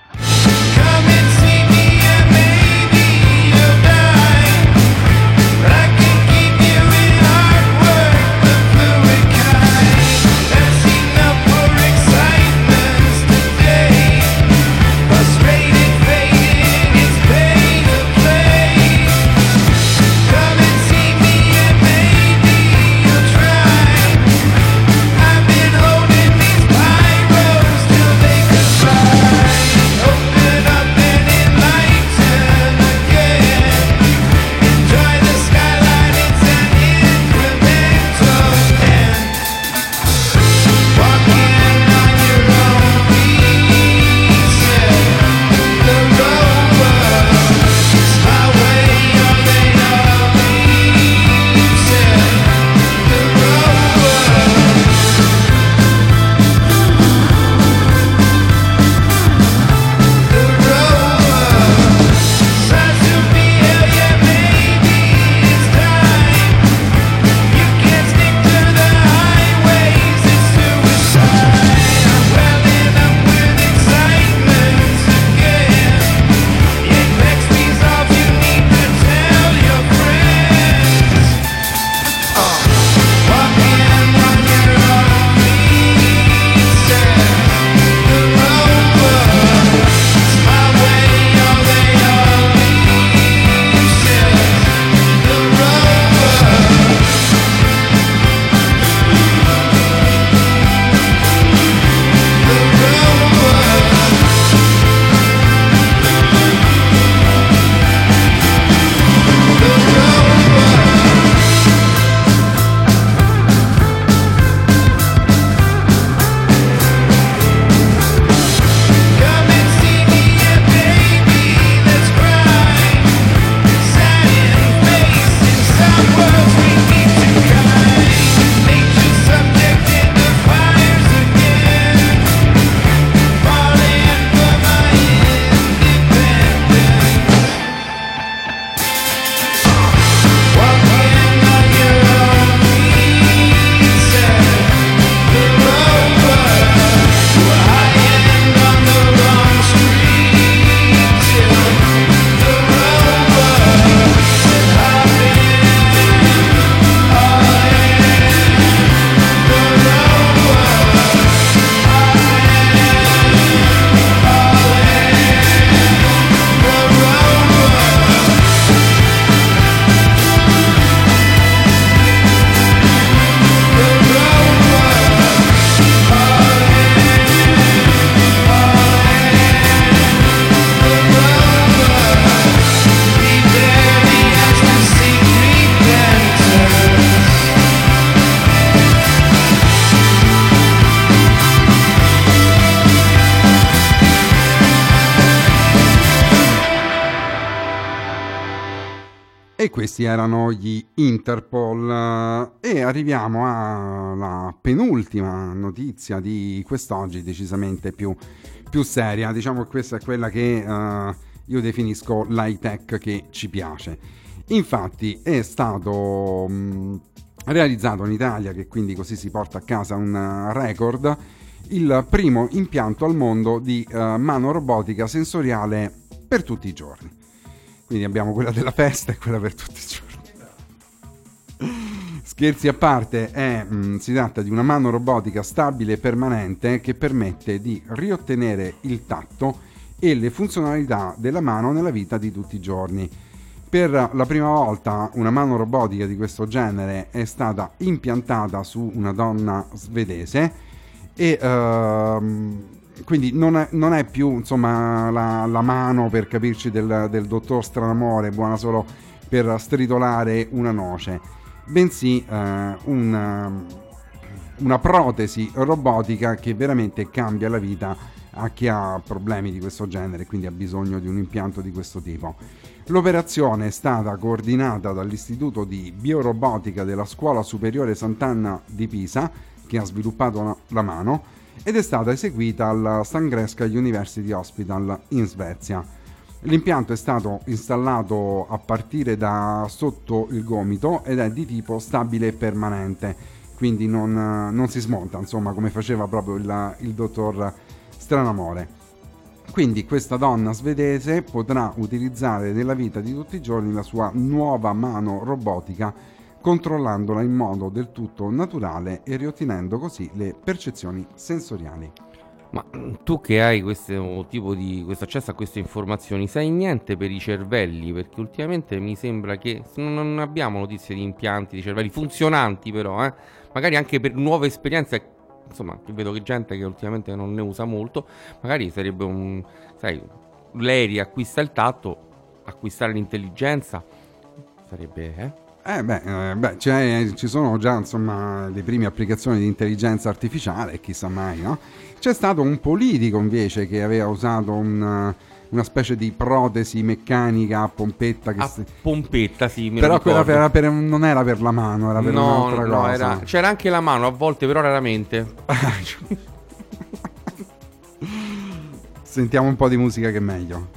E questi erano gli Interpol, e arriviamo alla penultima notizia di quest'oggi, decisamente più, più seria. Diciamo che questa è quella che uh, io definisco l'high tech che ci piace. Infatti è stato um, realizzato in Italia, che quindi così si porta a casa un record, il primo impianto al mondo di uh, mano robotica sensoriale per tutti i giorni. Quindi abbiamo quella della festa e quella per tutti i giorni. Scherzi a parte, è, mh, si tratta di una mano robotica stabile e permanente che permette di riottenere il tatto e le funzionalità della mano nella vita di tutti i giorni. Per la prima volta una mano robotica di questo genere è stata impiantata su una donna svedese e uh, quindi non è, non è più, insomma, la, la mano, per capirci, del, del dottor Stranamore, buona solo per stritolare una noce, bensì uh, una, una protesi robotica che veramente cambia la vita a chi ha problemi di questo genere, quindi ha bisogno di un impianto di questo tipo. L'operazione è stata coordinata dall'Istituto di Biorobotica della Scuola Superiore Sant'Anna di Pisa, che ha sviluppato la mano, ed è stata eseguita al Sahlgrenska University Hospital in Svezia. L'impianto è stato installato a partire da sotto il gomito ed è di tipo stabile e permanente, quindi non, non si smonta, insomma, come faceva proprio il, il dottor Stranamore. Quindi questa donna svedese potrà utilizzare nella vita di tutti i giorni la sua nuova mano robotica, controllandola in modo del tutto naturale e riottenendo così le percezioni sensoriali.
Ma tu che hai questo tipo di questo accesso a queste informazioni, sai niente per i cervelli? Perché ultimamente mi sembra che non abbiamo notizie di impianti di cervelli funzionanti, però eh? magari anche per nuove esperienze. Insomma, vedo che gente che ultimamente non ne usa molto, magari sarebbe un, sai, lei riacquista il tatto, acquistare l'intelligenza, sarebbe, eh?
Eh beh, eh, beh c'è, ci sono già, insomma, le prime applicazioni di intelligenza artificiale, chissà mai, no? C'è stato un politico invece che aveva usato un, una specie di protesi meccanica a pompetta che
a
si...
pompetta, sì, mi
però quella
ricordo.
era per, non era per la mano, era per
no,
un'altra
no,
cosa.
Era, c'era anche la mano a volte, però raramente.
Sentiamo un po' di musica che è meglio.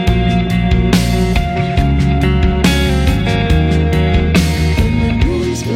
Moon's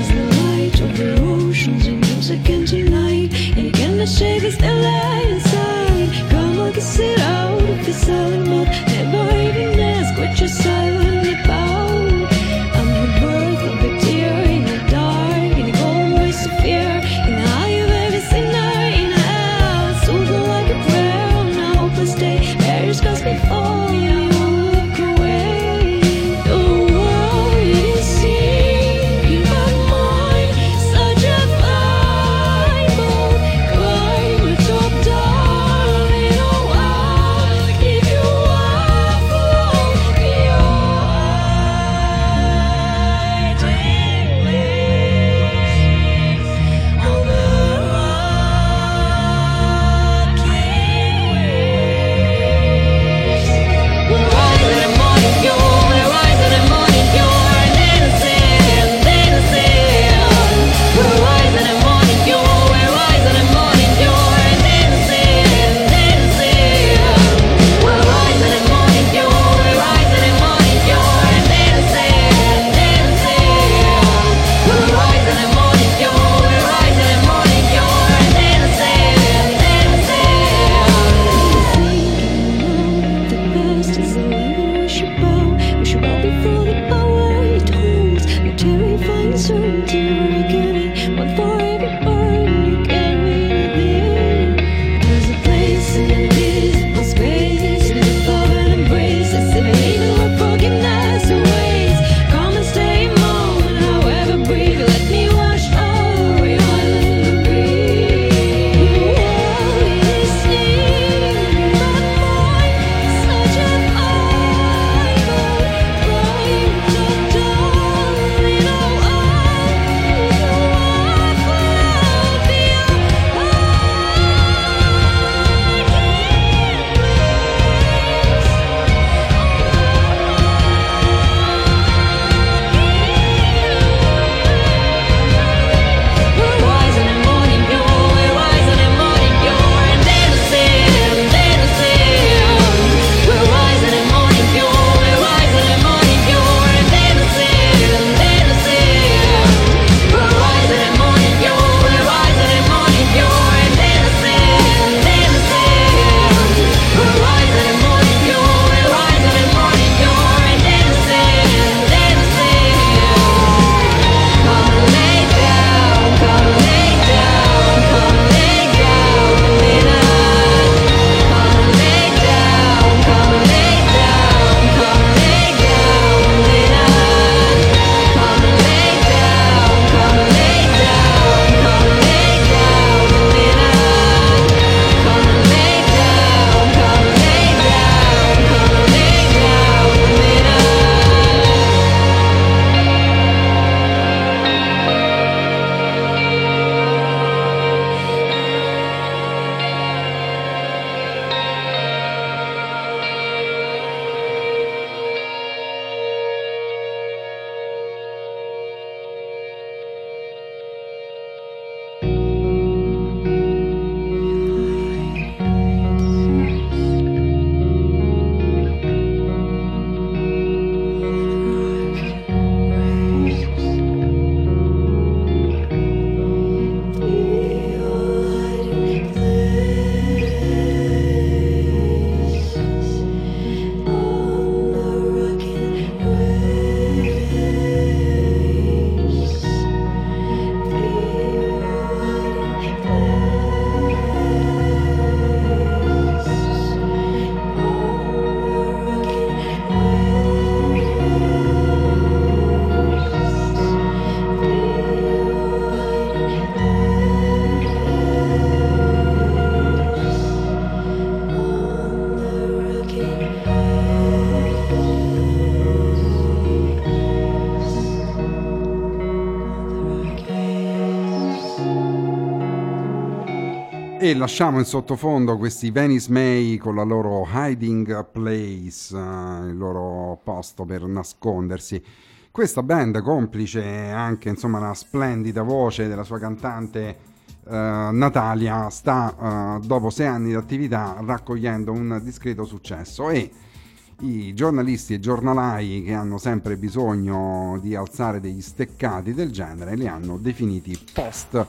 E lasciamo in sottofondo questi Venice May con la loro hiding place, uh, il loro posto per nascondersi. Questa band, complice anche insomma la splendida voce della sua cantante uh, Natalia, sta uh, dopo sei anni di attività raccogliendo un discreto successo, e i giornalisti e giornalai che hanno sempre bisogno di alzare degli steccati del genere li hanno definiti post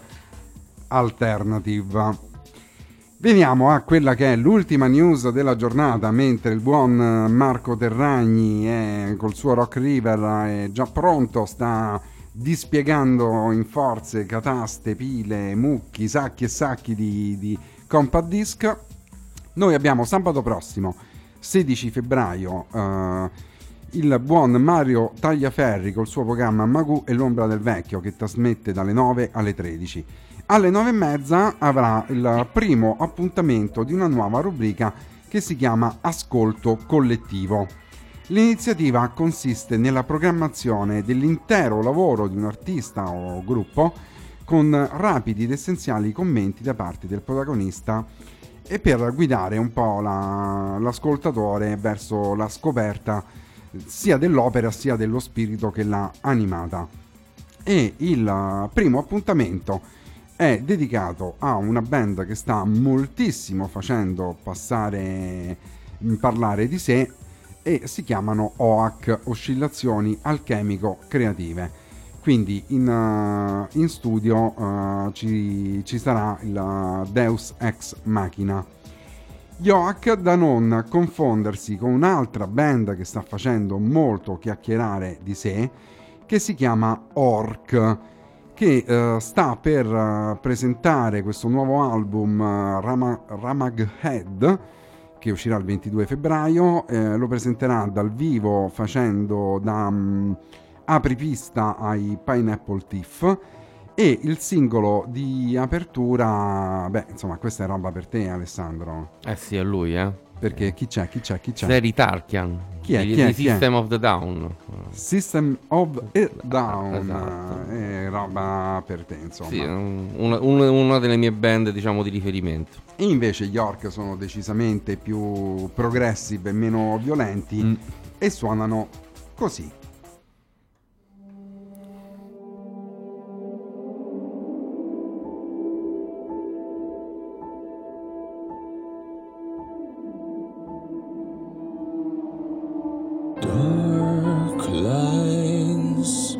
alternative. Veniamo a quella che è l'ultima news della giornata, mentre il buon Marco Terragni è, col suo Rock River è già pronto, sta dispiegando in forze cataste, pile, mucchi, sacchi e sacchi di, di compact disc. Noi abbiamo sabato prossimo, sedici febbraio, uh, il buon Mario Tagliaferri col suo programma Magù e l'ombra del vecchio, che trasmette dalle nove alle tredici. Alle nove e mezza avrà il primo appuntamento di una nuova rubrica che si chiama Ascolto Collettivo. L'iniziativa consiste nella programmazione dell'intero lavoro di un artista o gruppo con rapidi ed essenziali commenti da parte del protagonista, e per guidare un po' la, l'ascoltatore verso la scoperta sia dell'opera sia dello spirito che l'ha animata. E il primo appuntamento è dedicato a una band che sta moltissimo facendo passare, parlare di sé, e si chiamano O A C, Oscillazioni Alchemico Creative. Quindi in, uh, in studio uh, ci, ci sarà il Deus Ex Machina. Gli O A C, da non confondersi con un'altra band che sta facendo molto chiacchierare di sé, che si chiama Orc, che uh, sta per uh, presentare questo nuovo album uh, Rama- Ramaghead, che uscirà il ventidue febbraio. Eh, lo presenterà dal vivo facendo da um, apripista ai Pineapple Thief, e il singolo di apertura, beh insomma questa è roba per te, Alessandro.
Eh sì, è lui, eh.
Perché chi c'è? Chi c'è? Chi c'è?
Seri Tarkian.
Chi è?
Di,
Chi è?
di
Chi è?
System of the Down.
System of a Down.
Esatto.
È roba per te, insomma.
Sì, una, una, una delle mie band, diciamo, di riferimento.
E invece gli Orc sono decisamente più progressive e meno violenti, mm. e suonano così.
Dark lines,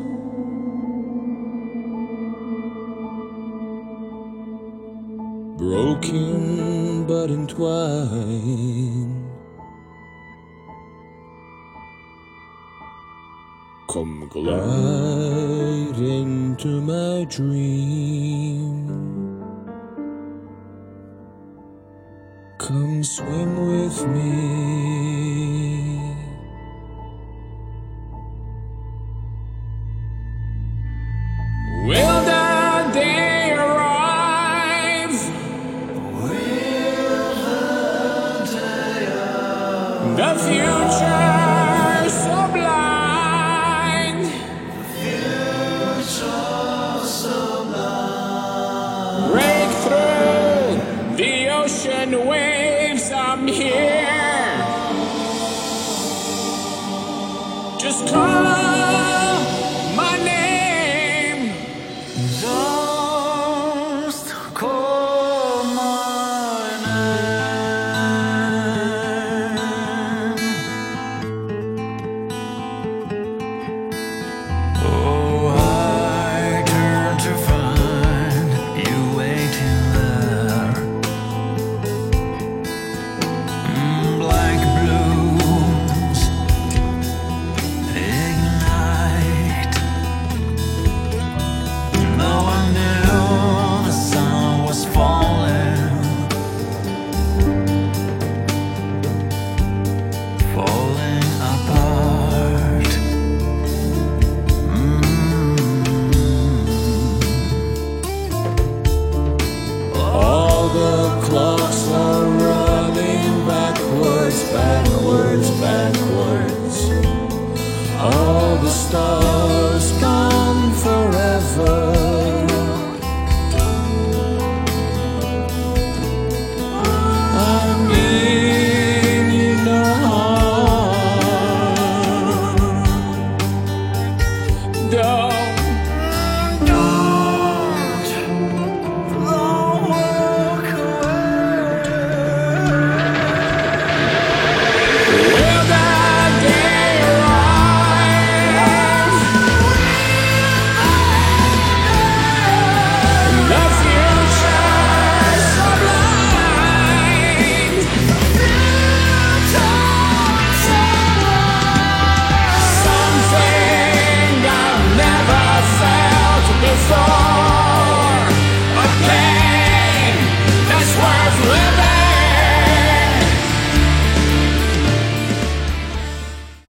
broken but entwined, come glide into my dream, come swim with me. Will the day arrive? Will the day arrive? The future so blind. The future so blind. Break through the ocean waves, I'm here. Just call my name. Just call my name. Oh, I turn to find you waiting there. Mm, black blooms ignite. No one knew the sun was falling, falling apart. Mm. All the clocks are running backwards, backwards, backwards. All the stars